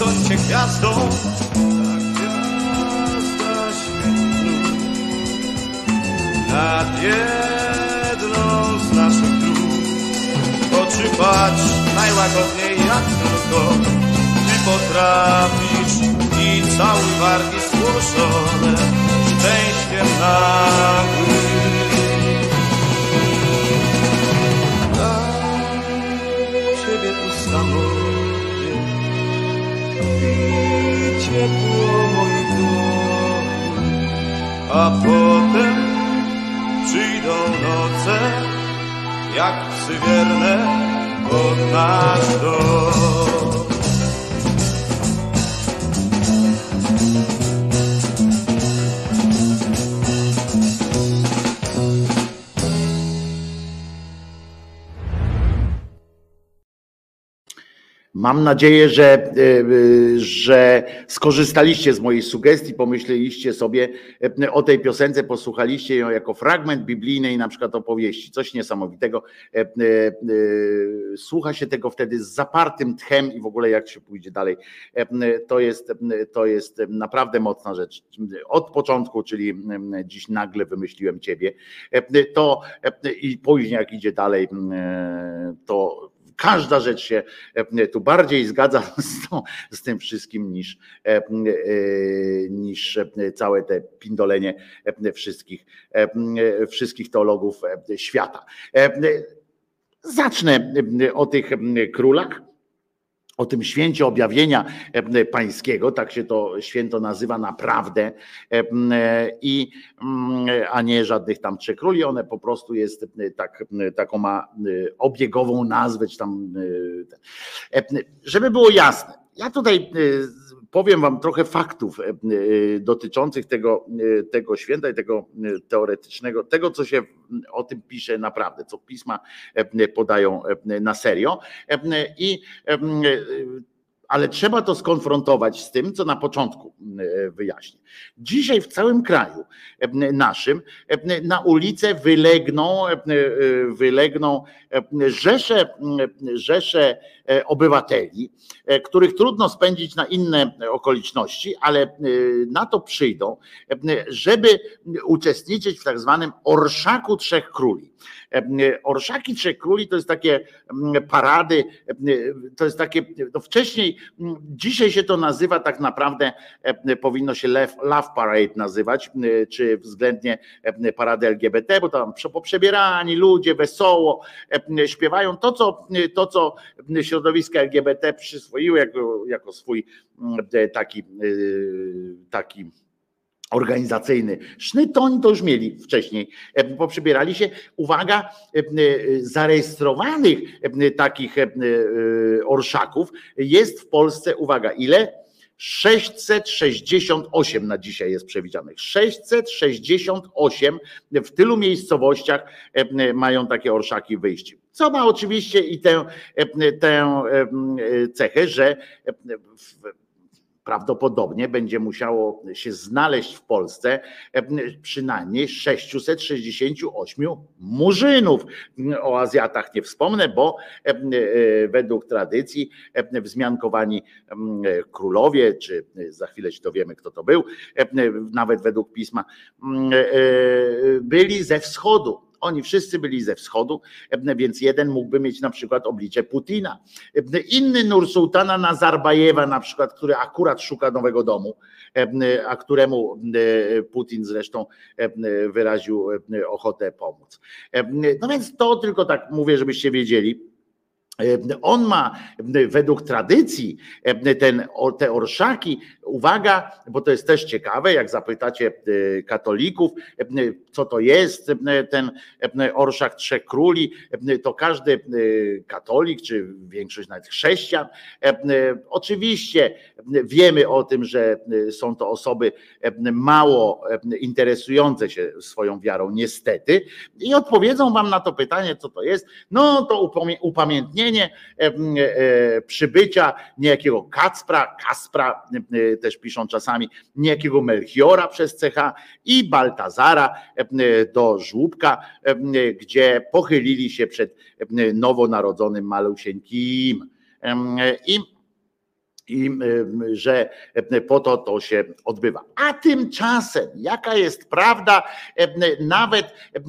bądźcie gwiazdą, tak gwiazda świetlu nad jedną z naszych dróg. Oczy patrz najłagodniej jak tylko ty potrafisz i cały wargi zgłoszone szczęściem nagłym. Dla ciebie pusta moje i ciepło moich dłoni, a potem przyjdą noce jak psy wierne pod nasz dom. Mam nadzieję, że skorzystaliście z mojej sugestii, pomyśleliście sobie o tej piosence, posłuchaliście ją jako fragment biblijnej na przykład opowieści. Coś niesamowitego. Słucha się tego wtedy z zapartym tchem i w ogóle jak się pójdzie dalej. To jest naprawdę mocna rzecz. Od początku, czyli dziś nagle wymyśliłem ciebie, to i później jak idzie dalej, to każda rzecz się tu bardziej zgadza z tym wszystkim niż całe te pindolenie wszystkich teologów świata. Zacznę o tych królach, o tym święcie objawienia pańskiego, tak się to święto nazywa naprawdę, a nie żadnych tam trzech króli, one po prostu jest taką ma obiegową nazwę, czy tam, żeby było jasne. Ja tutaj powiem wam trochę faktów dotyczących tego święta i tego teoretycznego, tego co się o tym pisze naprawdę, co pisma podają na serio. Ale trzeba to skonfrontować z tym, co na początku wyjaśnię. Dzisiaj w całym kraju naszym na ulicę wylegną rzesze obywateli, których trudno spędzić na inne okoliczności, ale na to przyjdą, żeby uczestniczyć w tak zwanym Orszaku Trzech Króli. Orszaki Trzech Króli to jest takie parady, to jest takie, no wcześniej, dzisiaj się to nazywa tak naprawdę, powinno się Love Parade nazywać, czy względnie parady LGBT, bo tam poprzebierani ludzie wesoło śpiewają to, co środowiska LGBT przyswoiły jako swój taki organizacyjny sznyt, to oni to już mieli wcześniej, poprzebierali się. Uwaga, zarejestrowanych takich orszaków jest w Polsce, uwaga, ile? 668 na dzisiaj jest przewidzianych. 668 w tylu miejscowościach mają takie orszaki wyjść. Co ma oczywiście i tę cechę, że prawdopodobnie będzie musiało się znaleźć w Polsce przynajmniej 668 murzynów. O Azjatach nie wspomnę, bo według tradycji wzmiankowani królowie, czy za chwilę się dowiemy, kto to był, nawet według pisma, byli ze wschodu. Oni wszyscy byli ze wschodu, więc jeden mógłby mieć na przykład oblicze Putina. Inny Nursultana Nazarbajewa na przykład, który akurat szuka nowego domu, a któremu Putin zresztą wyraził ochotę pomóc. No więc to tylko tak mówię, żebyście wiedzieli. On ma według tradycji te orszaki, uwaga, bo to jest też ciekawe, jak zapytacie katolików, co to jest ten orszak Trzech Króli, to każdy katolik, czy większość nawet chrześcijan, oczywiście wiemy o tym, że są to osoby mało interesujące się swoją wiarą, niestety, i odpowiedzą wam na to pytanie, co to jest. No to upamiętnienie przybycia niejakiego Kaspra, też piszą czasami, niejakiego Melchiora przez CH i Baltazara do żłóbka, gdzie pochylili się przed nowonarodzonym malusieńkim. I że po to się odbywa. A tymczasem, jaka jest prawda, nawet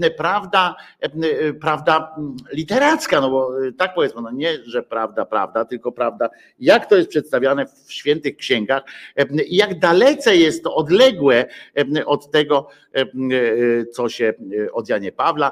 prawda literacka, no bo tak powiedzmy, no nie, że prawda, tylko prawda, jak to jest przedstawiane w świętych księgach i jak dalece jest to odległe od tego, co się od Janie Pawła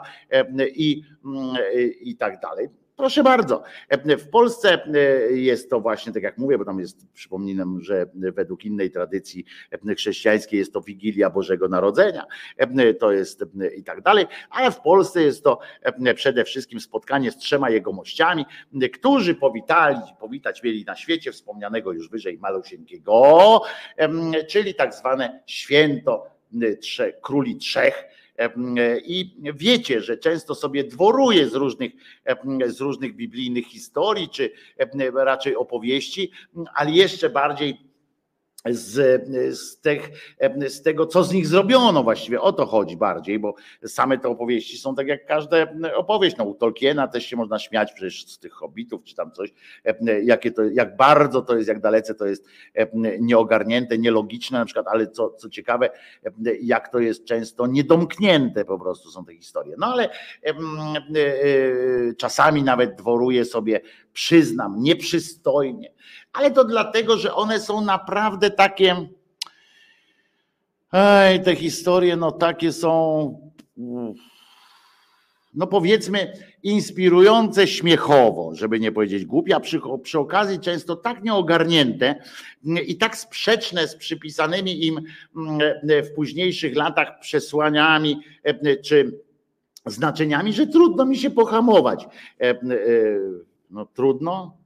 i tak dalej. Proszę bardzo, w Polsce jest to właśnie, tak jak mówię, bo tam jest, przypominam, że według innej tradycji chrześcijańskiej jest to Wigilia Bożego Narodzenia, to jest i tak dalej, ale w Polsce jest to przede wszystkim spotkanie z 3 jegomościami, którzy powitać mieli na świecie wspomnianego już wyżej Malusieńkiego, czyli tak zwane święto Króli Trzech. I wiecie, że często sobie dworuje z różnych biblijnych historii, czy raczej opowieści, ale jeszcze bardziej z tego, co z nich zrobiono właściwie. O to chodzi bardziej, bo same te opowieści są tak jak każda opowieść. No, u Tolkiena też się można śmiać przecież z tych hobbitów, czy tam coś, jak bardzo to jest, jak dalece to jest nieogarnięte, nielogiczne na przykład, ale co ciekawe, jak to jest często niedomknięte po prostu są te historie. No ale czasami nawet dworuje sobie, przyznam, nieprzystojnie, ale to dlatego, że one są naprawdę takie, te historie, no takie są, no powiedzmy, inspirujące śmiechowo, żeby nie powiedzieć głupie, a przy okazji często tak nieogarnięte i tak sprzeczne z przypisanymi im w późniejszych latach przesłaniami czy znaczeniami, że trudno mi się pohamować. No trudno?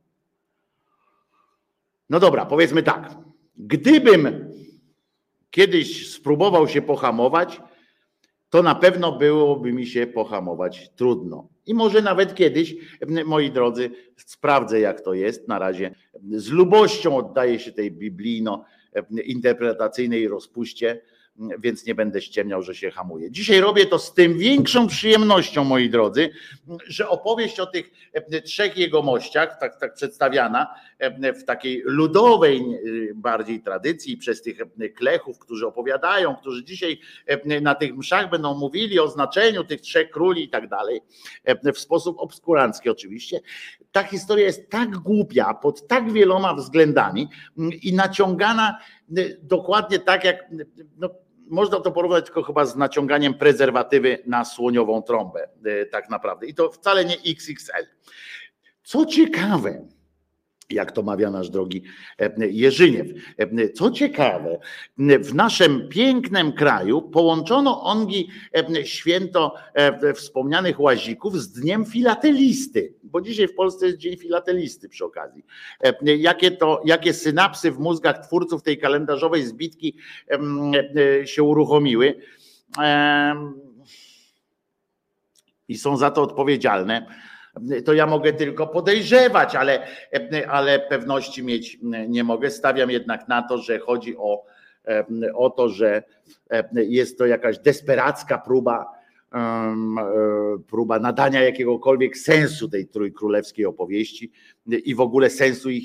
No dobra, powiedzmy tak. Gdybym kiedyś spróbował się pohamować, to na pewno byłoby mi się pohamować trudno. I może nawet kiedyś, moi drodzy, sprawdzę jak to jest. Na razie z lubością oddaję się tej biblijno-interpretacyjnej rozpuście, więc nie będę ściemniał, że się hamuję. Dzisiaj robię to z tym większą przyjemnością, moi drodzy, że opowieść o tych 3 jegomościach, tak przedstawiana w takiej ludowej bardziej tradycji przez tych klechów, którzy opowiadają, którzy dzisiaj na tych mszach będą mówili o znaczeniu tych 3 króli i tak dalej, w sposób obskurancki oczywiście. Ta historia jest tak głupia pod tak wieloma względami i naciągana dokładnie tak jak, no, można to porównać tylko chyba z naciąganiem prezerwatywy na słoniową trąbę, tak naprawdę. I to wcale nie XXL. Co ciekawe, jak to mawia nasz drogi Jerzyniew, co ciekawe, w naszym pięknym kraju połączono ongi święto wspomnianych łazików z Dniem Filatelisty, bo dzisiaj w Polsce jest Dzień Filatelisty przy okazji. Jakie synapsy w mózgach twórców tej kalendarzowej zbitki się uruchomiły i są za to odpowiedzialne, to ja mogę tylko podejrzewać, ale pewności mieć nie mogę. Stawiam jednak na to, że chodzi o to, że jest to jakaś desperacka próba nadania jakiegokolwiek sensu tej trójkrólewskiej opowieści i w ogóle sensu ich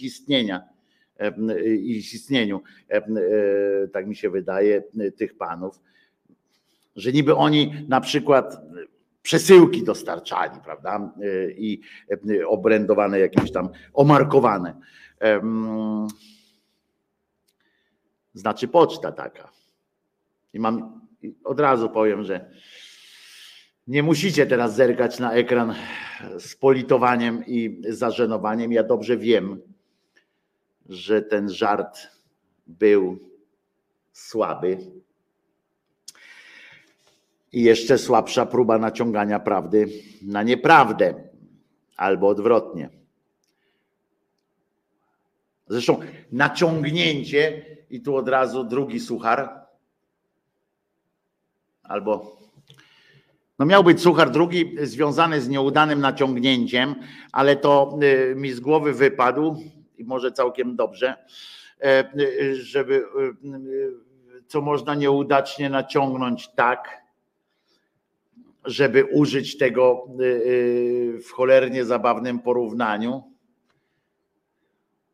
istnieniu. Tak mi się wydaje, tych panów, że niby oni na przykład przesyłki dostarczali, prawda? I obrędowane jakieś tam, omarkowane. Znaczy poczta taka. I od razu powiem, że nie musicie teraz zerkać na ekran z politowaniem i zażenowaniem. Ja dobrze wiem, że ten żart był słaby. I jeszcze słabsza próba naciągania prawdy na nieprawdę, albo odwrotnie. Zresztą naciągnięcie, i tu od razu drugi suchar, albo no miał być suchar drugi związany z nieudanym naciągnięciem, ale to mi z głowy wypadł i może całkiem dobrze, żeby co można nieudacznie naciągnąć tak, żeby użyć tego w cholernie zabawnym porównaniu.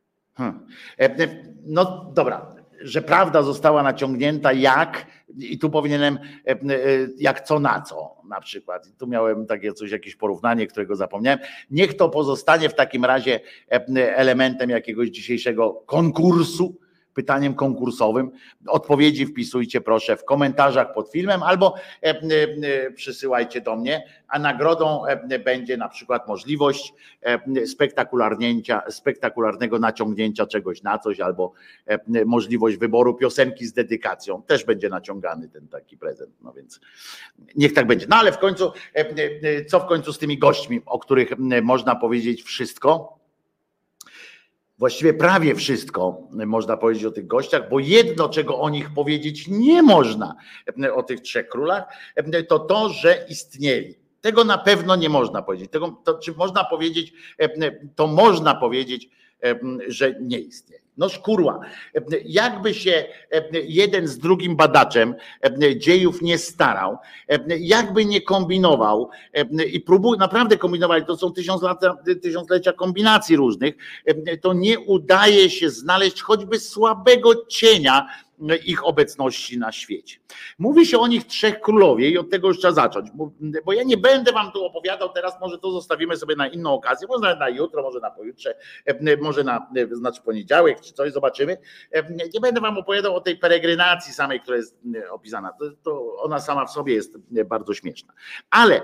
No dobra, że prawda została naciągnięta jak, i tu powinienem jak co na co na przykład. I tu miałem takie coś, jakieś porównanie, którego zapomniałem. Niech to pozostanie w takim razie elementem jakiegoś dzisiejszego konkursu, pytaniem konkursowym. Odpowiedzi wpisujcie proszę w komentarzach pod filmem albo przysyłajcie do mnie, a nagrodą będzie na przykład możliwość spektakularnego naciągnięcia czegoś na coś albo możliwość wyboru piosenki z dedykacją. Też będzie naciągany ten taki prezent, no więc niech tak będzie. No ale w końcu, co w końcu z tymi gośćmi, o których można powiedzieć wszystko? Właściwie prawie wszystko można powiedzieć o tych gościach, bo jedno, czego o nich powiedzieć nie można, o tych trzech królach, to to, że istnieli. Tego na pewno nie można powiedzieć. Czy można powiedzieć, to można powiedzieć, że nie istnieje. No szkurła. Jakby się jeden z drugim badaczem dziejów nie starał, jakby nie kombinował i naprawdę kombinowali, to są tysiąclecia kombinacji różnych, to nie udaje się znaleźć choćby słabego cienia ich obecności na świecie. Mówi się o nich trzech królowie i od tego już trzeba zacząć, bo ja nie będę wam tu opowiadał teraz, może to zostawimy sobie na inną okazję, może na jutro, może na pojutrze, może znaczy poniedziałek czy coś, zobaczymy. Nie będę wam opowiadał o tej peregrynacji samej, która jest opisana, to ona sama w sobie jest bardzo śmieszna. Ale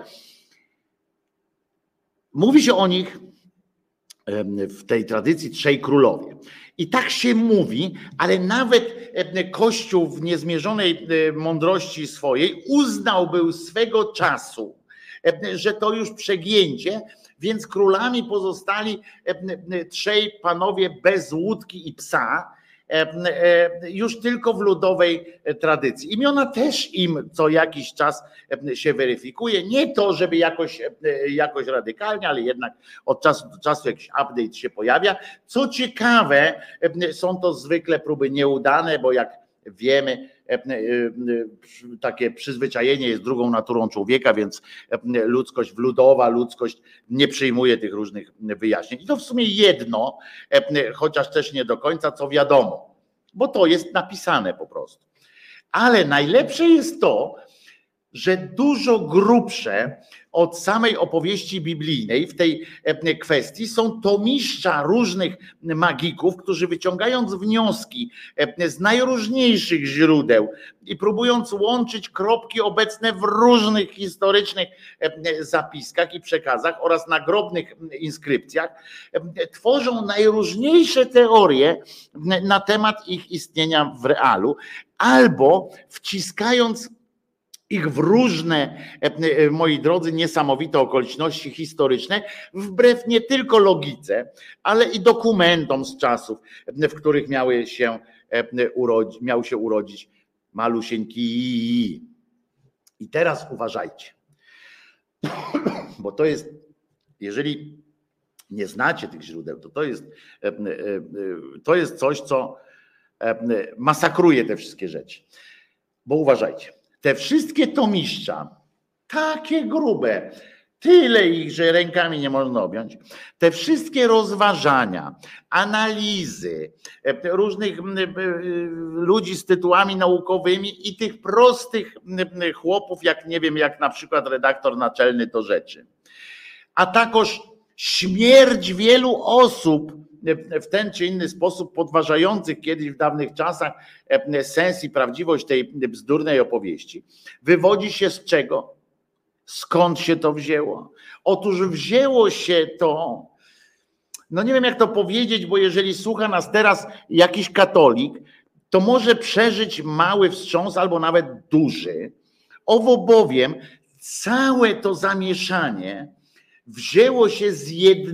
mówi się o nich w tej tradycji trzej królowie. I tak się mówi, ale nawet Kościół w niezmierzonej mądrości swojej uznał był swego czasu, że to już przegięcie, więc królami pozostali trzej panowie bez łódki i psa, już tylko w ludowej tradycji. Imiona też im co jakiś czas się weryfikuje. Nie to, żeby jakoś radykalnie, ale jednak od czasu do czasu jakiś update się pojawia. Co ciekawe, są to zwykle próby nieudane, bo jak wiemy, takie przyzwyczajenie jest drugą naturą człowieka, więc ludowa ludzkość nie przyjmuje tych różnych wyjaśnień. I to w sumie jedno, chociaż też nie do końca, co wiadomo, bo to jest napisane po prostu. Ale najlepsze jest to, że dużo grubsze od samej opowieści biblijnej w tej kwestii są tomiszcza różnych magików, którzy wyciągając wnioski z najróżniejszych źródeł i próbując łączyć kropki obecne w różnych historycznych zapiskach i przekazach oraz nagrobnych inskrypcjach, tworzą najróżniejsze teorie na temat ich istnienia w realu, albo wciskając ich w różne, moi drodzy, niesamowite okoliczności historyczne, wbrew nie tylko logice, ale i dokumentom z czasów, w których miał się urodzić malusieńki. I teraz uważajcie, bo to jest, jeżeli nie znacie tych źródeł, to jest coś, co masakruje te wszystkie rzeczy. Bo uważajcie, te wszystkie tomiszcza, takie grube, tyle ich, że rękami nie można objąć, te wszystkie rozważania, analizy różnych ludzi z tytułami naukowymi i tych prostych chłopów, jak nie wiem, jak na przykład redaktor naczelny do rzeczy, a także śmierć wielu osób w ten czy inny sposób podważających kiedyś w dawnych czasach sens i prawdziwość tej bzdurnej opowieści, wywodzi się z czego? Skąd się to wzięło? Otóż wzięło się to, no nie wiem jak to powiedzieć, bo jeżeli słucha nas teraz jakiś katolik, to może przeżyć mały wstrząs albo nawet duży. Owo bowiem całe to zamieszanie wzięło się z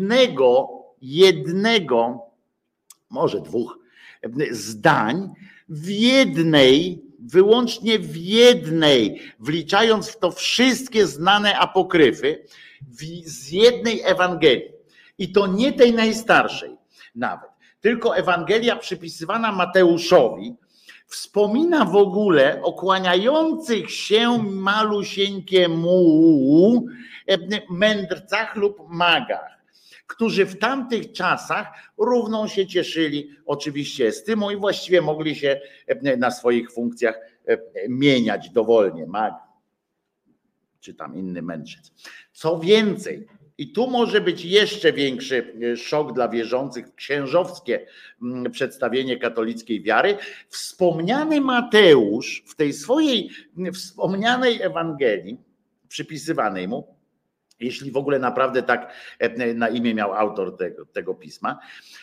jednego, może dwóch zdań w jednej, wyłącznie w jednej, wliczając w to wszystkie znane apokryfy, z jednej Ewangelii. I to nie tej najstarszej nawet, tylko Ewangelia przypisywana Mateuszowi wspomina w ogóle o kłaniających się malusieńkiemu mędrcach lub magach. którzy w tamtych czasach równą się cieszyli oczywiście estymą i właściwie mogli się na swoich funkcjach mieniać dowolnie, mag czy tam inny mędrzec. Co więcej, i tu może być jeszcze większy szok dla wierzących, księżowskie przedstawienie katolickiej wiary. Wspomniany Mateusz w tej swojej wspomnianej Ewangelii, przypisywanej mu, jeśli w ogóle naprawdę tak na imię miał autor tego pisma,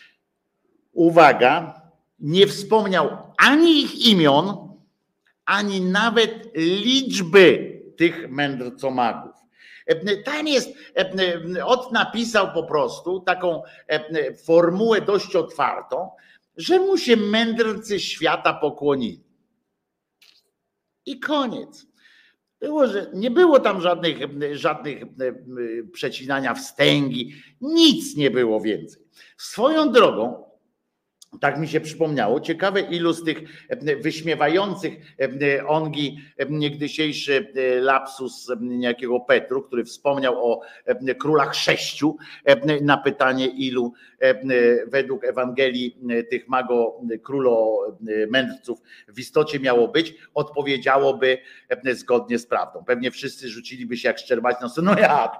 uwaga, nie wspomniał ani ich imion, ani nawet liczby tych mędrcomagów. Tam jest, napisał po prostu taką formułę dość otwartą, że mu się mędrcy świata pokłonili. I koniec. Nie było tam żadnych przecinania wstęgi, nic nie było więcej. Swoją drogą, tak mi się przypomniało, ciekawe ilu z tych wyśmiewających ongi niegdysiejszy lapsus niejakiego Petru, który wspomniał o królach 6, na pytanie ilu według Ewangelii tych królomędrców w istocie miało być, odpowiedziałoby zgodnie z prawdą. Pewnie wszyscy rzuciliby się jak szczerbaci, no jak?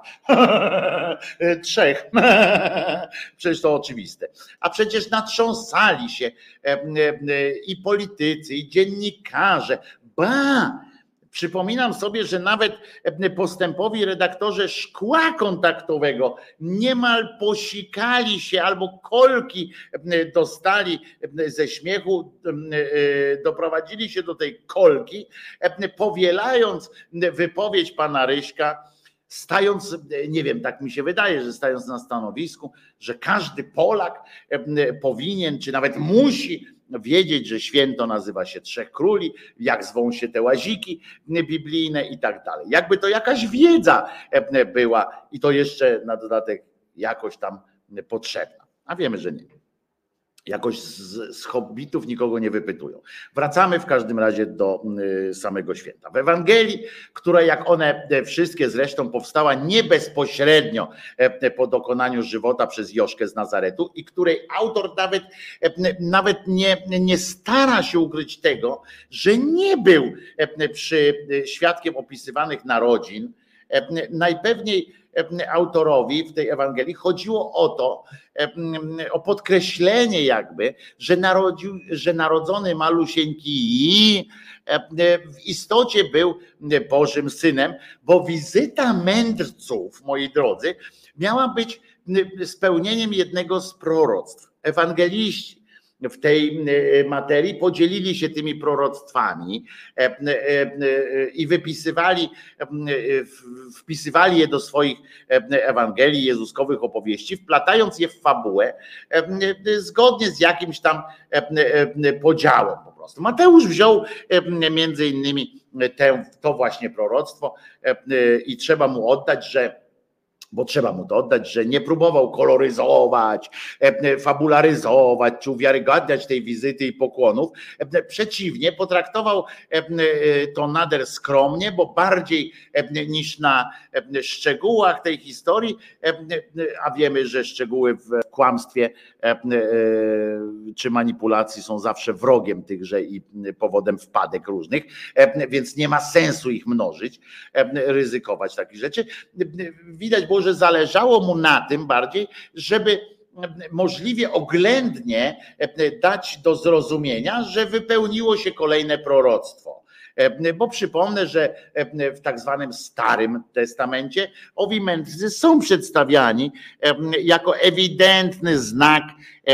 3. Przecież to oczywiste. A przecież natrząsali się i politycy, i dziennikarze. Przypominam sobie, że nawet postępowi redaktorzy szkła kontaktowego niemal posikali się albo kolki dostali ze śmiechu, doprowadzili się do tej kolki, powielając wypowiedź pana Ryśka, stając, nie wiem, tak mi się wydaje, że stając na stanowisku, że każdy Polak powinien, czy nawet musi wiedzieć, że święto nazywa się 3 króli, jak zwą się te łaziki biblijne i tak dalej. Jakby to jakaś wiedza była i to jeszcze na dodatek jakoś tam potrzebna. A wiemy, że nie. Jakoś z hobbitów nikogo nie wypytują. Wracamy w każdym razie do samego święta. W Ewangelii, która jak one wszystkie zresztą powstała nie bezpośrednio po dokonaniu żywota przez Joszkę z Nazaretu i której autor nawet nie stara się ukryć tego, że nie był świadkiem opisywanych narodzin. Najpewniej autorowi w tej Ewangelii chodziło o to, o podkreślenie jakby, że narodzony malusieńki w istocie był Bożym Synem, bo wizyta mędrców, moi drodzy, miała być spełnieniem jednego z proroctw. Ewangeliści w tej materii podzielili się tymi proroctwami i wpisywali je do swoich Ewangelii, jezuskowych opowieści, wplatając je w fabułę zgodnie z jakimś tam podziałem po prostu. Mateusz wziął między innymi to właśnie proroctwo i trzeba mu oddać, że nie próbował koloryzować, fabularyzować czy uwiarygadniać tej wizyty i pokłonów. Przeciwnie, potraktował to nader skromnie, bo bardziej niż na szczegółach tej historii, a wiemy, że szczegóły w kłamstwie czy manipulacji są zawsze wrogiem tychże i powodem wpadek różnych, więc nie ma sensu ich mnożyć, ryzykować takich rzeczy. Widać było, że zależało mu na tym bardziej, żeby możliwie oględnie dać do zrozumienia, że wypełniło się kolejne proroctwo. Bo przypomnę, że w tak zwanym Starym Testamencie owi mędrcy są przedstawiani jako ewidentny znak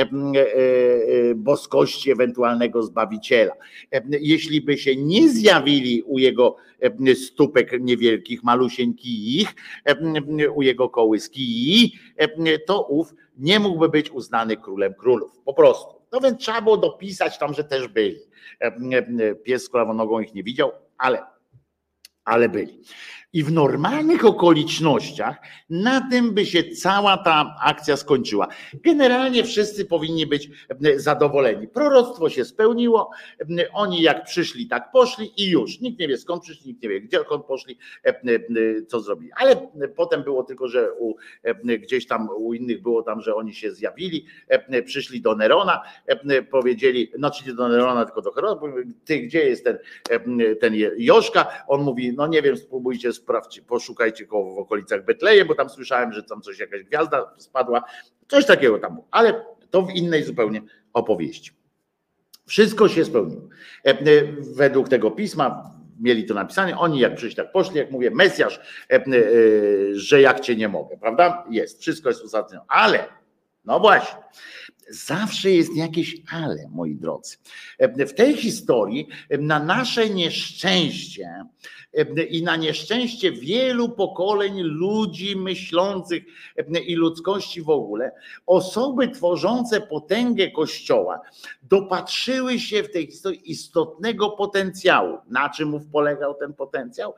boskości ewentualnego Zbawiciela. Jeśli by się nie zjawili u jego stópek niewielkich, malusieńkich, u jego kołyski, to ów nie mógłby być uznany królem królów. Po prostu. No więc trzeba było dopisać tam, że też byli. Pies z kulawą nogą ich nie widział, ale byli. I w normalnych okolicznościach na tym by się cała ta akcja skończyła. Generalnie wszyscy powinni być zadowoleni. Proroctwo się spełniło, oni jak przyszli, tak poszli i już. Nikt nie wie skąd przyszli, nikt nie wie gdzie poszli, co zrobili. Ale potem było tylko, że gdzieś tam u innych było tam, że oni się zjawili, przyszli do Nerona, powiedzieli, znaczy nie do Nerona, tylko do Herona, ty gdzie jest ten Joszka? On mówi, no nie wiem, spróbujcie sprawdźcie, poszukajcie go w okolicach Betlejem, bo tam słyszałem, że tam coś, jakaś gwiazda spadła, coś takiego tam było, ale to w innej zupełnie opowieści. Wszystko się spełniło. Według tego pisma mieli to napisane, oni jak przyjść, tak poszli, jak mówię, Mesjasz, że jak cię nie mogę, prawda? Jest, wszystko jest uzasadnione, ale, no właśnie, zawsze jest jakieś ale, moi drodzy. W tej historii na nasze nieszczęście i na nieszczęście wielu pokoleń ludzi myślących i ludzkości w ogóle, osoby tworzące potęgę Kościoła dopatrzyły się w tej historii istotnego potencjału. Na czym polegał ten potencjał?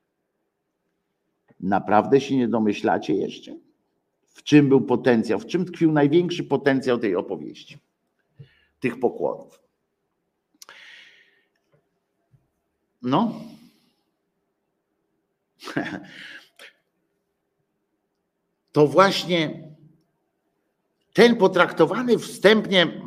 Naprawdę się nie domyślacie jeszcze? W czym był potencjał, w czym tkwił największy potencjał tej opowieści, tych pokłonów? No, to właśnie ten potraktowany wstępnie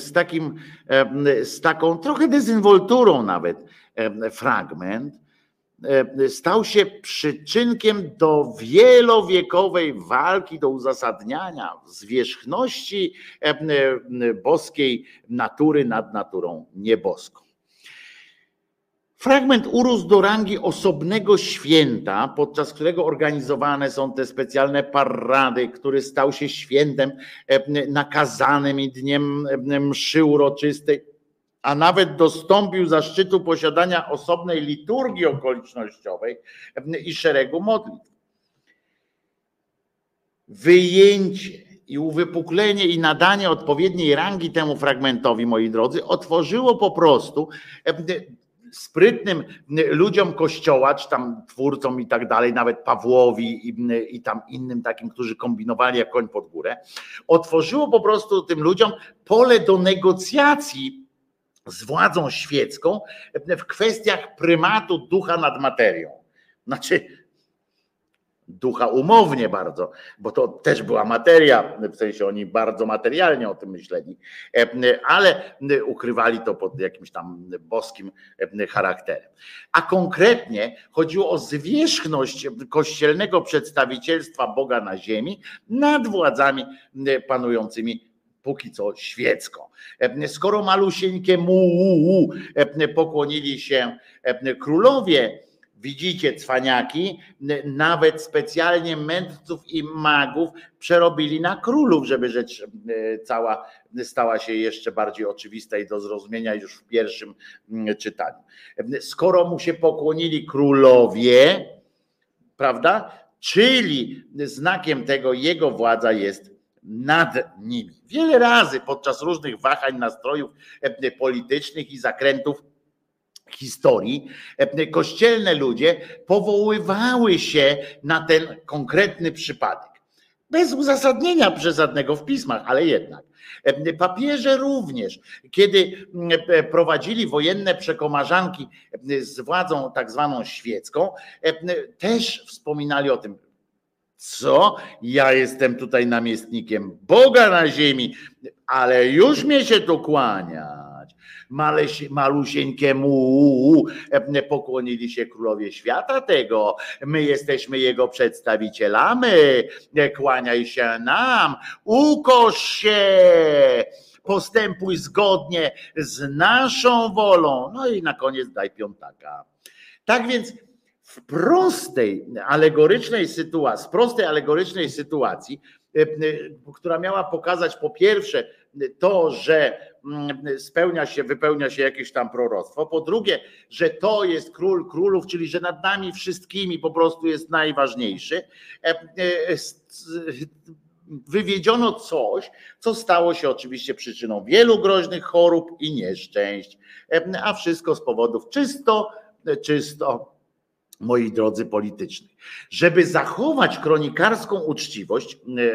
z taką trochę dezynwolturą nawet fragment stał się przyczynkiem do wielowiekowej walki, do uzasadniania zwierzchności boskiej natury nad naturą nieboską. Fragment urósł do rangi osobnego święta, podczas którego organizowane są te specjalne parady, który stał się świętem nakazanym i dniem mszy uroczystej, a nawet dostąpił zaszczytu posiadania osobnej liturgii okolicznościowej i szeregu modlitw. Wyjęcie i uwypuklenie i nadanie odpowiedniej rangi temu fragmentowi, moi drodzy, otworzyło po prostu sprytnym ludziom Kościoła, czy tam twórcom i tak dalej, nawet Pawłowi i tam innym takim, którzy kombinowali jak koń pod górę, otworzyło po prostu tym ludziom pole do negocjacji z władzą świecką w kwestiach prymatu ducha nad materią. Znaczy ducha umownie bardzo, bo to też była materia, w sensie oni bardzo materialnie o tym myśleli, ale ukrywali to pod jakimś tam boskim charakterem. A konkretnie chodziło o zwierzchność kościelnego przedstawicielstwa Boga na ziemi nad władzami panującymi póki co świecko. Skoro malusieńkiemu pokłonili się królowie, widzicie, cwaniaki, nawet specjalnie mędrców i magów przerobili na królów, żeby rzecz cała stała się jeszcze bardziej oczywista i do zrozumienia już w pierwszym czytaniu. Skoro mu się pokłonili królowie, prawda, czyli znakiem tego jego władza jest nad nimi. Wiele razy podczas różnych wahań nastrojów politycznych i zakrętów historii kościelne ludzie powoływały się na ten konkretny przypadek. Bez uzasadnienia przesadnego w pismach, ale jednak. Papieże również, kiedy prowadzili wojenne przekomarzanki z władzą tak zwaną świecką, też wspominali o tym. Co? Ja jestem tutaj namiestnikiem Boga na ziemi, ale już mnie się tu kłaniać. Malusieńkiemu pokłonili się królowie świata tego. My jesteśmy jego przedstawicielami. Kłaniaj się nam. Ukosz się. Postępuj zgodnie z naszą wolą. No i na koniec daj piątaka. Tak więc w prostej alegorycznej sytuacji, która miała pokazać po pierwsze to, że wypełnia się jakieś tam proroctwo, po drugie, że to jest król królów, czyli że nad nami wszystkimi po prostu jest najważniejszy, wywiedziono coś, co stało się oczywiście przyczyną wielu groźnych chorób i nieszczęść, a wszystko z powodów czysto moi drodzy, politycznych. Żeby zachować kronikarską uczciwość,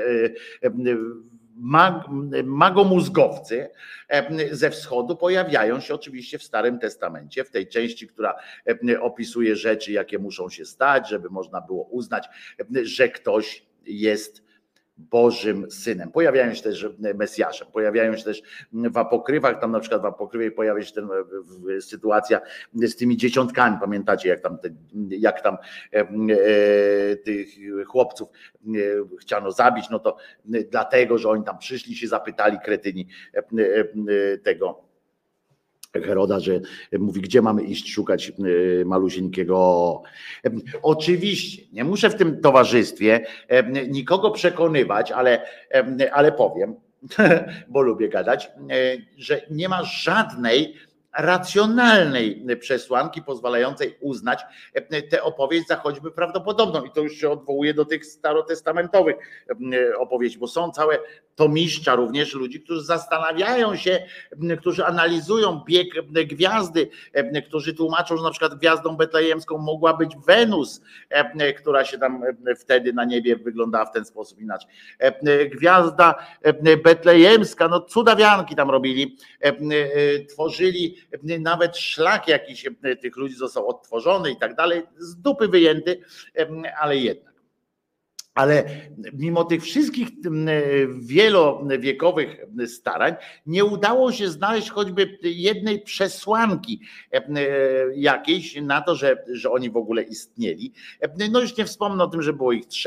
magomózgowcy ze wschodu pojawiają się oczywiście w Starym Testamencie, w tej części, która opisuje rzeczy, jakie muszą się stać, żeby można było uznać, że ktoś jest Bożym Synem. Pojawiają się też Mesjaszem, pojawiają się też w apokrywach, tam na przykład w apokryfie pojawia się sytuacja z tymi dzieciątkami, pamiętacie jak tam tych chłopców chciano zabić, no to dlatego, że oni tam przyszli, się zapytali kretyni tego Heroda, że mówi, gdzie mamy iść szukać malusieńkiego. Oczywiście nie muszę w tym towarzystwie nikogo przekonywać, ale powiem, bo lubię gadać, że nie ma żadnej racjonalnej przesłanki pozwalającej uznać tę opowieść za choćby prawdopodobną. I to już się odwołuje do tych starotestamentowych opowieści, bo są całe tomiszcza również ludzi, którzy zastanawiają się, którzy analizują bieg gwiazdy, którzy tłumaczą, że na przykład gwiazdą betlejemską mogła być Wenus, która się tam wtedy na niebie wyglądała w ten sposób inaczej. Gwiazda betlejemska, no cudawianki tam robili, tworzyli, nawet szlak jakiś tych ludzi został odtworzony i tak dalej, z dupy wyjęty, ale jednak. Ale mimo tych wszystkich wielowiekowych starań nie udało się znaleźć choćby jednej przesłanki jakiejś na to, że oni w ogóle istnieli. No już nie wspomnę o tym, że było ich 3,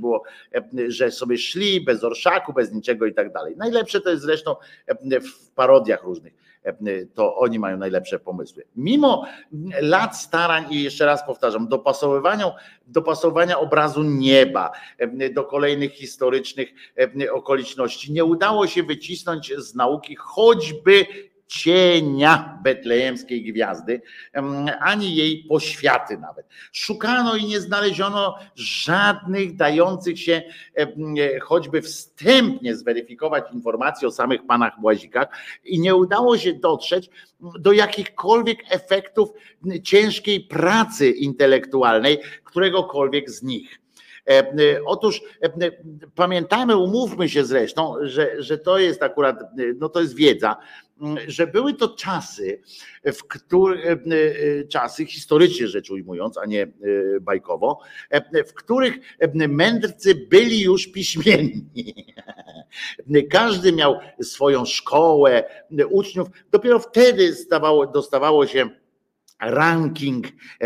że sobie szli bez orszaku, bez niczego i tak dalej. Najlepsze to jest zresztą w parodiach różnych. To oni mają najlepsze pomysły. Mimo lat starań i jeszcze raz powtarzam, dopasowania obrazu nieba do kolejnych historycznych okoliczności nie udało się wycisnąć z nauki choćby cienia betlejemskiej gwiazdy, ani jej poświaty nawet. Szukano i nie znaleziono żadnych dających się choćby wstępnie zweryfikować informacji o samych panach Błazikach i nie udało się dotrzeć do jakichkolwiek efektów ciężkiej pracy intelektualnej któregokolwiek z nich. Otóż pamiętamy, umówmy się zresztą, że to jest akurat, no to jest wiedza, że były to czasy, czasy historycznie rzecz ujmując, a nie bajkowo, w których mędrcy byli już piśmienni. Każdy miał swoją szkołę, uczniów. Dopiero wtedy dostawało się ranking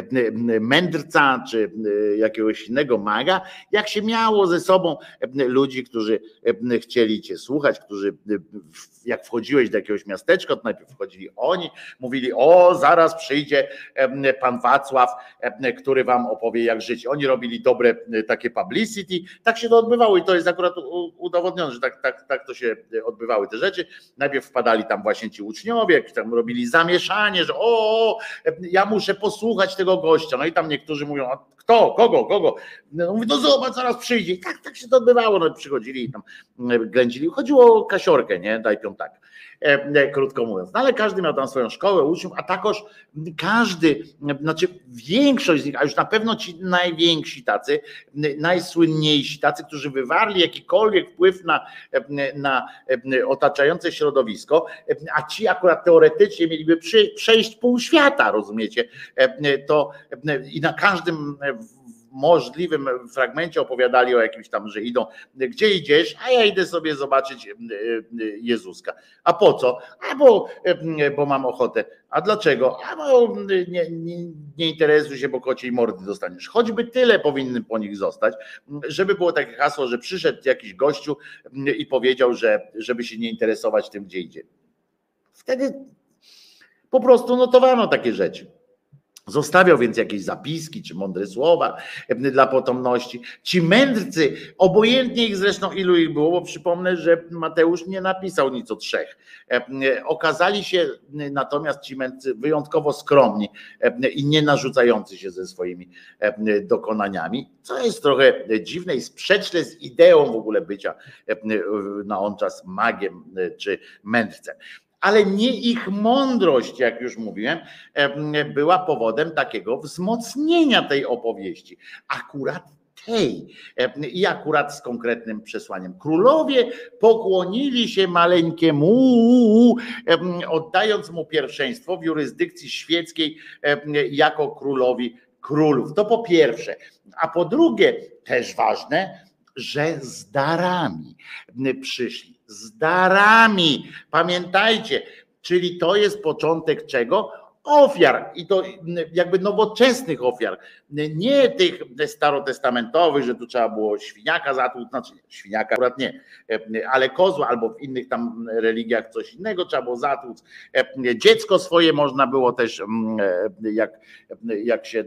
mędrca czy jakiegoś innego maga, jak się miało ze sobą ludzi, którzy chcieli cię słuchać, którzy jak wchodziłeś do jakiegoś miasteczka, to najpierw wchodzili oni, mówili, o zaraz przyjdzie pan Wacław, który wam opowie jak żyć. Oni robili dobre takie publicity, tak się to odbywało i to jest akurat udowodnione, że tak to się odbywały te rzeczy. Najpierw wpadali tam właśnie ci uczniowie, jak tam robili zamieszanie, że ja muszę posłuchać tego gościa. No i tam niektórzy mówią, a kto, kogo? No mówi, no zobacz, zaraz przyjdzie. I tak się to odbywało. No przychodzili i tam ględzili. Chodziło o kasiorkę, nie? Daj piątak. Krótko mówiąc. No ale każdy miał tam swoją szkołę, uczniów, a takoż każdy, znaczy większość z nich, a już na pewno ci najwięksi tacy, najsłynniejsi tacy, którzy wywarli jakikolwiek wpływ na otaczające środowisko, a ci akurat teoretycznie mieliby przejść pół świata, rozumiecie? To i na każdym możliwym fragmencie opowiadali o jakimś tam, że idą, gdzie idziesz, a ja idę sobie zobaczyć Jezuska. A po co? Bo mam ochotę. A dlaczego? Bo nie interesuj się, bo kociej mordy dostaniesz. Choćby tyle powinny po nich zostać, żeby było takie hasło, że przyszedł jakiś gościu i powiedział, żeby się nie interesować tym, gdzie idzie. Wtedy po prostu notowano takie rzeczy. Zostawiał więc jakieś zapiski czy mądre słowa dla potomności. Ci mędrcy, obojętnie ich zresztą ilu ich było, bo przypomnę, że Mateusz nie napisał nic o 3. Okazali się natomiast ci mędrcy wyjątkowo skromni i nie narzucający się ze swoimi dokonaniami, co jest trochę dziwne i sprzeczne z ideą w ogóle bycia na on czas magiem czy mędrcem. ale nie ich mądrość, jak już mówiłem, była powodem takiego wzmocnienia tej opowieści. Akurat tej i akurat z konkretnym przesłaniem. Królowie pokłonili się maleńkiemu, oddając mu pierwszeństwo w jurysdykcji świeckiej jako królowi królów. To po pierwsze. A po drugie, też ważne, że z darami przyszli. Z darami. Pamiętajcie, czyli to jest początek czego? Ofiar i to jakby nowoczesnych ofiar, nie tych starotestamentowych, że tu trzeba było świniaka zatłuc, znaczy świniaka akurat nie, ale kozła albo w innych tam religiach coś innego trzeba było zatłuc. Dziecko swoje można było też, jak się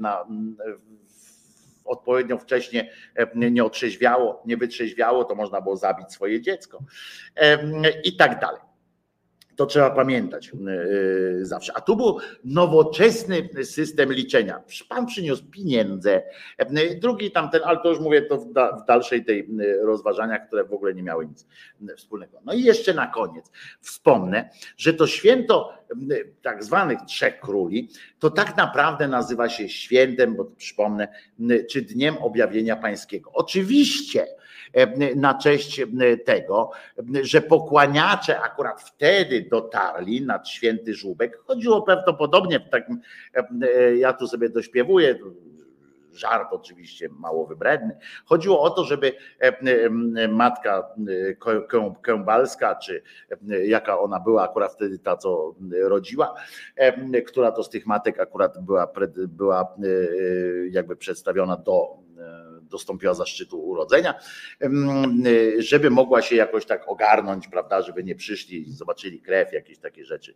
odpowiednio wcześnie nie otrzeźwiało, nie wytrzeźwiało, to można było zabić swoje dziecko i tak dalej. To trzeba pamiętać zawsze. A tu był nowoczesny system liczenia. Pan przyniósł pieniądze, drugi tamten, ale to już mówię to w dalszej tej rozważaniach, które w ogóle nie miały nic wspólnego. No i jeszcze na koniec wspomnę, że to święto tak zwanych Trzech Króli, to tak naprawdę nazywa się świętem, bo przypomnę, czy Dniem Objawienia Pańskiego. Oczywiście na cześć tego, że pokłaniacze akurat wtedy dotarli nad Święty Żłóbek. Chodziło prawdopodobnie w takim, ja tu sobie dośpiewuję, żart oczywiście mało wybredny. Chodziło o to, żeby matka Kębalska, czy jaka ona była akurat wtedy ta, co rodziła, która to z tych matek akurat była jakby przedstawiona dostąpiła zaszczytu urodzenia, żeby mogła się jakoś tak ogarnąć, prawda, żeby nie przyszli i zobaczyli krew, jakieś takie rzeczy.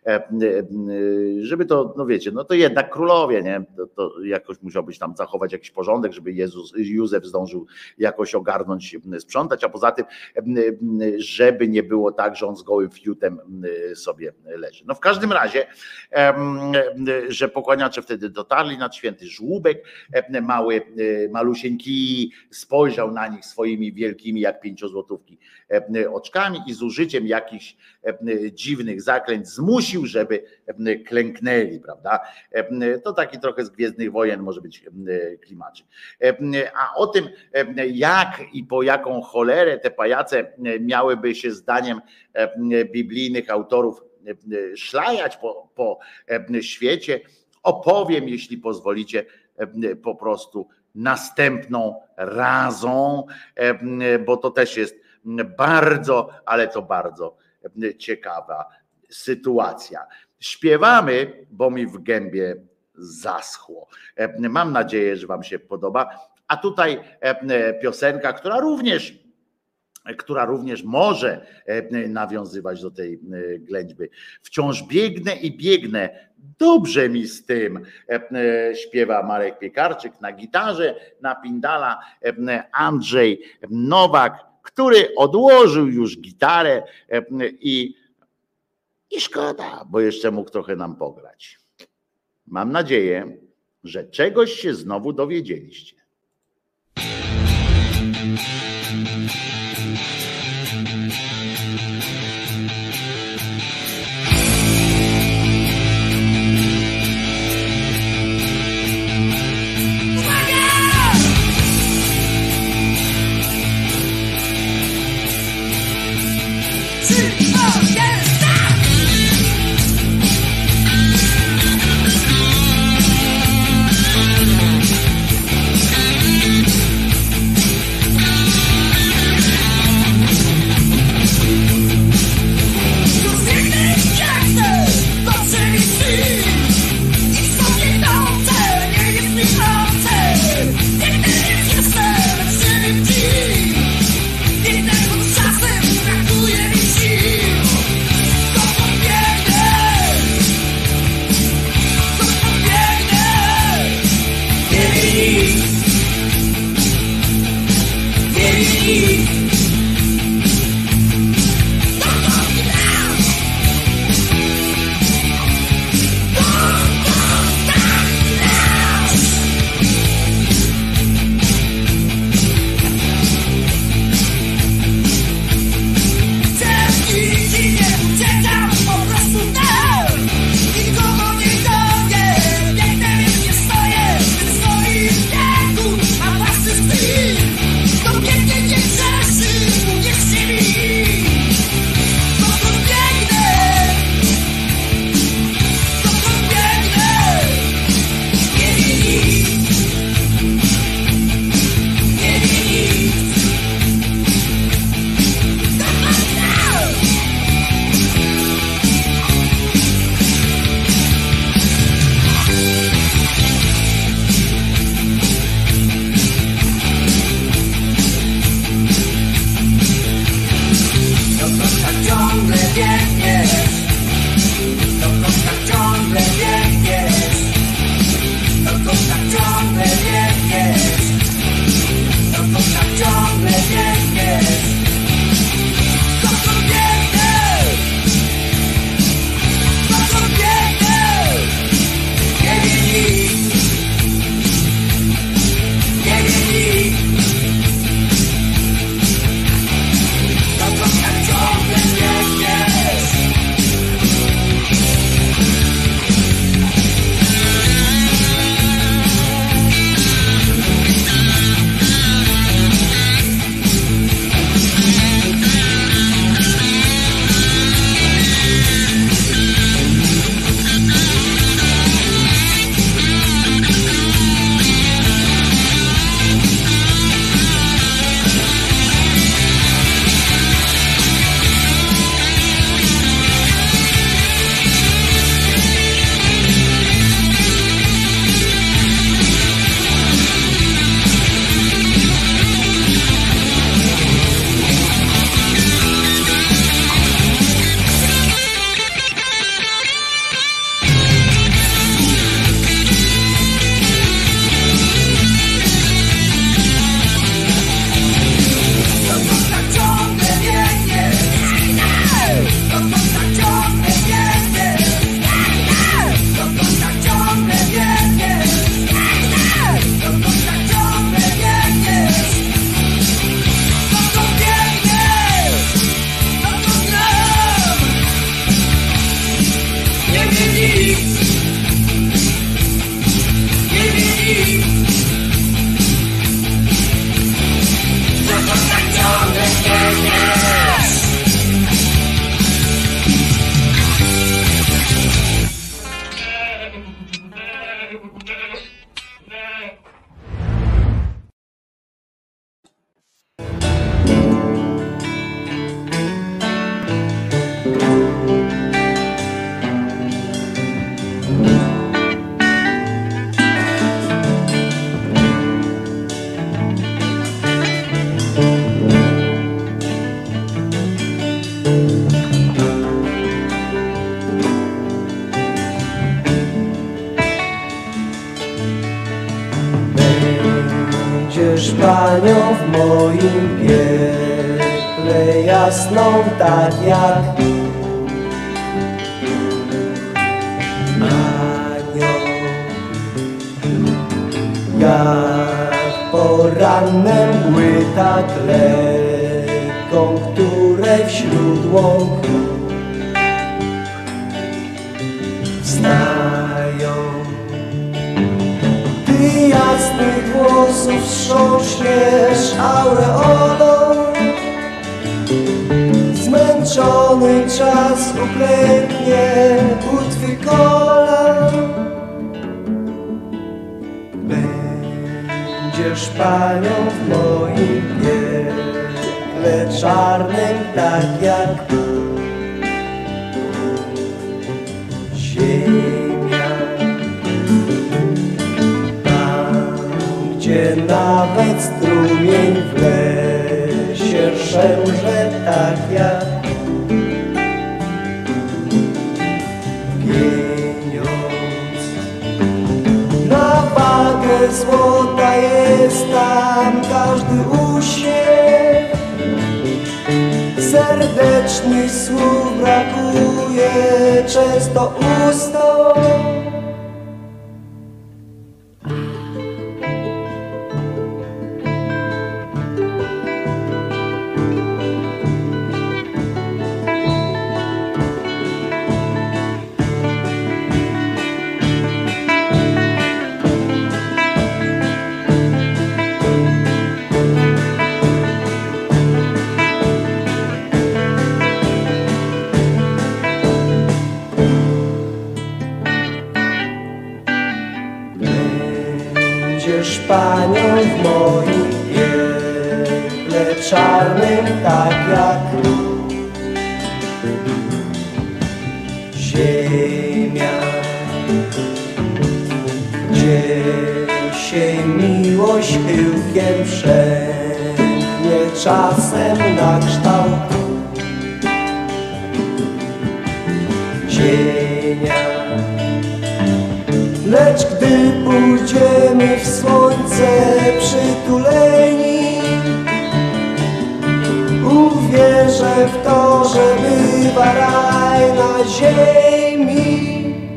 Żeby to, no wiecie, no to jednak królowie, nie? To jakoś musiał być tam zachować jakiś porządek, żeby Józef zdążył jakoś ogarnąć, sprzątać, a poza tym, żeby nie było tak, że on z gołym fiutem sobie leży. No w każdym razie, że pokłaniacze wtedy dotarli nad Święty Żłóbek, malusieńki spojrzał na nich swoimi wielkimi jak 5-złotówki oczkami i z użyciem jakichś dziwnych zaklęć zmusił, żeby klęknęli, prawda? To taki trochę z Gwiezdnych Wojen może być klimacie. A o tym, jak i po jaką cholerę te pajace miałyby się zdaniem biblijnych autorów szlajać po świecie, opowiem, jeśli pozwolicie, po prostu następną razą, bo to też jest bardzo, ale to bardzo ciekawa sytuacja. Śpiewamy, bo mi w gębie zaschło. Mam nadzieję, że wam się podoba. A tutaj piosenka, która również może nawiązywać do tej ględźby. Wciąż biegnę i biegnę, dobrze mi z tym, śpiewa Marek Piekarczyk na gitarze, na pindala Andrzej Nowak, który odłożył już gitarę i szkoda, bo jeszcze mógł trochę nam pograć. Mam nadzieję, że czegoś się znowu dowiedzieliście. panią w moim piekle jasną, tak jak anioł. Jak poranne mgły tak lekką, które wśród łąk wstają. Ty jasnych włosów wstrząśniesz aureolą, zmęczony czas uklęknie u twych kolan. Będziesz panią w moim piekle czarnym, tak jak ziemia. Tam, gdzie nawet strumień w lesie szemrze, tak jak pieniądz. Na wagę złota jest tam każdy uśmiech, serdecznych słów brakuje często ustom. Będziesz panią w moim piekle czarnym, tak jak ziemia. Gdzie się miłość pyłkiem przemknie czasem na kształt cienia. Lecz gdy pójdziemy w słońce przytuleni, uwierzę w to, że bywa raj na ziemi.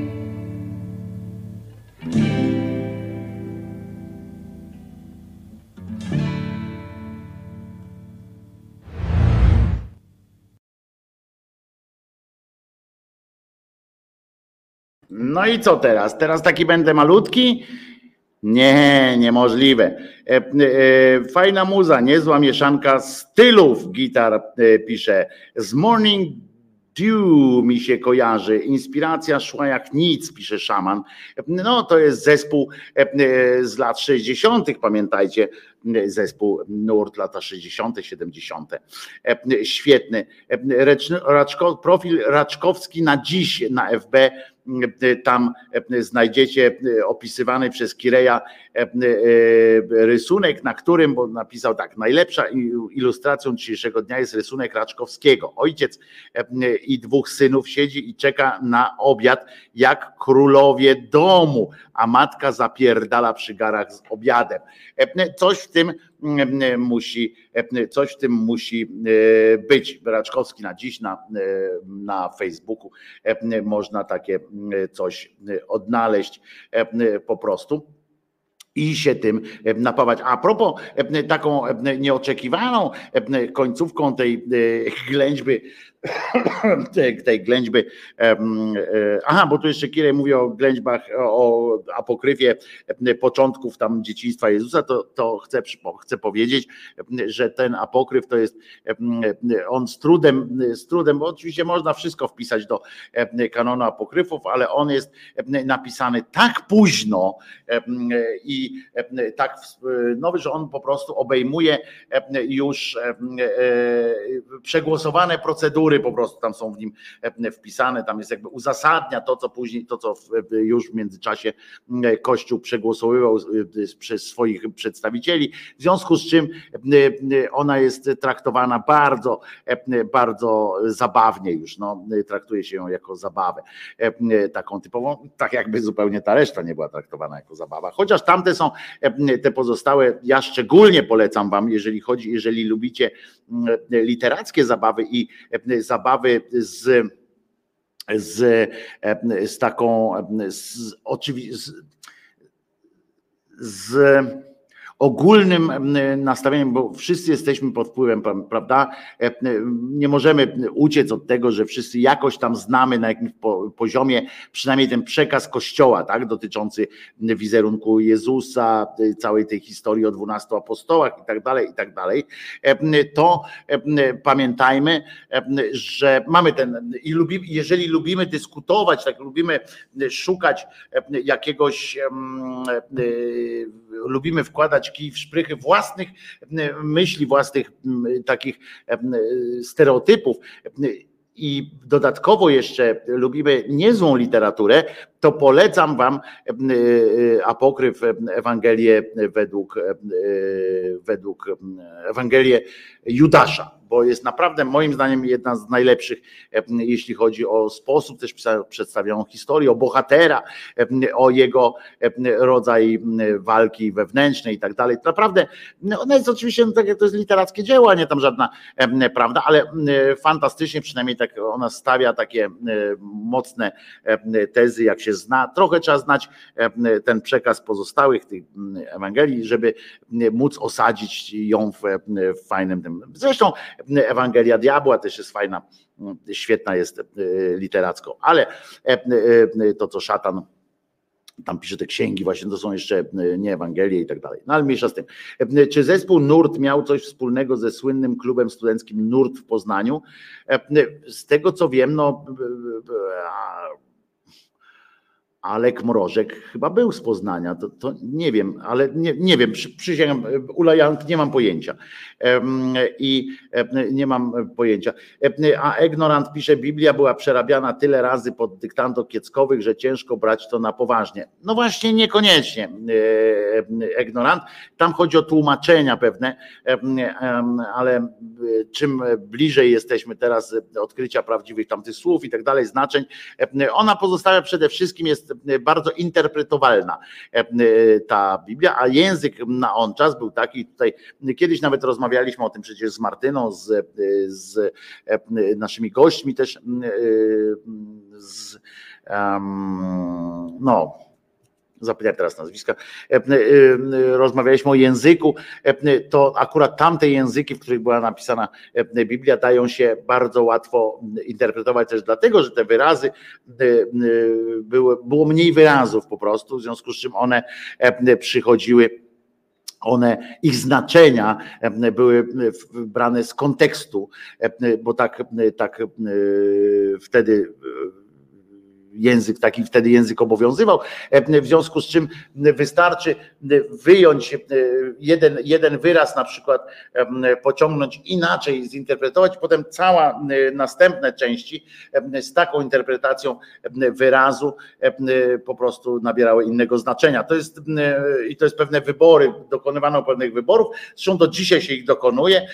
No i co teraz? Teraz taki będę malutki? Nie, niemożliwe. Fajna muza, niezła mieszanka stylów. Gitar pisze. Z Morning Dew mi się kojarzy. Inspiracja szła jak nic, pisze Szaman. No to jest zespół z lat 60., pamiętajcie. Zespół Nurt, lata 60., 70. Świetny. Profil Raczkowski na dziś na FB. Tam znajdziecie opisywany przez Kireja rysunek, na którym, bo napisał tak: najlepsza ilustracją dzisiejszego dnia jest rysunek Raczkowskiego. Ojciec i dwóch synów siedzi i czeka na obiad jak królowie domu, a matka zapierdala przy garach z obiadem. Coś w tym musi być. Raczkowski na dziś na Facebooku można takie coś odnaleźć po prostu i się tym napawać. A propos taką nieoczekiwaną końcówką tej ględźby, aha, bo tu jeszcze Kirej mówi o ględźbach, o apokryfie początków tam dzieciństwa Jezusa, to chcę powiedzieć, że ten apokryf to jest, on z trudem, bo oczywiście można wszystko wpisać do kanonu apokryfów, ale on jest napisany tak późno i tak nowy, że on po prostu obejmuje już przegłosowane procedury, po prostu tam są w nim wpisane, tam jest jakby uzasadnia to, co później, to co już w międzyczasie Kościół przegłosowywał przez swoich przedstawicieli, w związku z czym ona jest traktowana bardzo, bardzo zabawnie już, no, traktuje się ją jako zabawę taką typową, tak jakby zupełnie ta reszta nie była traktowana jako zabawa, chociaż tamte naprawdę są te pozostałe, ja szczególnie polecam wam, jeżeli lubicie literackie zabawy i zabawy z taką z ogólnym nastawieniem, bo wszyscy jesteśmy pod wpływem, prawda? Nie możemy uciec od tego, że wszyscy jakoś tam znamy na jakimś poziomie przynajmniej ten przekaz Kościoła, tak? Dotyczący wizerunku Jezusa, całej tej historii o 12 apostołach i tak dalej. To pamiętajmy, że mamy i jeżeli lubimy dyskutować, tak lubimy szukać jakiegoś, lubimy wkładać kij w szprychy własnych myśli, własnych takich stereotypów i dodatkowo jeszcze lubimy niezłą literaturę, to polecam wam apokryf Ewangelię według Ewangelię Judasza, bo jest naprawdę moim zdaniem jedna z najlepszych, jeśli chodzi o sposób też przedstawioną historię, o bohatera, o jego rodzaj walki wewnętrznej i tak dalej. Naprawdę, ona jest oczywiście, no tak jak to jest literackie dzieło, a nie tam żadna prawda, ale fantastycznie, przynajmniej tak ona stawia takie mocne tezy, jak się zna. Trochę trzeba znać ten przekaz pozostałych tych Ewangelii, żeby móc osadzić ją w fajnym tym. Zresztą Ewangelia Diabła też jest fajna, świetna jest literacko, ale to, co szatan tam pisze te księgi, właśnie to są jeszcze nie Ewangelie i tak dalej. No ale mniejsza z tym. Czy zespół Nurt miał coś wspólnego ze słynnym klubem studenckim Nurt w Poznaniu? Z tego co wiem, no Alek Mrożek chyba był z Poznania, to nie wiem, ale nie wiem, przysięgam, Ula Jank, nie mam pojęcia. Nie mam pojęcia. A Ignorant pisze, Biblia była przerabiana tyle razy pod dyktando Kieckowych, że ciężko brać to na poważnie. No właśnie niekoniecznie, Ignorant. Tam chodzi o tłumaczenia pewne, ale czym bliżej jesteśmy teraz odkrycia prawdziwych tamtych słów i tak dalej, znaczeń, ona pozostawia przede wszystkim, jest bardzo interpretowalna ta Biblia, a język na on czas był taki, tutaj kiedyś nawet rozmawialiśmy o tym przecież z Martyną, z naszymi gośćmi też, zapomniałem teraz nazwiska, rozmawialiśmy o języku, to akurat tamte języki, w których była napisana Biblia, dają się bardzo łatwo interpretować też dlatego, że te wyrazy, było mniej wyrazów po prostu, w związku z czym one przychodziły, ich znaczenia były brane z kontekstu, bo tak wtedy język obowiązywał, w związku z czym wystarczy wyjąć jeden wyraz, na przykład pociągnąć inaczej, zinterpretować, potem cała następne części z taką interpretacją wyrazu po prostu nabierały innego znaczenia. To jest pewne wybory, dokonywano pewnych wyborów, zresztą do dzisiaj się ich dokonuje,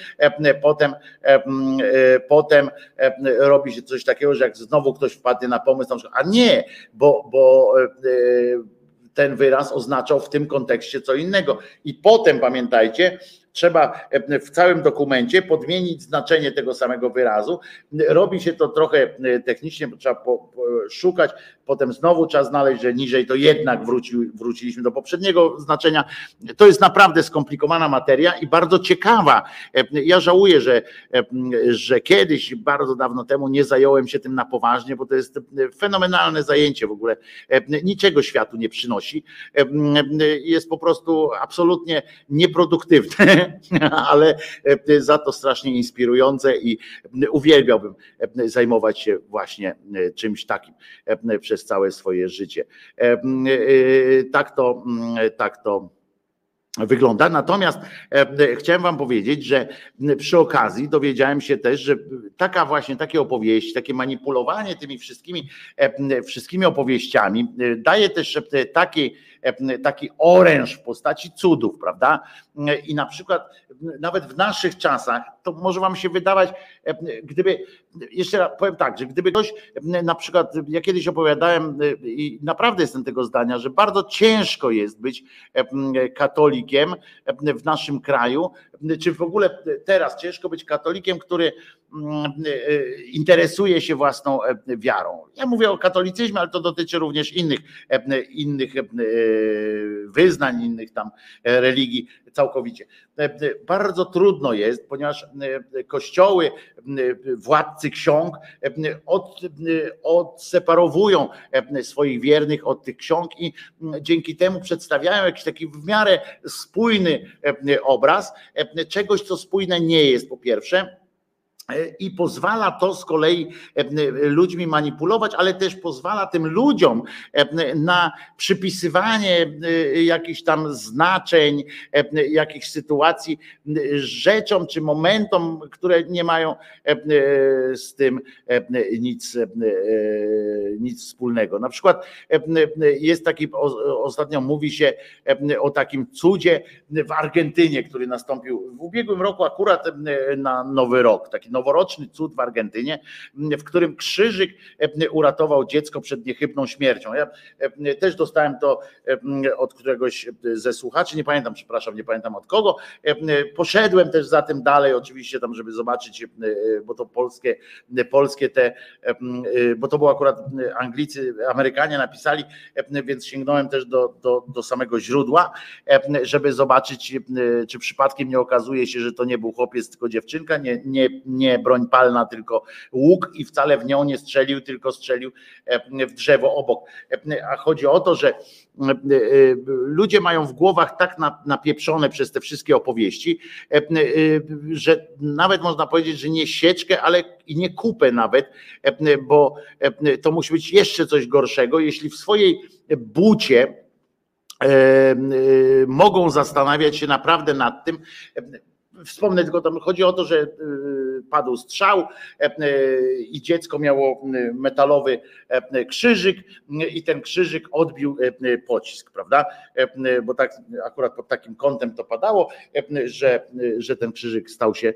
potem robi się coś takiego, że jak znowu ktoś wpadnie na pomysł, na przykład, a nie, bo ten wyraz oznaczał w tym kontekście co innego. I potem, pamiętajcie, trzeba w całym dokumencie podmienić znaczenie tego samego wyrazu. Robi się to trochę technicznie, bo trzeba szukać, potem znowu trzeba znaleźć, że niżej to jednak wróciliśmy do poprzedniego znaczenia. To jest naprawdę skomplikowana materia i bardzo ciekawa. Ja żałuję, że kiedyś, bardzo dawno temu nie zająłem się tym na poważnie, bo to jest fenomenalne zajęcie w ogóle. Niczego światu nie przynosi. Jest po prostu absolutnie nieproduktywne, ale za to strasznie inspirujące i uwielbiałbym zajmować się właśnie czymś takim przez całe swoje życie. Tak to wygląda. Natomiast chciałem wam powiedzieć, że przy okazji dowiedziałem się też, że takie opowieści, takie manipulowanie tymi wszystkimi opowieściami daje też taki oręż w postaci cudów, prawda? I na przykład nawet w naszych czasach to może wam się wydawać, gdyby, jeszcze raz powiem tak, że gdyby ktoś, na przykład, ja kiedyś opowiadałem i naprawdę jestem tego zdania, że bardzo ciężko jest być katolikiem w naszym kraju, czy w ogóle teraz ciężko być katolikiem, który interesuje się własną wiarą. Ja mówię o katolicyzmie, ale to dotyczy również innych wyznań, innych tam religii całkowicie. Bardzo trudno jest, ponieważ kościoły, władcy ksiąg odseparowują swoich wiernych od tych ksiąg i dzięki temu przedstawiają jakiś taki w miarę spójny obraz czegoś, co spójne nie jest, po pierwsze. I pozwala to z kolei ludźmi manipulować, ale też pozwala tym ludziom na przypisywanie jakichś tam znaczeń, jakichś sytuacji, rzeczom czy momentom, które nie mają z tym nic wspólnego. Na przykład jest taki, ostatnio mówi się o takim cudzie w Argentynie, który nastąpił w ubiegłym roku akurat na Nowy Rok, taki noworoczny cud w Argentynie, w którym krzyżyk uratował dziecko przed niechybną śmiercią. Ja też dostałem to od któregoś ze słuchaczy, nie pamiętam od kogo. Poszedłem też za tym dalej, oczywiście tam, żeby zobaczyć, bo to polskie te, bo to było akurat Anglicy, Amerykanie napisali, więc sięgnąłem też do samego źródła, żeby zobaczyć, czy przypadkiem nie okazuje się, że to nie był chłopiec, tylko dziewczynka, nie broń palna, tylko łuk i wcale w nią nie strzelił, tylko strzelił w drzewo obok. A chodzi o to, że ludzie mają w głowach tak napieprzone przez te wszystkie opowieści, że nawet można powiedzieć, że nie sieczkę, ale i nie kupę nawet, bo to musi być jeszcze coś gorszego, jeśli w swojej bucie mogą zastanawiać się naprawdę nad tym. Wspomnę tylko, tam chodzi o to, że padł strzał i dziecko miało metalowy krzyżyk i ten krzyżyk odbił pocisk, prawda? Bo tak akurat pod takim kątem to padało, że ten krzyżyk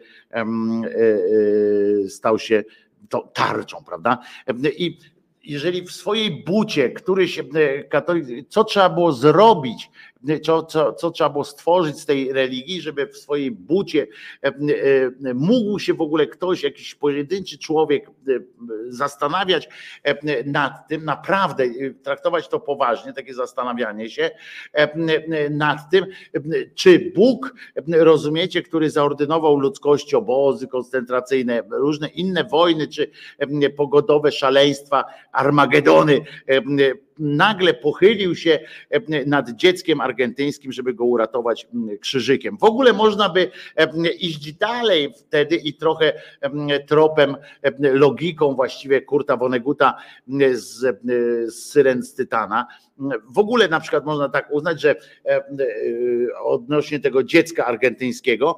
stał się tarczą, prawda? I jeżeli w swojej bucie któryś katolik, co trzeba było zrobić, co trzeba było stworzyć z tej religii, żeby w swojej bucie mógł się w ogóle ktoś, jakiś pojedynczy człowiek zastanawiać nad tym, naprawdę traktować to poważnie, takie zastanawianie się nad tym, czy Bóg, rozumiecie, który zaordynował ludzkości obozy koncentracyjne, różne inne wojny, czy pogodowe szaleństwa, Armagedony, nagle pochylił się nad dzieckiem argentyńskim, żeby go uratować krzyżykiem. W ogóle można by iść dalej wtedy i trochę tropem, logiką właściwie Kurta Vonneguta z Syren z Tytana. W ogóle na przykład można tak uznać, że odnośnie tego dziecka argentyńskiego,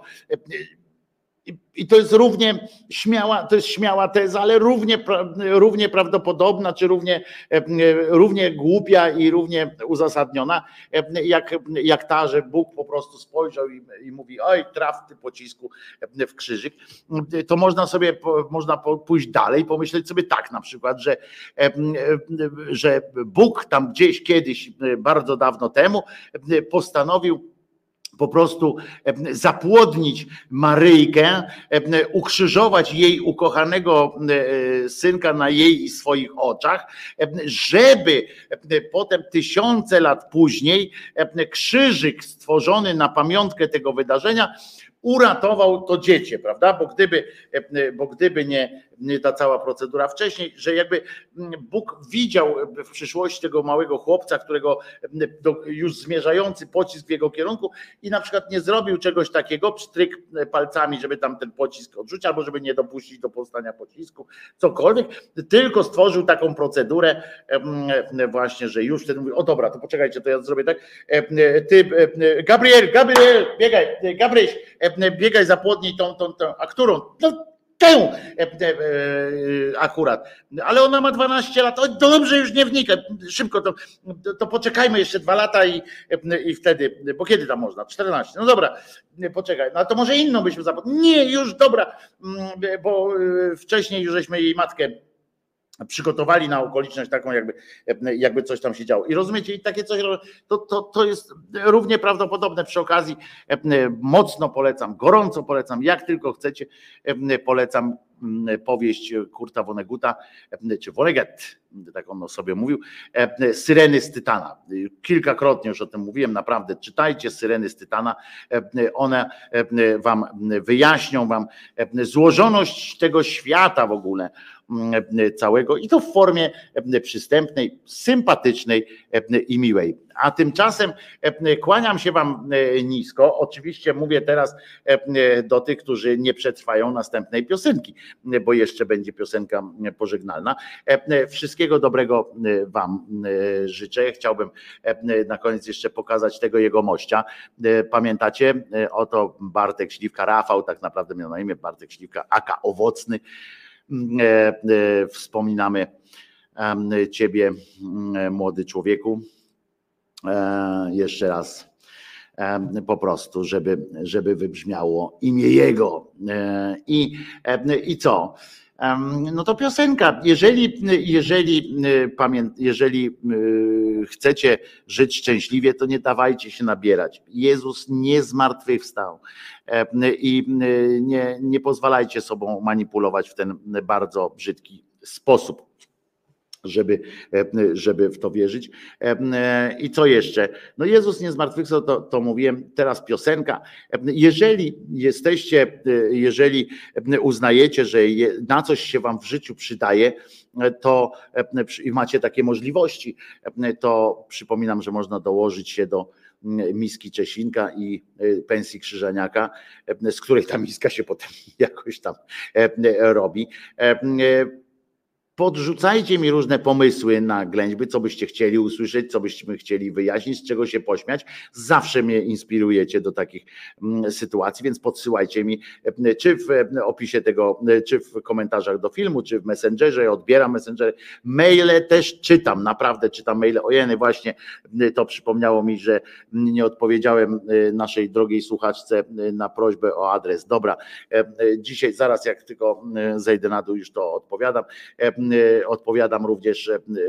i to jest równie śmiała teza, ale równie prawdopodobna, czy równie głupia i równie uzasadniona, jak ta, że Bóg po prostu spojrzał i mówi: oj, traf ty pocisku w krzyżyk. To można pójść dalej, pomyśleć sobie tak na przykład, że Bóg tam gdzieś kiedyś, bardzo dawno temu, postanowił po prostu zapłodnić Maryjkę, ukrzyżować jej ukochanego synka na jej i swoich oczach, żeby potem 1000 lat później krzyżyk stworzony na pamiątkę tego wydarzenia uratował to dziecię, prawda? Bo gdyby nie ta cała procedura wcześniej, że jakby Bóg widział w przyszłości tego małego chłopca, którego już zmierzający pocisk w jego kierunku, i na przykład nie zrobił czegoś takiego, pstryk palcami, żeby tam ten pocisk odrzucić, albo żeby nie dopuścić do powstania pocisku, cokolwiek, tylko stworzył taką procedurę właśnie, że już wtedy mówi: o dobra, to poczekajcie, to ja zrobię tak, ty Gabriel, biegaj, Gabryś, biegaj, zapłodnij tą, a którą? No, tę akurat, ale ona ma 12 lat, o, dobrze, już nie wnikaj, szybko, to poczekajmy jeszcze 2 lata i wtedy, bo kiedy tam można? 14, no dobra, poczekaj, no to może inną byśmy zapomnieli, nie, już dobra, bo wcześniej już żeśmy jej matkę przygotowali na okoliczność taką, jakby coś tam się działo. I rozumiecie, i takie coś, to jest równie prawdopodobne. Przy okazji mocno polecam, gorąco polecam, jak tylko chcecie, polecam powieść Kurta Vonneguta, czy Vonnegut, tak on o sobie mówił, Syreny z Tytana. Kilkakrotnie już o tym mówiłem, naprawdę czytajcie Syreny z Tytana, one wam wyjaśnią wam złożoność tego świata w ogóle całego i to w formie przystępnej, sympatycznej i miłej. A tymczasem kłaniam się wam nisko. Oczywiście mówię teraz do tych, którzy nie przetrwają następnej piosenki, bo jeszcze będzie piosenka pożegnalna. Wszystkiego dobrego wam życzę. Chciałbym na koniec jeszcze pokazać tego jegomościa. Pamiętacie? Oto Bartek Śliwka, Rafał tak naprawdę miał na imię, Bartek Śliwka, aka Owocny. Wspominamy ciebie, młody człowieku, jeszcze raz po prostu, żeby wybrzmiało imię jego. I co? No to piosenka. Jeżeli chcecie żyć szczęśliwie, to nie dawajcie się nabierać. Jezus nie zmartwychwstał i nie pozwalajcie sobą manipulować w ten bardzo brzydki sposób, żeby w to wierzyć. I co jeszcze? No Jezus nie zmartwychwstał, to mówiłem, teraz piosenka. Jeżeli uznajecie, że na coś się wam w życiu przydaje, to i macie takie możliwości, to przypominam, że można dołożyć się do miski Czesinka i pensji Krzyżaniaka, z której ta miska się potem jakoś tam robi. Podrzucajcie mi różne pomysły na ględźby, co byście chcieli usłyszeć, co byśmy chcieli wyjaśnić, z czego się pośmiać. Zawsze mnie inspirujecie do takich sytuacji, więc podsyłajcie mi, czy w opisie tego, czy w komentarzach do filmu, czy w Messengerze. Ja odbieram Messengery. Maile też czytam, naprawdę czytam maile. Ojej, właśnie to przypomniało mi, że nie odpowiedziałem naszej drogiej słuchaczce na prośbę o adres. Dobra, dzisiaj zaraz jak tylko zejdę na dół, już to odpowiadam. Odpowiadam również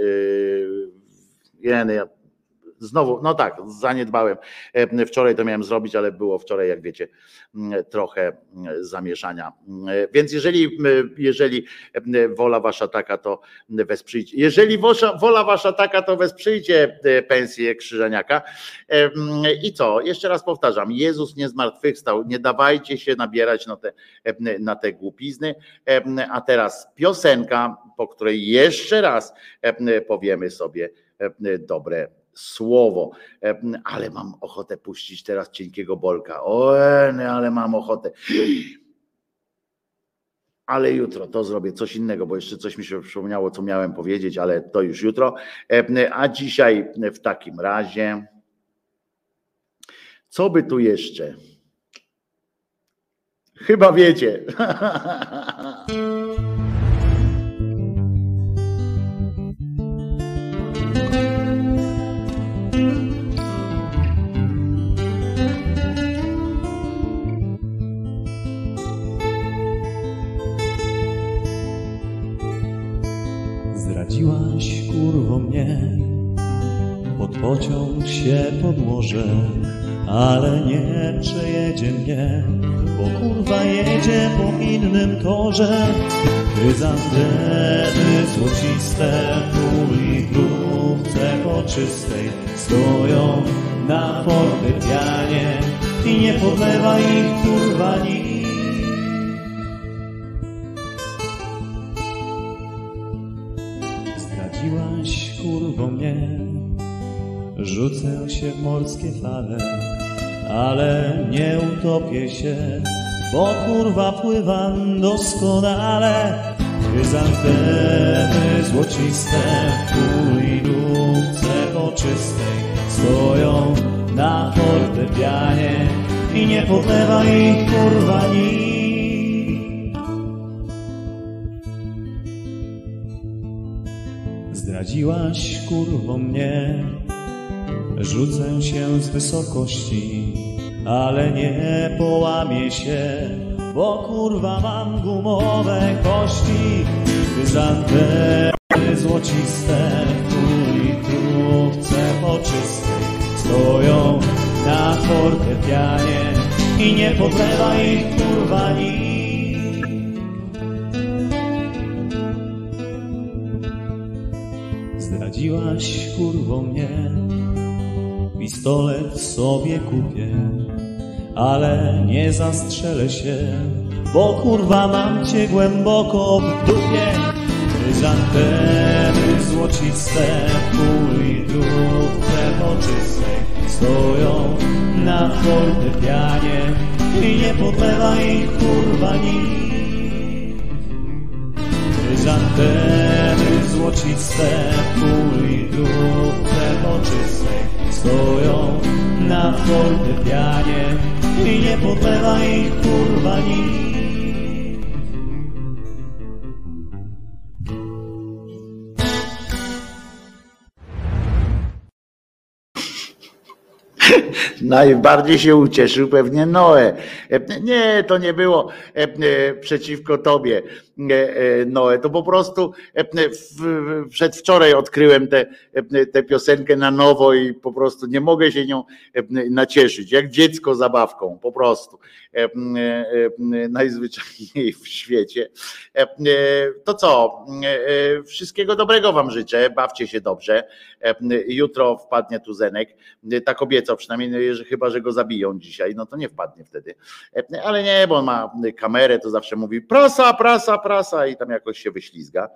znowu, no tak, zaniedbałem. Wczoraj to miałem zrobić, ale było wczoraj, jak wiecie, trochę zamieszania. Więc jeżeli wola wasza taka, to wesprzyjcie. Jeżeli wola wasza taka, to wesprzyjcie pensję Krzyżaniaka. I co? Jeszcze raz powtarzam, Jezus nie zmartwychwstał, nie dawajcie się nabierać na te głupizny. A teraz piosenka, po której jeszcze raz powiemy sobie dobre słowo, ale mam ochotę puścić teraz Cienkiego Bolka. Ale mam ochotę. Ale jutro to zrobię coś innego, bo jeszcze coś mi się przypomniało, co miałem powiedzieć, ale to już jutro. A dzisiaj w takim razie, co by tu jeszcze? Chyba wiecie. Zdradziłaś, kurwo, mnie, pod pociąg się podłożę, ale nie przejedzie mnie, bo kurwa jedzie po innym torze. Chryzantemy złociste w litrówce poczystej stoją na fortepianie i nie podlewa ich kurwa nikt. Zdradziłaś, kurwo, mnie, rzucę się w morskie fale, ale nie utopię się, bo kurwa pływam doskonale. Chryzantemy złociste w lodówce poczystej stoją na fortepianie i nie podlewa ich kurwa nikt. Zdradziłaś kurwo mnie, rzucę się z wysokości, ale nie połamię się, bo kurwa mam gumowe kości. Chryzantemy złociste w litrówce poczystej stoją na fortepianie i nie podlewa ich kurwa nikt. Zdradziłaś kurwo mnie, pistolet sobie kupię, ale nie zastrzelę się, bo kurwa mam cię głęboko w dupie. Chryzantemy złociste w pół litrówce poczystej stoją na fortepianie i nie podlewa ich kurwa nikt. Chryzantemy złociste w pół litrówce poczystej stoją na fortepianie i nie podlewa ich kurwa nikt. Najbardziej się ucieszył pewnie Noe. Nie, to nie było przeciwko tobie, Noe. To po prostu przedwczoraj odkryłem tę piosenkę na nowo i po prostu nie mogę się nią nacieszyć. Jak dziecko zabawką, po prostu. Najzwyczajniej w świecie. To co? Wszystkiego dobrego wam życzę. Bawcie się dobrze. Jutro wpadnie tu Zenek. Tak obiecał, przynajmniej chyba, że go zabiją dzisiaj, no to nie wpadnie wtedy. Ale nie, bo on ma kamerę, to zawsze mówi prasa, prasa, prasa i tam jakoś się wyślizga.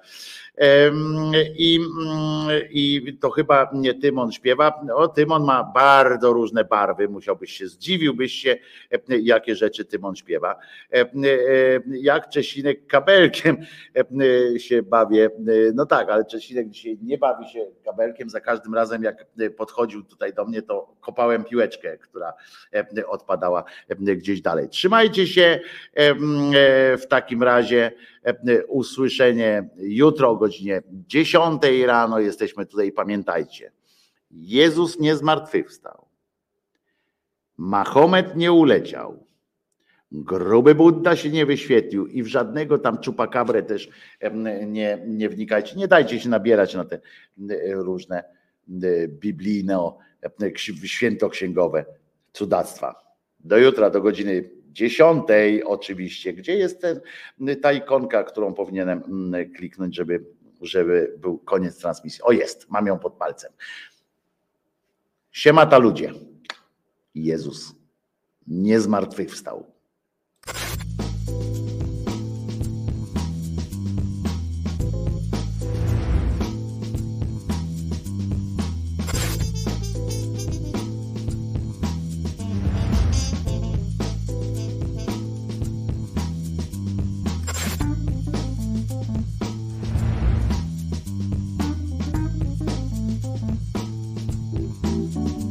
I to chyba nie Tymon śpiewa. O, Tymon ma bardzo różne barwy, zdziwiłbyś się, jakie rzeczy Tymon śpiewa. Jak Czesinek kabelkiem się bawię. No tak, ale Czesinek dzisiaj nie bawi się kabelkiem. Za każdym razem, jak podchodził tutaj do mnie, to kopałem piłeczkę, która odpadała gdzieś dalej. Trzymajcie się w takim razie. Usłyszenie jutro o godzinie 10 rano. Jesteśmy tutaj, pamiętajcie. Jezus nie zmartwychwstał. Mahomet nie uleciał. Gruby Budda się nie wyświetlił i w żadnego tam czupakabrę też nie wnikajcie. Nie dajcie się nabierać na te różne biblijne, świętoksięgowe cudactwa. Do jutra, do godziny 10 oczywiście. Gdzie jest ta ikonka, którą powinienem kliknąć, żeby był koniec transmisji? O, jest, mam ją pod palcem. Siemata ludzie. Jezus nie zmartwychwstał.